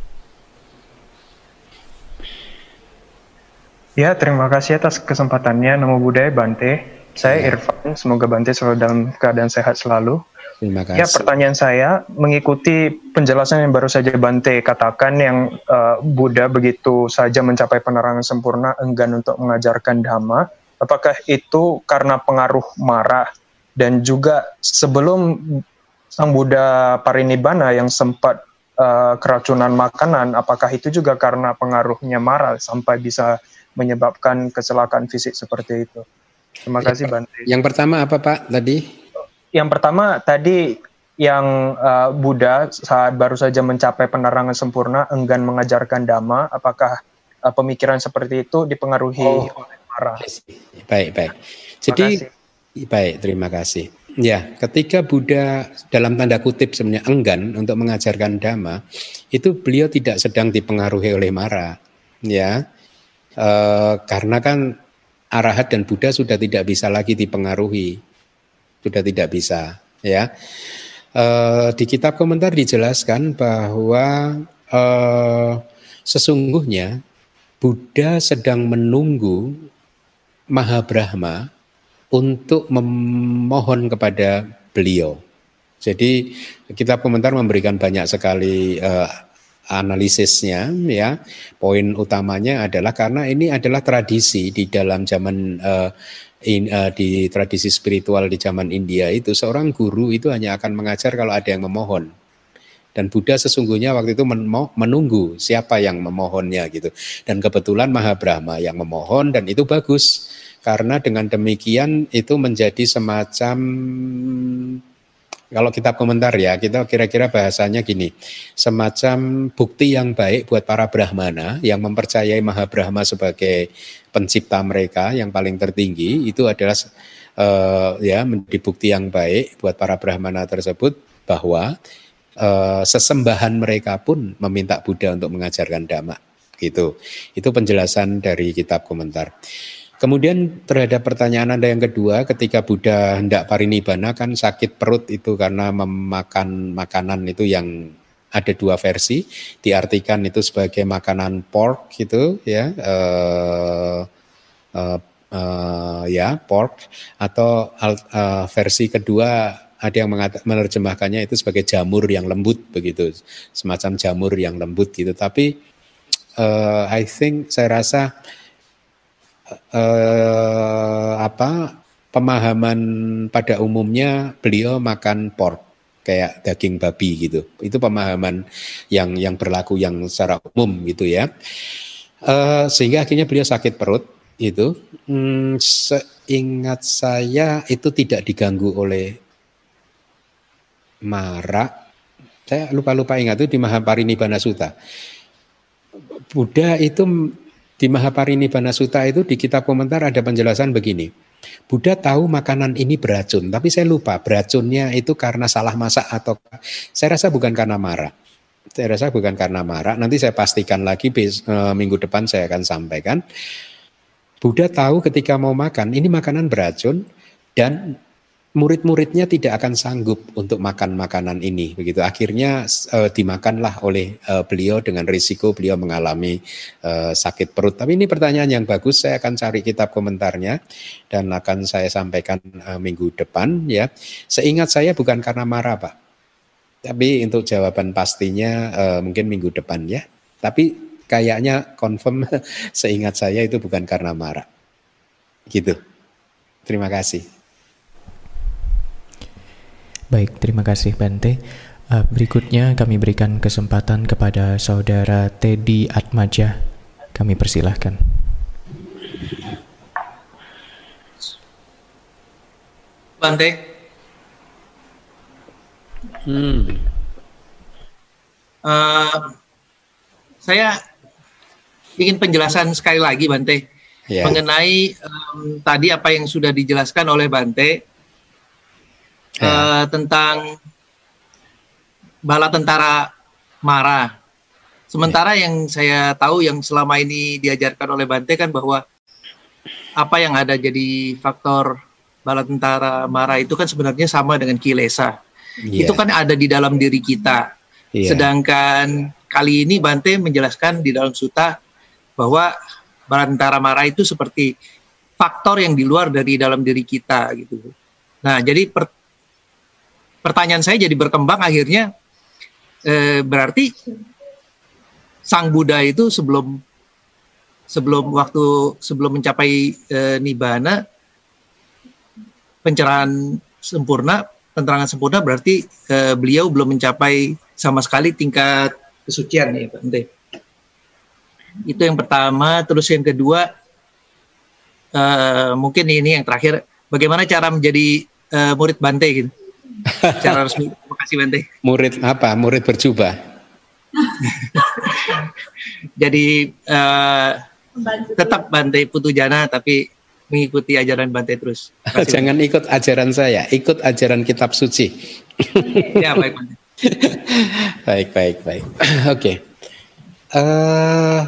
[SPEAKER 5] Ya, terima kasih atas kesempatannya. Namo Buddhaya Bante. Saya ya. Irfan, semoga Bante selalu dalam keadaan sehat selalu.
[SPEAKER 1] Terima kasih.
[SPEAKER 5] Ya, pertanyaan saya mengikuti penjelasan yang baru saja Bante katakan yang uh, Buddha begitu saja mencapai penerangan sempurna enggan untuk mengajarkan dhamma. Apakah itu karena pengaruh marah? Dan juga sebelum Sang Buddha parinibbana yang sempat uh, keracunan makanan, apakah itu juga karena pengaruhnya marah sampai bisa menyebabkan kecelakaan fisik seperti itu? Terima kasih Bante.
[SPEAKER 1] Yang pertama apa Pak tadi?
[SPEAKER 5] Yang pertama tadi yang uh, Buddha saat baru saja mencapai penerangan sempurna enggan mengajarkan dhamma, apakah uh, pemikiran seperti itu dipengaruhi oh. oleh marah?
[SPEAKER 1] Baik, baik. Jadi baik, terima kasih. Ya, ketika Buddha dalam tanda kutip sebenarnya enggan untuk mengajarkan dhamma, itu beliau tidak sedang dipengaruhi oleh marah, ya. E, karena kan Arahat dan Buddha sudah tidak bisa lagi dipengaruhi, sudah tidak bisa, ya. E, di kitab komentar dijelaskan bahwa e, sesungguhnya Buddha sedang menunggu Mahabrahma untuk memohon kepada beliau. Jadi kitab komentar memberikan banyak sekali uh, analisisnya, ya. Poin utamanya adalah karena ini adalah tradisi di dalam zaman uh, in, uh, di tradisi spiritual di zaman India itu, seorang guru itu hanya akan mengajar kalau ada yang memohon. Dan Buddha sesungguhnya waktu itu menunggu siapa yang memohonnya gitu. Dan kebetulan Mahabrahma yang memohon, dan itu bagus. Karena dengan demikian itu menjadi semacam Kalau kitab komentar ya, kita kira-kira bahasanya gini, semacam bukti yang baik buat para Brahmana yang mempercayai Maha Brahma sebagai pencipta mereka yang paling tertinggi, itu adalah uh, ya menjadi bukti yang baik buat para Brahmana tersebut bahwa uh, sesembahan mereka pun meminta Buddha untuk mengajarkan Dhamma. Gitu. Itu penjelasan dari kitab komentar. Kemudian terhadap pertanyaan Anda yang kedua, ketika Buddha hendak parinibbana kan sakit perut itu karena memakan makanan itu yang ada dua versi, diartikan itu sebagai makanan pork gitu ya, uh, uh, uh, ya pork, atau uh, versi kedua ada yang mengata, menerjemahkannya itu sebagai jamur yang lembut begitu, semacam jamur yang lembut gitu. Tapi uh, I think saya rasa Uh, apa pemahaman pada umumnya beliau makan pork kayak daging babi gitu, itu pemahaman yang yang berlaku yang secara umum gitu ya, uh, sehingga akhirnya beliau sakit perut itu. Hmm, seingat saya itu tidak diganggu oleh mara, saya lupa-lupa ingat itu di Mahaparinibbana Sutta. Buddha itu di Mahaparinibbana Sutta itu di kitab komentar ada penjelasan begini. Buddha tahu makanan ini beracun, tapi saya lupa beracunnya itu karena salah masak atau saya rasa bukan karena marah. Saya rasa bukan karena marah. Nanti saya pastikan lagi bes, e, minggu depan saya akan sampaikan. Buddha tahu ketika mau makan ini makanan beracun dan murid-muridnya tidak akan sanggup untuk makan makanan ini begitu. Akhirnya uh, dimakanlah oleh uh, beliau dengan risiko beliau mengalami uh, sakit perut. Tapi ini pertanyaan yang bagus, saya akan cari kitab komentarnya dan akan saya sampaikan uh, minggu depan ya. Seingat saya bukan karena marah, Pak. Tapi untuk jawaban pastinya uh, mungkin minggu depan ya. Tapi kayaknya confirm seingat saya itu bukan karena marah. Gitu. Terima kasih.
[SPEAKER 2] Baik, terima kasih Bante. Uh, berikutnya kami berikan kesempatan kepada Saudara Teddy Atmaja. Kami persilahkan.
[SPEAKER 6] Bante.
[SPEAKER 1] Hmm.
[SPEAKER 6] Uh, saya ingin penjelasan sekali lagi Bante yeah. mengenai um, tadi apa yang sudah dijelaskan oleh Bante. Uh, ya. Tentang bala tentara Mara. Sementara ya. yang saya tahu yang selama ini diajarkan oleh Bante kan bahwa apa yang ada jadi faktor bala tentara Mara itu kan sebenarnya sama dengan kilesa. Ya. Itu kan ada di dalam diri kita. Ya. Sedangkan kali ini Bante menjelaskan di dalam sutta bahwa bala tentara Mara itu seperti faktor yang di luar dari dalam diri kita gitu. Nah, jadi per pertanyaan saya jadi berkembang akhirnya eh, berarti Sang Buddha itu sebelum sebelum waktu sebelum mencapai eh, nibbana pencerahan sempurna, penerangan sempurna berarti eh, beliau belum mencapai sama sekali tingkat kesucian ya Bante. Itu yang pertama. Terus yang kedua eh, mungkin ini yang terakhir, bagaimana cara menjadi eh, murid Bante gitu? Secara resmi. Terima kasih Bante.
[SPEAKER 1] Murid apa? Murid berjubah.
[SPEAKER 6] Jadi uh, tetap Bante Putujana tapi mengikuti ajaran Bante terus. Kasih,
[SPEAKER 1] Jangan Bante. Ikut ajaran saya, ikut ajaran kitab suci.
[SPEAKER 6] Ya baik Bante.
[SPEAKER 1] baik baik baik. Oke. Okay. Uh,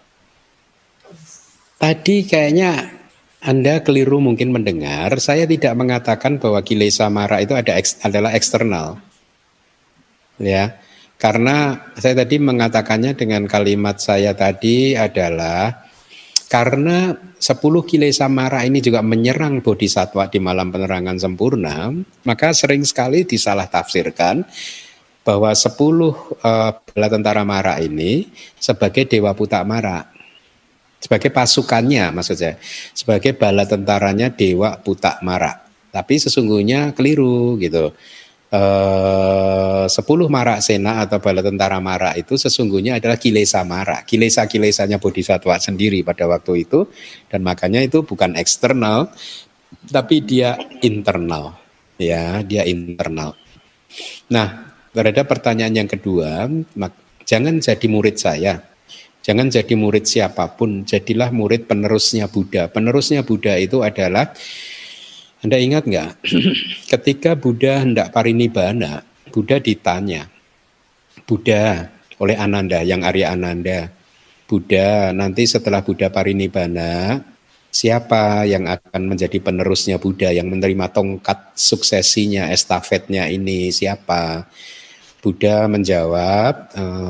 [SPEAKER 1] tadi kayaknya Anda keliru mungkin mendengar, saya tidak mengatakan bahwa kilesa mara itu ada eks, adalah eksternal. Ya. Karena saya tadi mengatakannya dengan kalimat saya tadi adalah karena sepuluh kilesa mara ini juga menyerang bodhisattva di malam penerangan sempurna, maka sering sekali disalah tafsirkan bahwa sepuluh uh, bala tentara mara ini sebagai dewa putak mara. Sebagai pasukannya maksud saya, sebagai bala tentaranya Dewa Putak Mara. Tapi sesungguhnya keliru gitu. E, sepuluh Mara Sena atau bala tentara Mara itu sesungguhnya adalah kilesa Mara. Kilesa-kilesanya bodhisattva sendiri pada waktu itu. Dan makanya itu bukan eksternal, tapi dia internal. Ya, dia internal. Nah, terhadap pertanyaan yang kedua, jangan jadi murid saya. Jangan jadi murid siapapun, jadilah murid penerusnya Buddha. Penerusnya Buddha itu adalah, Anda ingat nggak? Ketika Buddha hendak parinibbana, Buddha ditanya, Buddha oleh Ananda, yang Arya Ananda, Buddha nanti setelah Buddha parinibbana, siapa yang akan menjadi penerusnya Buddha, yang menerima tongkat suksesinya, estafetnya ini, siapa? Buddha menjawab,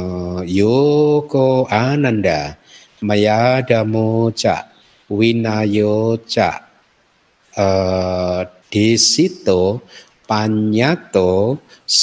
[SPEAKER 1] Yoko Ananda, Mayadamo ca, Winayo ca, Desito, Panyato,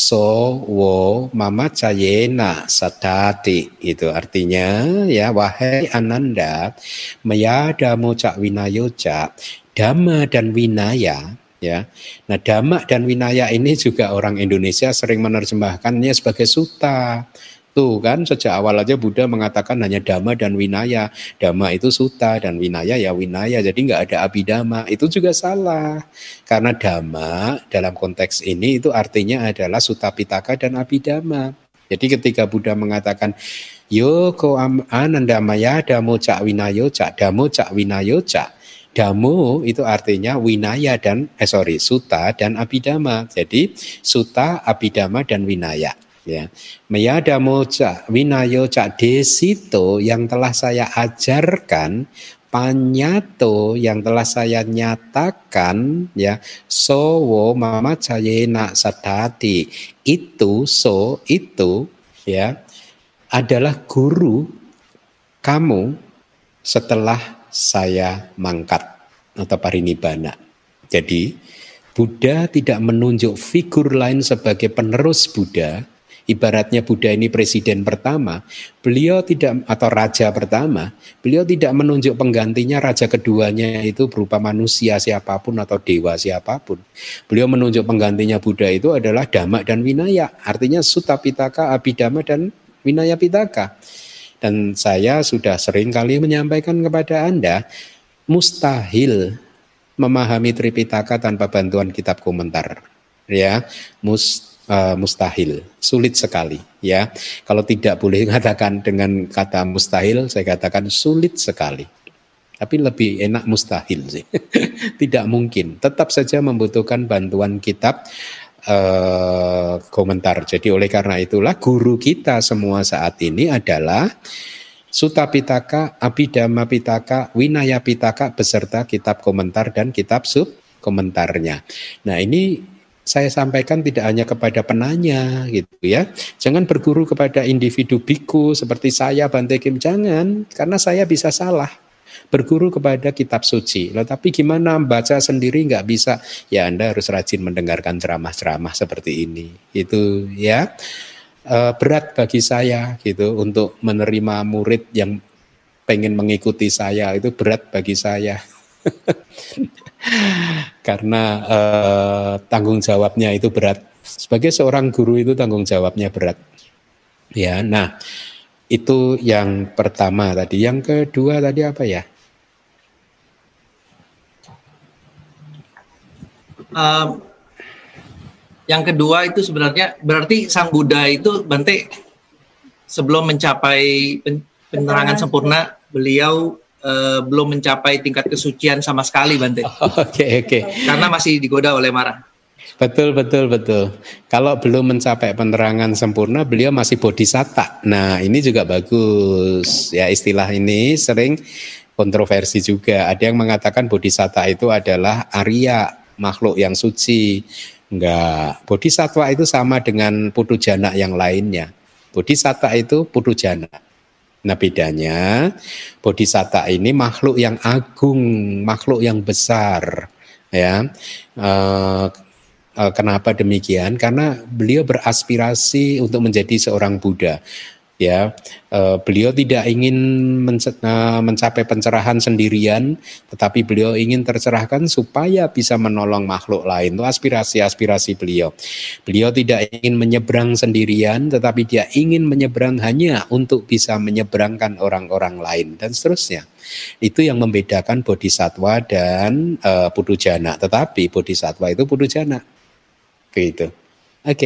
[SPEAKER 1] Sowo, Mamacayena, Sadati. Itu artinya, ya, wahai Ananda, Mayadamo ca, Winayo ca, Dhamma dan Winaya. Ya, nah Dhamma dan Winaya ini juga orang Indonesia sering menerjemahkannya sebagai sutta. Tuh kan sejak awal aja Buddha mengatakan hanya Dhamma dan Winaya. Dhamma itu sutta dan Winaya ya Winaya. Jadi nggak ada Abhidhamma. Itu juga salah. Karena Dhamma dalam konteks ini itu artinya adalah Sutta Pitaka dan Abhidhamma. Jadi ketika Buddha mengatakan Yoko Ananda Maya Dhammo cak Winayo cak Dhammo cak Winayo cak, Dhammo itu artinya Winaya dan eh sorry Sutta dan Abhidhamma. Jadi Sutta, Abhidhamma dan Winaya. Ya, Maya Dhammo ca Winayo ca Desito yang telah saya ajarkan, Panyato yang telah saya nyatakan, ya, Sowo Mamacayena Sadati, itu so itu ya adalah guru kamu setelah saya mangkat atau parinibbana. Jadi Buddha tidak menunjuk figur lain sebagai penerus Buddha. Ibaratnya Buddha ini presiden pertama, beliau tidak, atau raja pertama, beliau tidak menunjuk penggantinya, raja keduanya itu berupa manusia siapapun atau dewa siapapun. Beliau menunjuk penggantinya Buddha itu adalah Dhamma dan Winaya, artinya Sutta Pitaka, Abhidhamma dan Winaya Pitaka. Dan saya sudah sering kali menyampaikan kepada Anda, mustahil memahami Tripitaka tanpa bantuan kitab komentar. Ya, mus, uh, mustahil, sulit sekali. Ya, kalau tidak boleh mengatakan dengan kata mustahil, saya katakan sulit sekali. Tapi lebih enak mustahil sih. Tidak mungkin. Tetap saja membutuhkan bantuan kitab Uh, komentar. Jadi oleh karena itulah guru kita semua saat ini adalah Sutta Pitaka, Abhidhamma Pitaka, Winaya Pitaka beserta kitab komentar dan kitab sub komentarnya. Nah ini saya sampaikan tidak hanya kepada penanya gitu ya. Jangan berguru kepada individu biku seperti saya Bante Kim, jangan, karena saya bisa salah. Berguru kepada kitab suci. Loh, tapi gimana baca sendiri nggak bisa? Ya Anda harus rajin mendengarkan ceramah-ceramah seperti ini. Itu ya e, berat bagi saya gitu untuk menerima murid yang pengen mengikuti saya, itu berat bagi saya. Karena e, tanggung jawabnya itu berat. Sebagai seorang guru itu tanggung jawabnya berat. Ya, nah itu yang pertama tadi. Yang kedua tadi apa ya?
[SPEAKER 6] Um, yang kedua itu sebenarnya berarti Sang Buddha itu Bante sebelum mencapai penerangan sempurna beliau uh, belum mencapai tingkat kesucian sama sekali Bante.
[SPEAKER 1] Oke oh, oke. Okay, okay.
[SPEAKER 6] Karena masih digoda oleh Mara.
[SPEAKER 1] Betul betul betul. Kalau belum mencapai penerangan sempurna beliau masih bodhisatta. Nah ini juga bagus ya, istilah ini sering kontroversi juga. Ada yang mengatakan bodhisatta itu adalah Arya, makhluk yang suci. Enggak, bodhisattva itu sama dengan putujana yang lainnya. Bodhisatta itu putujana. Nah bedanya bodhisatta ini makhluk yang agung, makhluk yang besar. Ya, e, e, kenapa demikian? Karena beliau beraspirasi untuk menjadi seorang Buddha. Ya, uh, beliau tidak ingin menc- uh, mencapai pencerahan sendirian, tetapi beliau ingin tercerahkan supaya bisa menolong makhluk lain. Itu aspirasi-aspirasi beliau. Beliau tidak ingin menyeberang sendirian, tetapi dia ingin menyeberang hanya untuk bisa menyeberangkan orang-orang lain dan seterusnya. Itu yang membedakan bodhisattva dan uh, putujana. Tetapi bodhisattva itu putujana. Begitu. Oke. Okay.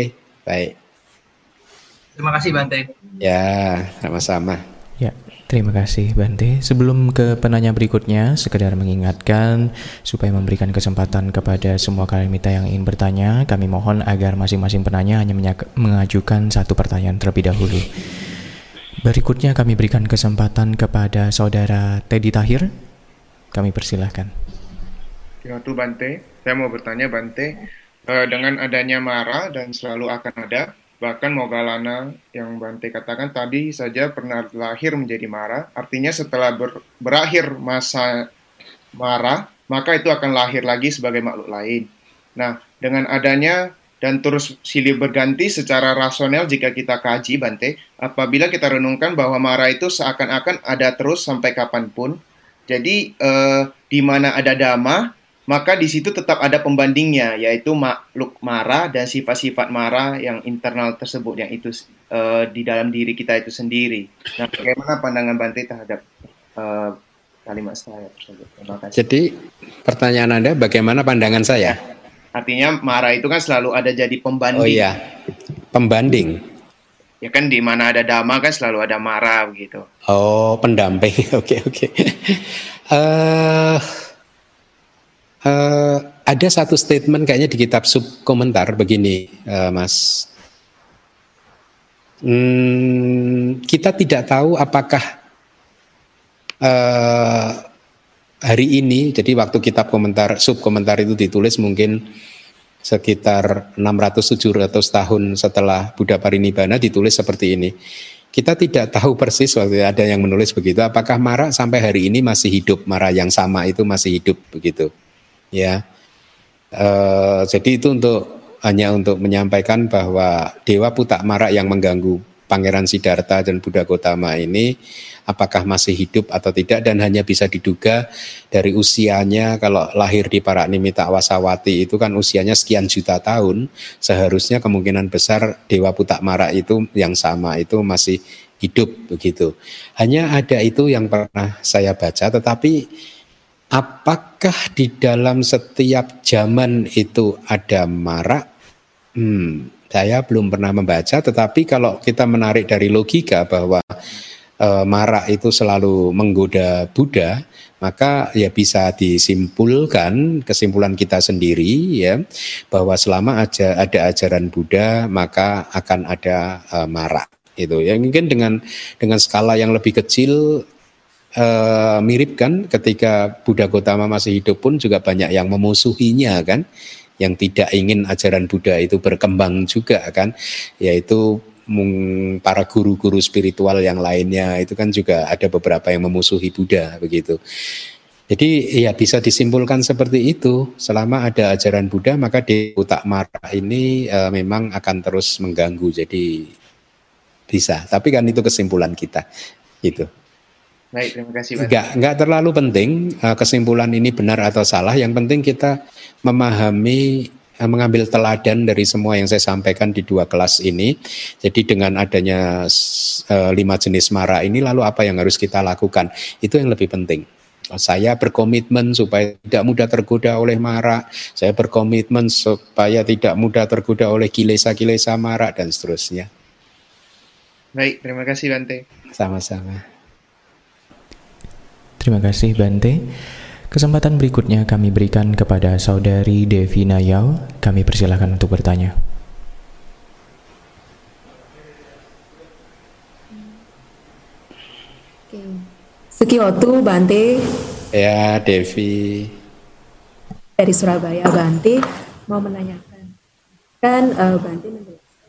[SPEAKER 1] Baik.
[SPEAKER 6] Terima kasih Bante.
[SPEAKER 1] Ya, sama-sama.
[SPEAKER 2] Ya, terima kasih Bante. Sebelum ke penanya berikutnya, sekedar mengingatkan supaya memberikan kesempatan kepada semua kalimita yang ingin bertanya, kami mohon agar masing-masing penanya hanya mengajukan satu pertanyaan terlebih dahulu. Berikutnya kami berikan kesempatan kepada Saudara Teddy Tahir. Kami persilahkan.
[SPEAKER 7] Ya tuh Bante, saya mau bertanya Bante, dengan adanya Mara dan selalu akan ada, bahkan Moggallana yang Bante katakan tadi saja pernah lahir menjadi Mara, artinya setelah ber, berakhir masa Mara, maka itu akan lahir lagi sebagai makhluk lain. Nah, dengan adanya dan terus silih berganti secara rasional jika kita kaji Bante, apabila kita renungkan bahwa Mara itu seakan-akan ada terus sampai kapanpun, jadi eh, di mana ada Dhamma, maka di situ tetap ada pembandingnya, yaitu makhluk Mara dan sifat-sifat Mara yang internal tersebut, yang itu uh, di dalam diri kita itu sendiri. Nah, bagaimana pandangan Bante terhadap uh, kalimat saya tersebut? Terima kasih.
[SPEAKER 1] Jadi, pertanyaan Anda, bagaimana pandangan saya?
[SPEAKER 7] Ya, artinya Mara itu kan selalu ada jadi pembanding.
[SPEAKER 1] Oh iya, pembanding.
[SPEAKER 7] Ya kan, di mana ada Dhamma kan selalu ada Mara begitu.
[SPEAKER 1] Oh, pendamping. Oke, oke. Eh... Uh, ada satu statement kayaknya di kitab sub komentar begini, uh, Mas. Hmm, kita tidak tahu apakah uh, hari ini, jadi waktu kitab komentar sub komentar itu ditulis mungkin sekitar enam ratus tujuh ratus tahun setelah Buddha Parinibbana ditulis seperti ini. Kita tidak tahu persis waktu ada yang menulis begitu, apakah Mara sampai hari ini masih hidup, Mara yang sama itu masih hidup begitu. Ya, e, jadi itu untuk hanya untuk menyampaikan bahwa Dewa Putak Mara yang mengganggu Pangeran Siddhartha dan Buddha Gotama ini apakah masih hidup atau tidak, dan hanya bisa diduga dari usianya. Kalau lahir di Paranimitta Wasawati itu kan usianya sekian juta tahun, seharusnya kemungkinan besar Dewa Putak Mara itu yang sama itu masih hidup begitu. Hanya ada itu yang pernah saya baca, tetapi apakah di dalam setiap zaman itu ada Mara? Hmm, saya belum pernah membaca, tetapi kalau kita menarik dari logika bahwa e, Mara itu selalu menggoda Buddha, maka ya bisa disimpulkan, kesimpulan kita sendiri ya, bahwa selama aja ada ajaran Buddha maka akan ada e, Mara. Itu ya, mungkin dengan dengan skala yang lebih kecil. Uh, mirip kan ketika Buddha Gotama masih hidup pun juga banyak yang memusuhinya kan, yang tidak ingin ajaran Buddha itu berkembang juga kan, yaitu mung, para guru-guru spiritual yang lainnya itu kan juga ada beberapa yang memusuhi Buddha begitu. Jadi ya bisa disimpulkan seperti itu, selama ada ajaran Buddha maka Dewa Putak Mara ini uh, memang akan terus mengganggu, jadi bisa, tapi kan itu kesimpulan kita gitu.
[SPEAKER 7] Baik, terima kasih Pak.
[SPEAKER 1] Enggak, enggak terlalu penting uh, kesimpulan ini benar atau salah. Yang penting kita memahami, uh, mengambil teladan dari semua yang saya sampaikan di dua kelas ini. Jadi dengan adanya uh, lima jenis Mara ini, lalu apa yang harus kita lakukan? Itu yang lebih penting. Saya berkomitmen supaya tidak mudah tergoda oleh Mara. Saya berkomitmen supaya tidak mudah tergoda oleh kilesa-kilesa Mara dan seterusnya.
[SPEAKER 7] Baik, terima kasih Bante.
[SPEAKER 1] Sama-sama.
[SPEAKER 2] Terima kasih Bante. Kesempatan berikutnya kami berikan kepada Saudari Devi Nayau. Kami persilahkan untuk bertanya.
[SPEAKER 8] Sekiwatu Bante.
[SPEAKER 1] Ya, Devi.
[SPEAKER 8] Dari Surabaya, Bante mau menanyakan. Kan uh, Bante menjelaskan.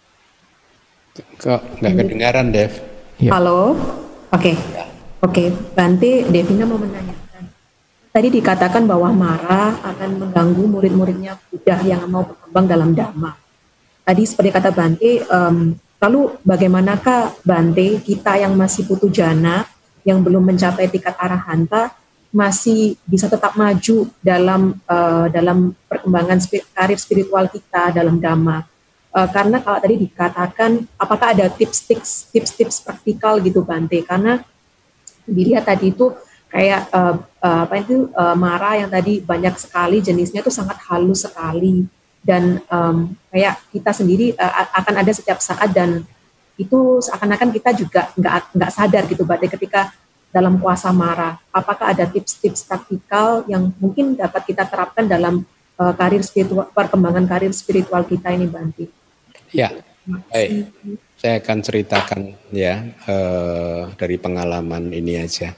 [SPEAKER 1] Kok nggak kedengaran, Dev?
[SPEAKER 8] Ya. Halo? Oke. Okay. Oke, okay, Bante, Devina mau menanyakan. Tadi dikatakan bahwa Mara akan mengganggu murid-muridnya Buddha yang mau berkembang dalam Dhamma. Tadi seperti kata Bante, um, lalu bagaimanakah Bante, kita yang masih putu jana, yang belum mencapai tingkat arahanta, masih bisa tetap maju dalam uh, dalam perkembangan spir- karir spiritual kita dalam Dhamma? Uh, karena kalau tadi dikatakan, apakah ada tips-tips tips-tips praktikal gitu Bante? Karena dilihat tadi itu kayak uh, uh, apa itu uh, Mara yang tadi banyak sekali jenisnya itu sangat halus sekali. dan um, kayak kita sendiri uh, akan ada setiap saat, dan itu seakan-akan kita juga nggak nggak sadar gitu Bante ketika dalam puasa marah. Apakah ada tips-tips taktikal yang mungkin dapat kita terapkan dalam uh, karir spiritual, perkembangan karir spiritual kita ini Bante?
[SPEAKER 1] Ya, baik. Saya akan ceritakan ya uh, dari pengalaman ini aja.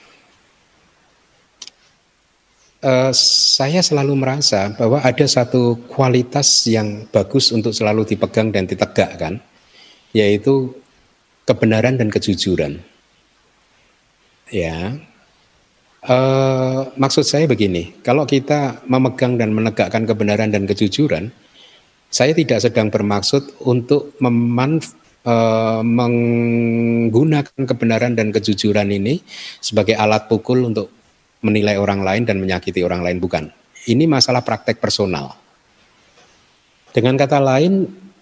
[SPEAKER 1] Uh, saya selalu merasa bahwa ada satu kualitas yang bagus untuk selalu dipegang dan ditegakkan, yaitu kebenaran dan kejujuran. Ya, uh, maksud saya begini, kalau kita memegang dan menegakkan kebenaran dan kejujuran, saya tidak sedang bermaksud untuk memanf- uh, menggunakan kebenaran dan kejujuran ini sebagai alat pukul untuk menilai orang lain dan menyakiti orang lain, bukan. Ini masalah praktek personal. Dengan kata lain,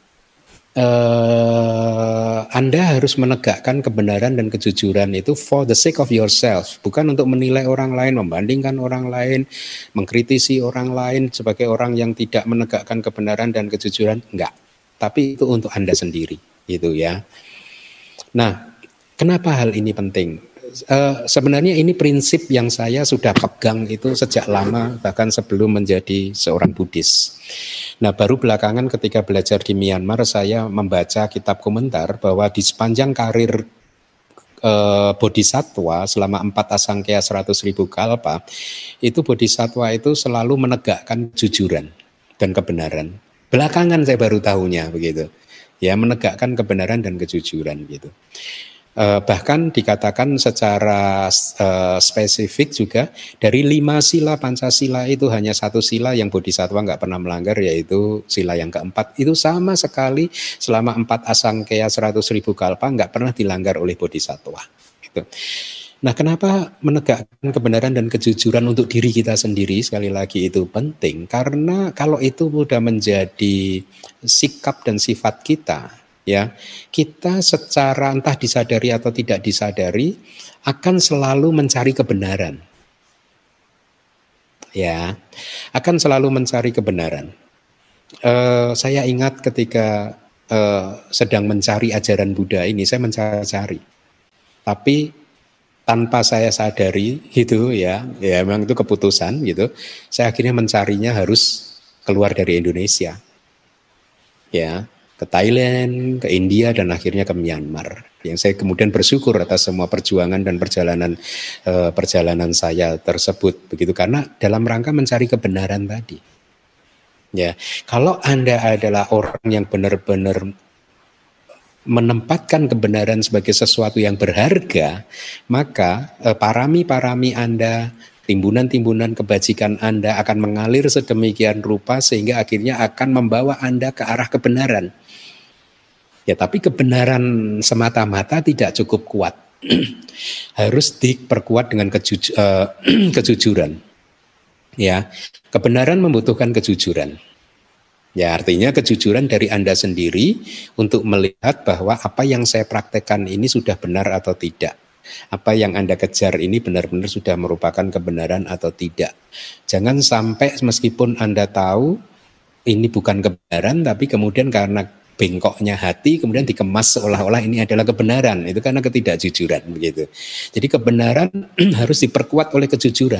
[SPEAKER 1] uh, Anda harus menegakkan kebenaran dan kejujuran itu for the sake of yourself, bukan untuk menilai orang lain, membandingkan orang lain, mengkritisi orang lain sebagai orang yang tidak menegakkan kebenaran dan kejujuran, enggak. Tapi itu untuk Anda sendiri, gitu ya. Nah, kenapa hal ini penting? Uh, sebenarnya ini prinsip yang saya sudah pegang itu sejak lama, bahkan sebelum menjadi seorang Buddhis. Nah, baru belakangan ketika belajar di Myanmar, saya membaca kitab komentar bahwa di sepanjang karir uh, Bodhisattva selama empat asangkaya seratus ribu kalpa, itu Bodhisattva itu selalu menegakkan kejujuran dan kebenaran. Belakangan saya baru tahunya begitu. Ya, menegakkan kebenaran dan kejujuran gitu. Uh, bahkan dikatakan secara uh, spesifik juga dari lima sila Pancasila itu hanya satu sila yang Bodhisattva nggak pernah melanggar, yaitu sila yang keempat. Itu sama sekali selama empat asangkaya seratus ribu kalpa nggak pernah dilanggar oleh Bodhisattva. Gitu. Nah, kenapa menegakkan kebenaran dan kejujuran untuk diri kita sendiri sekali lagi itu penting? Karena kalau itu sudah menjadi sikap dan sifat kita, ya, kita secara entah disadari atau tidak disadari akan selalu mencari kebenaran. Ya, akan selalu mencari kebenaran. Uh, saya ingat ketika uh, sedang mencari ajaran Buddha ini, saya mencari-cari. Tapi tanpa saya sadari gitu ya, ya memang itu keputusan gitu. Saya akhirnya mencarinya harus keluar dari Indonesia. Ya, ke Thailand, ke India, dan akhirnya ke Myanmar. Yang saya kemudian bersyukur atas semua perjuangan dan perjalanan eh, perjalanan saya tersebut begitu, karena dalam rangka mencari kebenaran tadi. Ya, kalau Anda adalah orang yang benar-benar menempatkan kebenaran sebagai sesuatu yang berharga, maka eh, parami-parami Anda, timbunan-timbunan kebajikan Anda akan mengalir sedemikian rupa sehingga akhirnya akan membawa Anda ke arah kebenaran. Ya, tapi kebenaran semata-mata tidak cukup kuat. Harus diperkuat dengan kejuj- uh, kejujuran. Ya, kebenaran membutuhkan kejujuran. Ya, artinya kejujuran dari Anda sendiri untuk melihat bahwa apa yang saya praktekkan ini sudah benar atau tidak. Apa yang Anda kejar ini benar-benar sudah merupakan kebenaran atau tidak. Jangan sampai meskipun Anda tahu ini bukan kebenaran, tapi kemudian karena bengkoknya hati kemudian dikemas seolah-olah ini adalah kebenaran. Itu karena ketidakjujuran begitu. Jadi kebenaran harus diperkuat oleh kejujuran.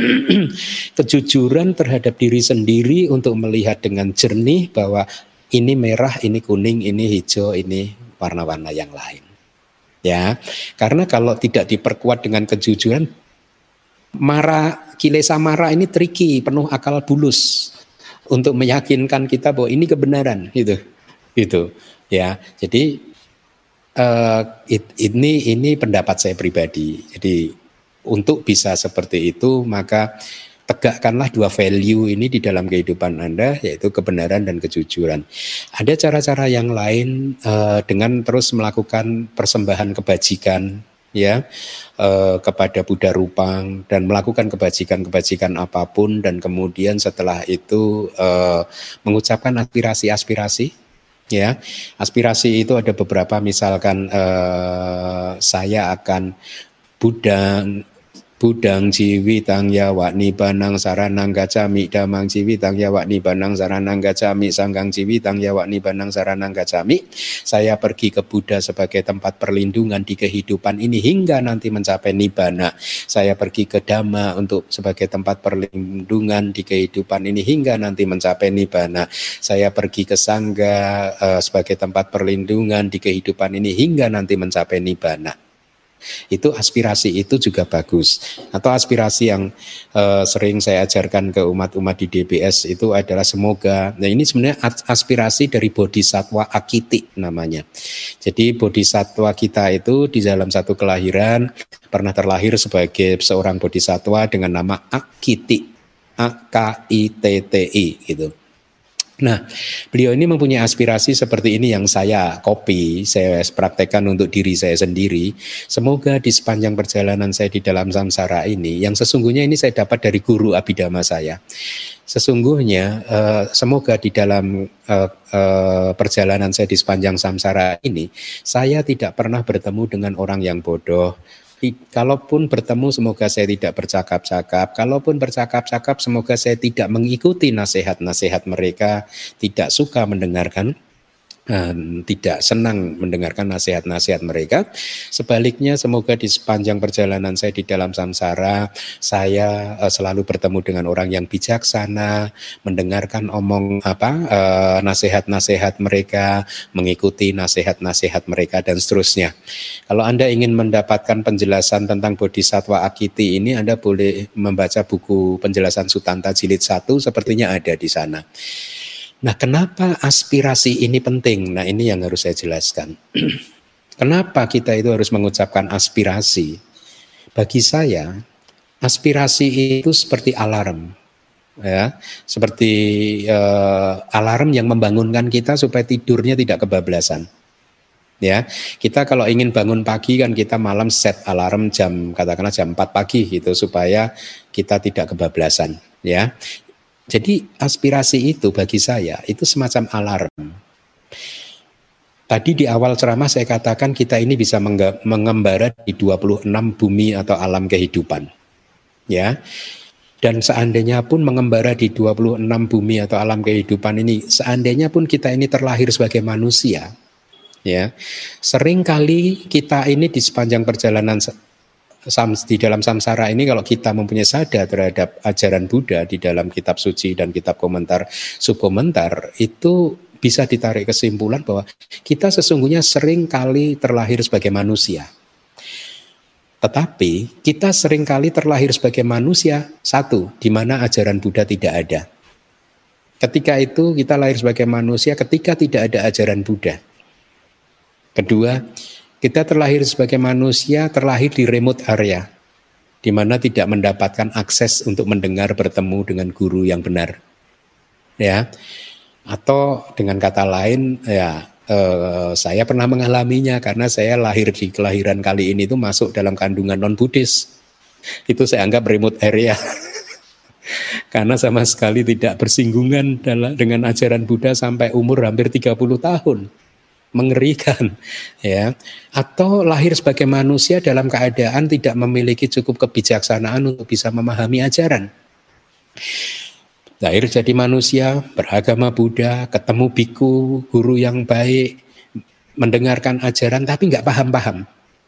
[SPEAKER 1] Kejujuran terhadap diri sendiri untuk melihat dengan jernih bahwa ini merah, ini kuning, ini hijau, ini warna-warna yang lain. Ya, karena kalau tidak diperkuat dengan kejujuran, mara, kilesa mara ini tricky, penuh akal bulus untuk meyakinkan kita bahwa ini kebenaran, gitu. Gitu ya, jadi uh, it, ini ini pendapat saya pribadi. Jadi untuk bisa seperti itu maka tegakkanlah dua value ini di dalam kehidupan Anda, yaitu kebenaran dan kejujuran. Ada cara-cara yang lain uh, dengan terus melakukan persembahan kebajikan ya uh, kepada Buddha Rupang dan melakukan kebajikan-kebajikan apapun, dan kemudian setelah itu uh, mengucapkan aspirasi-aspirasi. Ya, aspirasi itu ada beberapa, misalkan eh, saya akan Buddha Budang jiwitang yawa nibanang saranang gacami, damang jiwitang yawa nibanang saranang gacami, sanggang jiwitang yawa nibanang saranang gacami. Saya pergi ke Buddha sebagai tempat perlindungan di kehidupan ini hingga nanti mencapai nibbana. Saya pergi ke Dhamma untuk sebagai tempat perlindungan di kehidupan ini hingga nanti mencapai nibbana. Saya pergi ke Sangga uh, sebagai tempat perlindungan di kehidupan ini hingga nanti mencapai nibbana. Itu aspirasi itu juga bagus. Atau aspirasi yang uh, sering saya ajarkan ke umat-umat di D B S itu adalah semoga, nah ini sebenarnya aspirasi dari bodhisatwa akiti namanya. Jadi bodhisatwa kita itu di dalam satu kelahiran pernah terlahir sebagai seorang bodhisatwa dengan nama Akiti, A K I T T I gitu. Nah, beliau ini mempunyai aspirasi seperti ini yang saya copy, saya praktekkan untuk diri saya sendiri. Semoga di sepanjang perjalanan saya di dalam samsara ini, yang sesungguhnya ini saya dapat dari guru abhidhamma saya. Sesungguhnya uh, semoga di dalam uh, uh, perjalanan saya di sepanjang samsara ini, saya tidak pernah bertemu dengan orang yang bodoh. Kalaupun bertemu semoga saya tidak bercakap-cakap. Kalaupun bercakap-cakap semoga saya tidak mengikuti nasihat-nasihat mereka, tidak suka mendengarkan, um, tidak senang mendengarkan nasihat-nasihat mereka. Sebaliknya semoga di sepanjang perjalanan saya di dalam samsara, saya uh, selalu bertemu dengan orang yang bijaksana, mendengarkan omong apa uh, nasihat-nasihat mereka, mengikuti nasihat-nasihat mereka dan seterusnya. Kalau Anda ingin mendapatkan penjelasan tentang Bodhisatwa Akiti ini, Anda boleh membaca buku penjelasan Sutanta jilid satu, sepertinya ada di sana. Nah, kenapa aspirasi ini penting? Nah, ini yang harus saya jelaskan. Kenapa kita itu harus mengucapkan aspirasi? Bagi saya, aspirasi itu seperti alarm, ya, seperti uh, alarm yang membangunkan kita supaya tidurnya tidak kebablasan. Ya, kita kalau ingin bangun pagi kan kita malam set alarm jam katakanlah jam empat pagi gitu supaya kita tidak kebablasan, ya. Jadi aspirasi itu bagi saya itu semacam alarm. Tadi di awal ceramah saya katakan kita ini bisa mengembara di dua puluh enam bumi atau alam kehidupan. Ya. Dan seandainya pun mengembara di dua puluh enam bumi atau alam kehidupan ini, seandainya pun kita ini terlahir sebagai manusia, ya. Seringkali kita ini di sepanjang perjalanan di dalam samsara ini, kalau kita mempunyai sadar terhadap ajaran Buddha di dalam kitab suci dan kitab komentar subkomentar, itu bisa ditarik kesimpulan bahwa kita sesungguhnya sering kali terlahir sebagai manusia. Tetapi kita sering kali terlahir sebagai manusia, satu, di mana ajaran Buddha tidak ada. Ketika itu kita lahir sebagai manusia ketika tidak ada ajaran Buddha. Kedua, kita terlahir sebagai manusia, terlahir di remote area, di mana tidak mendapatkan akses untuk mendengar, bertemu dengan guru yang benar, ya. Atau dengan kata lain, ya, eh, saya pernah mengalaminya karena saya lahir di kelahiran kali ini itu masuk dalam kandungan non Buddhis. Itu saya anggap remote area, karena sama sekali tidak bersinggungan dengan ajaran Buddha sampai umur hampir tiga puluh tahun. Mengerikan, ya. Atau lahir sebagai manusia dalam keadaan tidak memiliki cukup kebijaksanaan untuk bisa memahami ajaran. Lahir jadi manusia, beragama Buddha, ketemu biku, guru yang baik, mendengarkan ajaran tapi nggak paham-paham.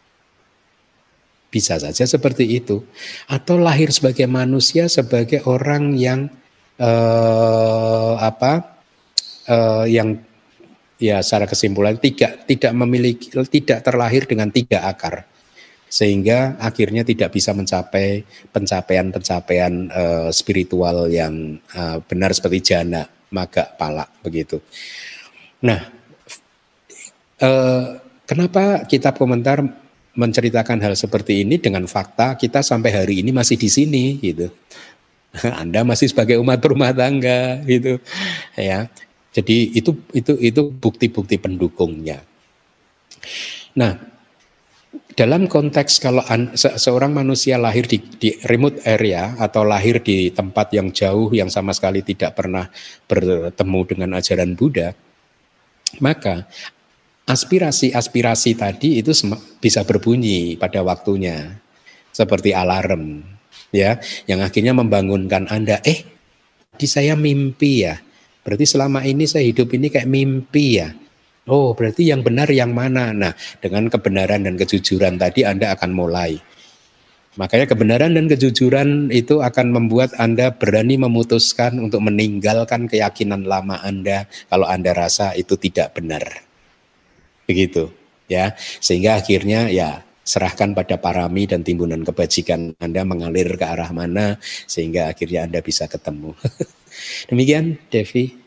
[SPEAKER 1] Bisa saja seperti itu. Atau lahir sebagai manusia sebagai orang yang eh, apa, eh, yang ya secara kesimpulan tidak tidak memiliki tidak terlahir dengan tiga akar, sehingga akhirnya tidak bisa mencapai pencapaian-pencapaian uh, spiritual yang uh, benar seperti jana, maga, pala begitu. Nah, uh, kenapa kitab komentar menceritakan hal seperti ini dengan fakta kita sampai hari ini masih di sini gitu. Anda masih sebagai umat rumah tangga gitu, ya. Jadi itu itu itu bukti-bukti pendukungnya. Nah, dalam konteks kalau an, se, seorang manusia lahir di, di remote area atau lahir di tempat yang jauh yang sama sekali tidak pernah bertemu dengan ajaran Buddha, maka aspirasi-aspirasi tadi itu bisa berbunyi pada waktunya. seperti alarm, ya, yang akhirnya membangunkan Anda. Eh, di saya mimpi ya. Berarti selama ini saya hidup ini kayak mimpi ya. Oh, berarti yang benar yang mana? Nah, dengan kebenaran dan kejujuran tadi Anda akan mulai. Makanya kebenaran dan kejujuran itu akan membuat Anda berani memutuskan untuk meninggalkan keyakinan lama Anda kalau Anda rasa itu tidak benar. Begitu, ya. Sehingga akhirnya ya serahkan pada parami dan timbunan kebajikan Anda mengalir ke arah mana sehingga akhirnya Anda bisa ketemu. Demikian, Devi.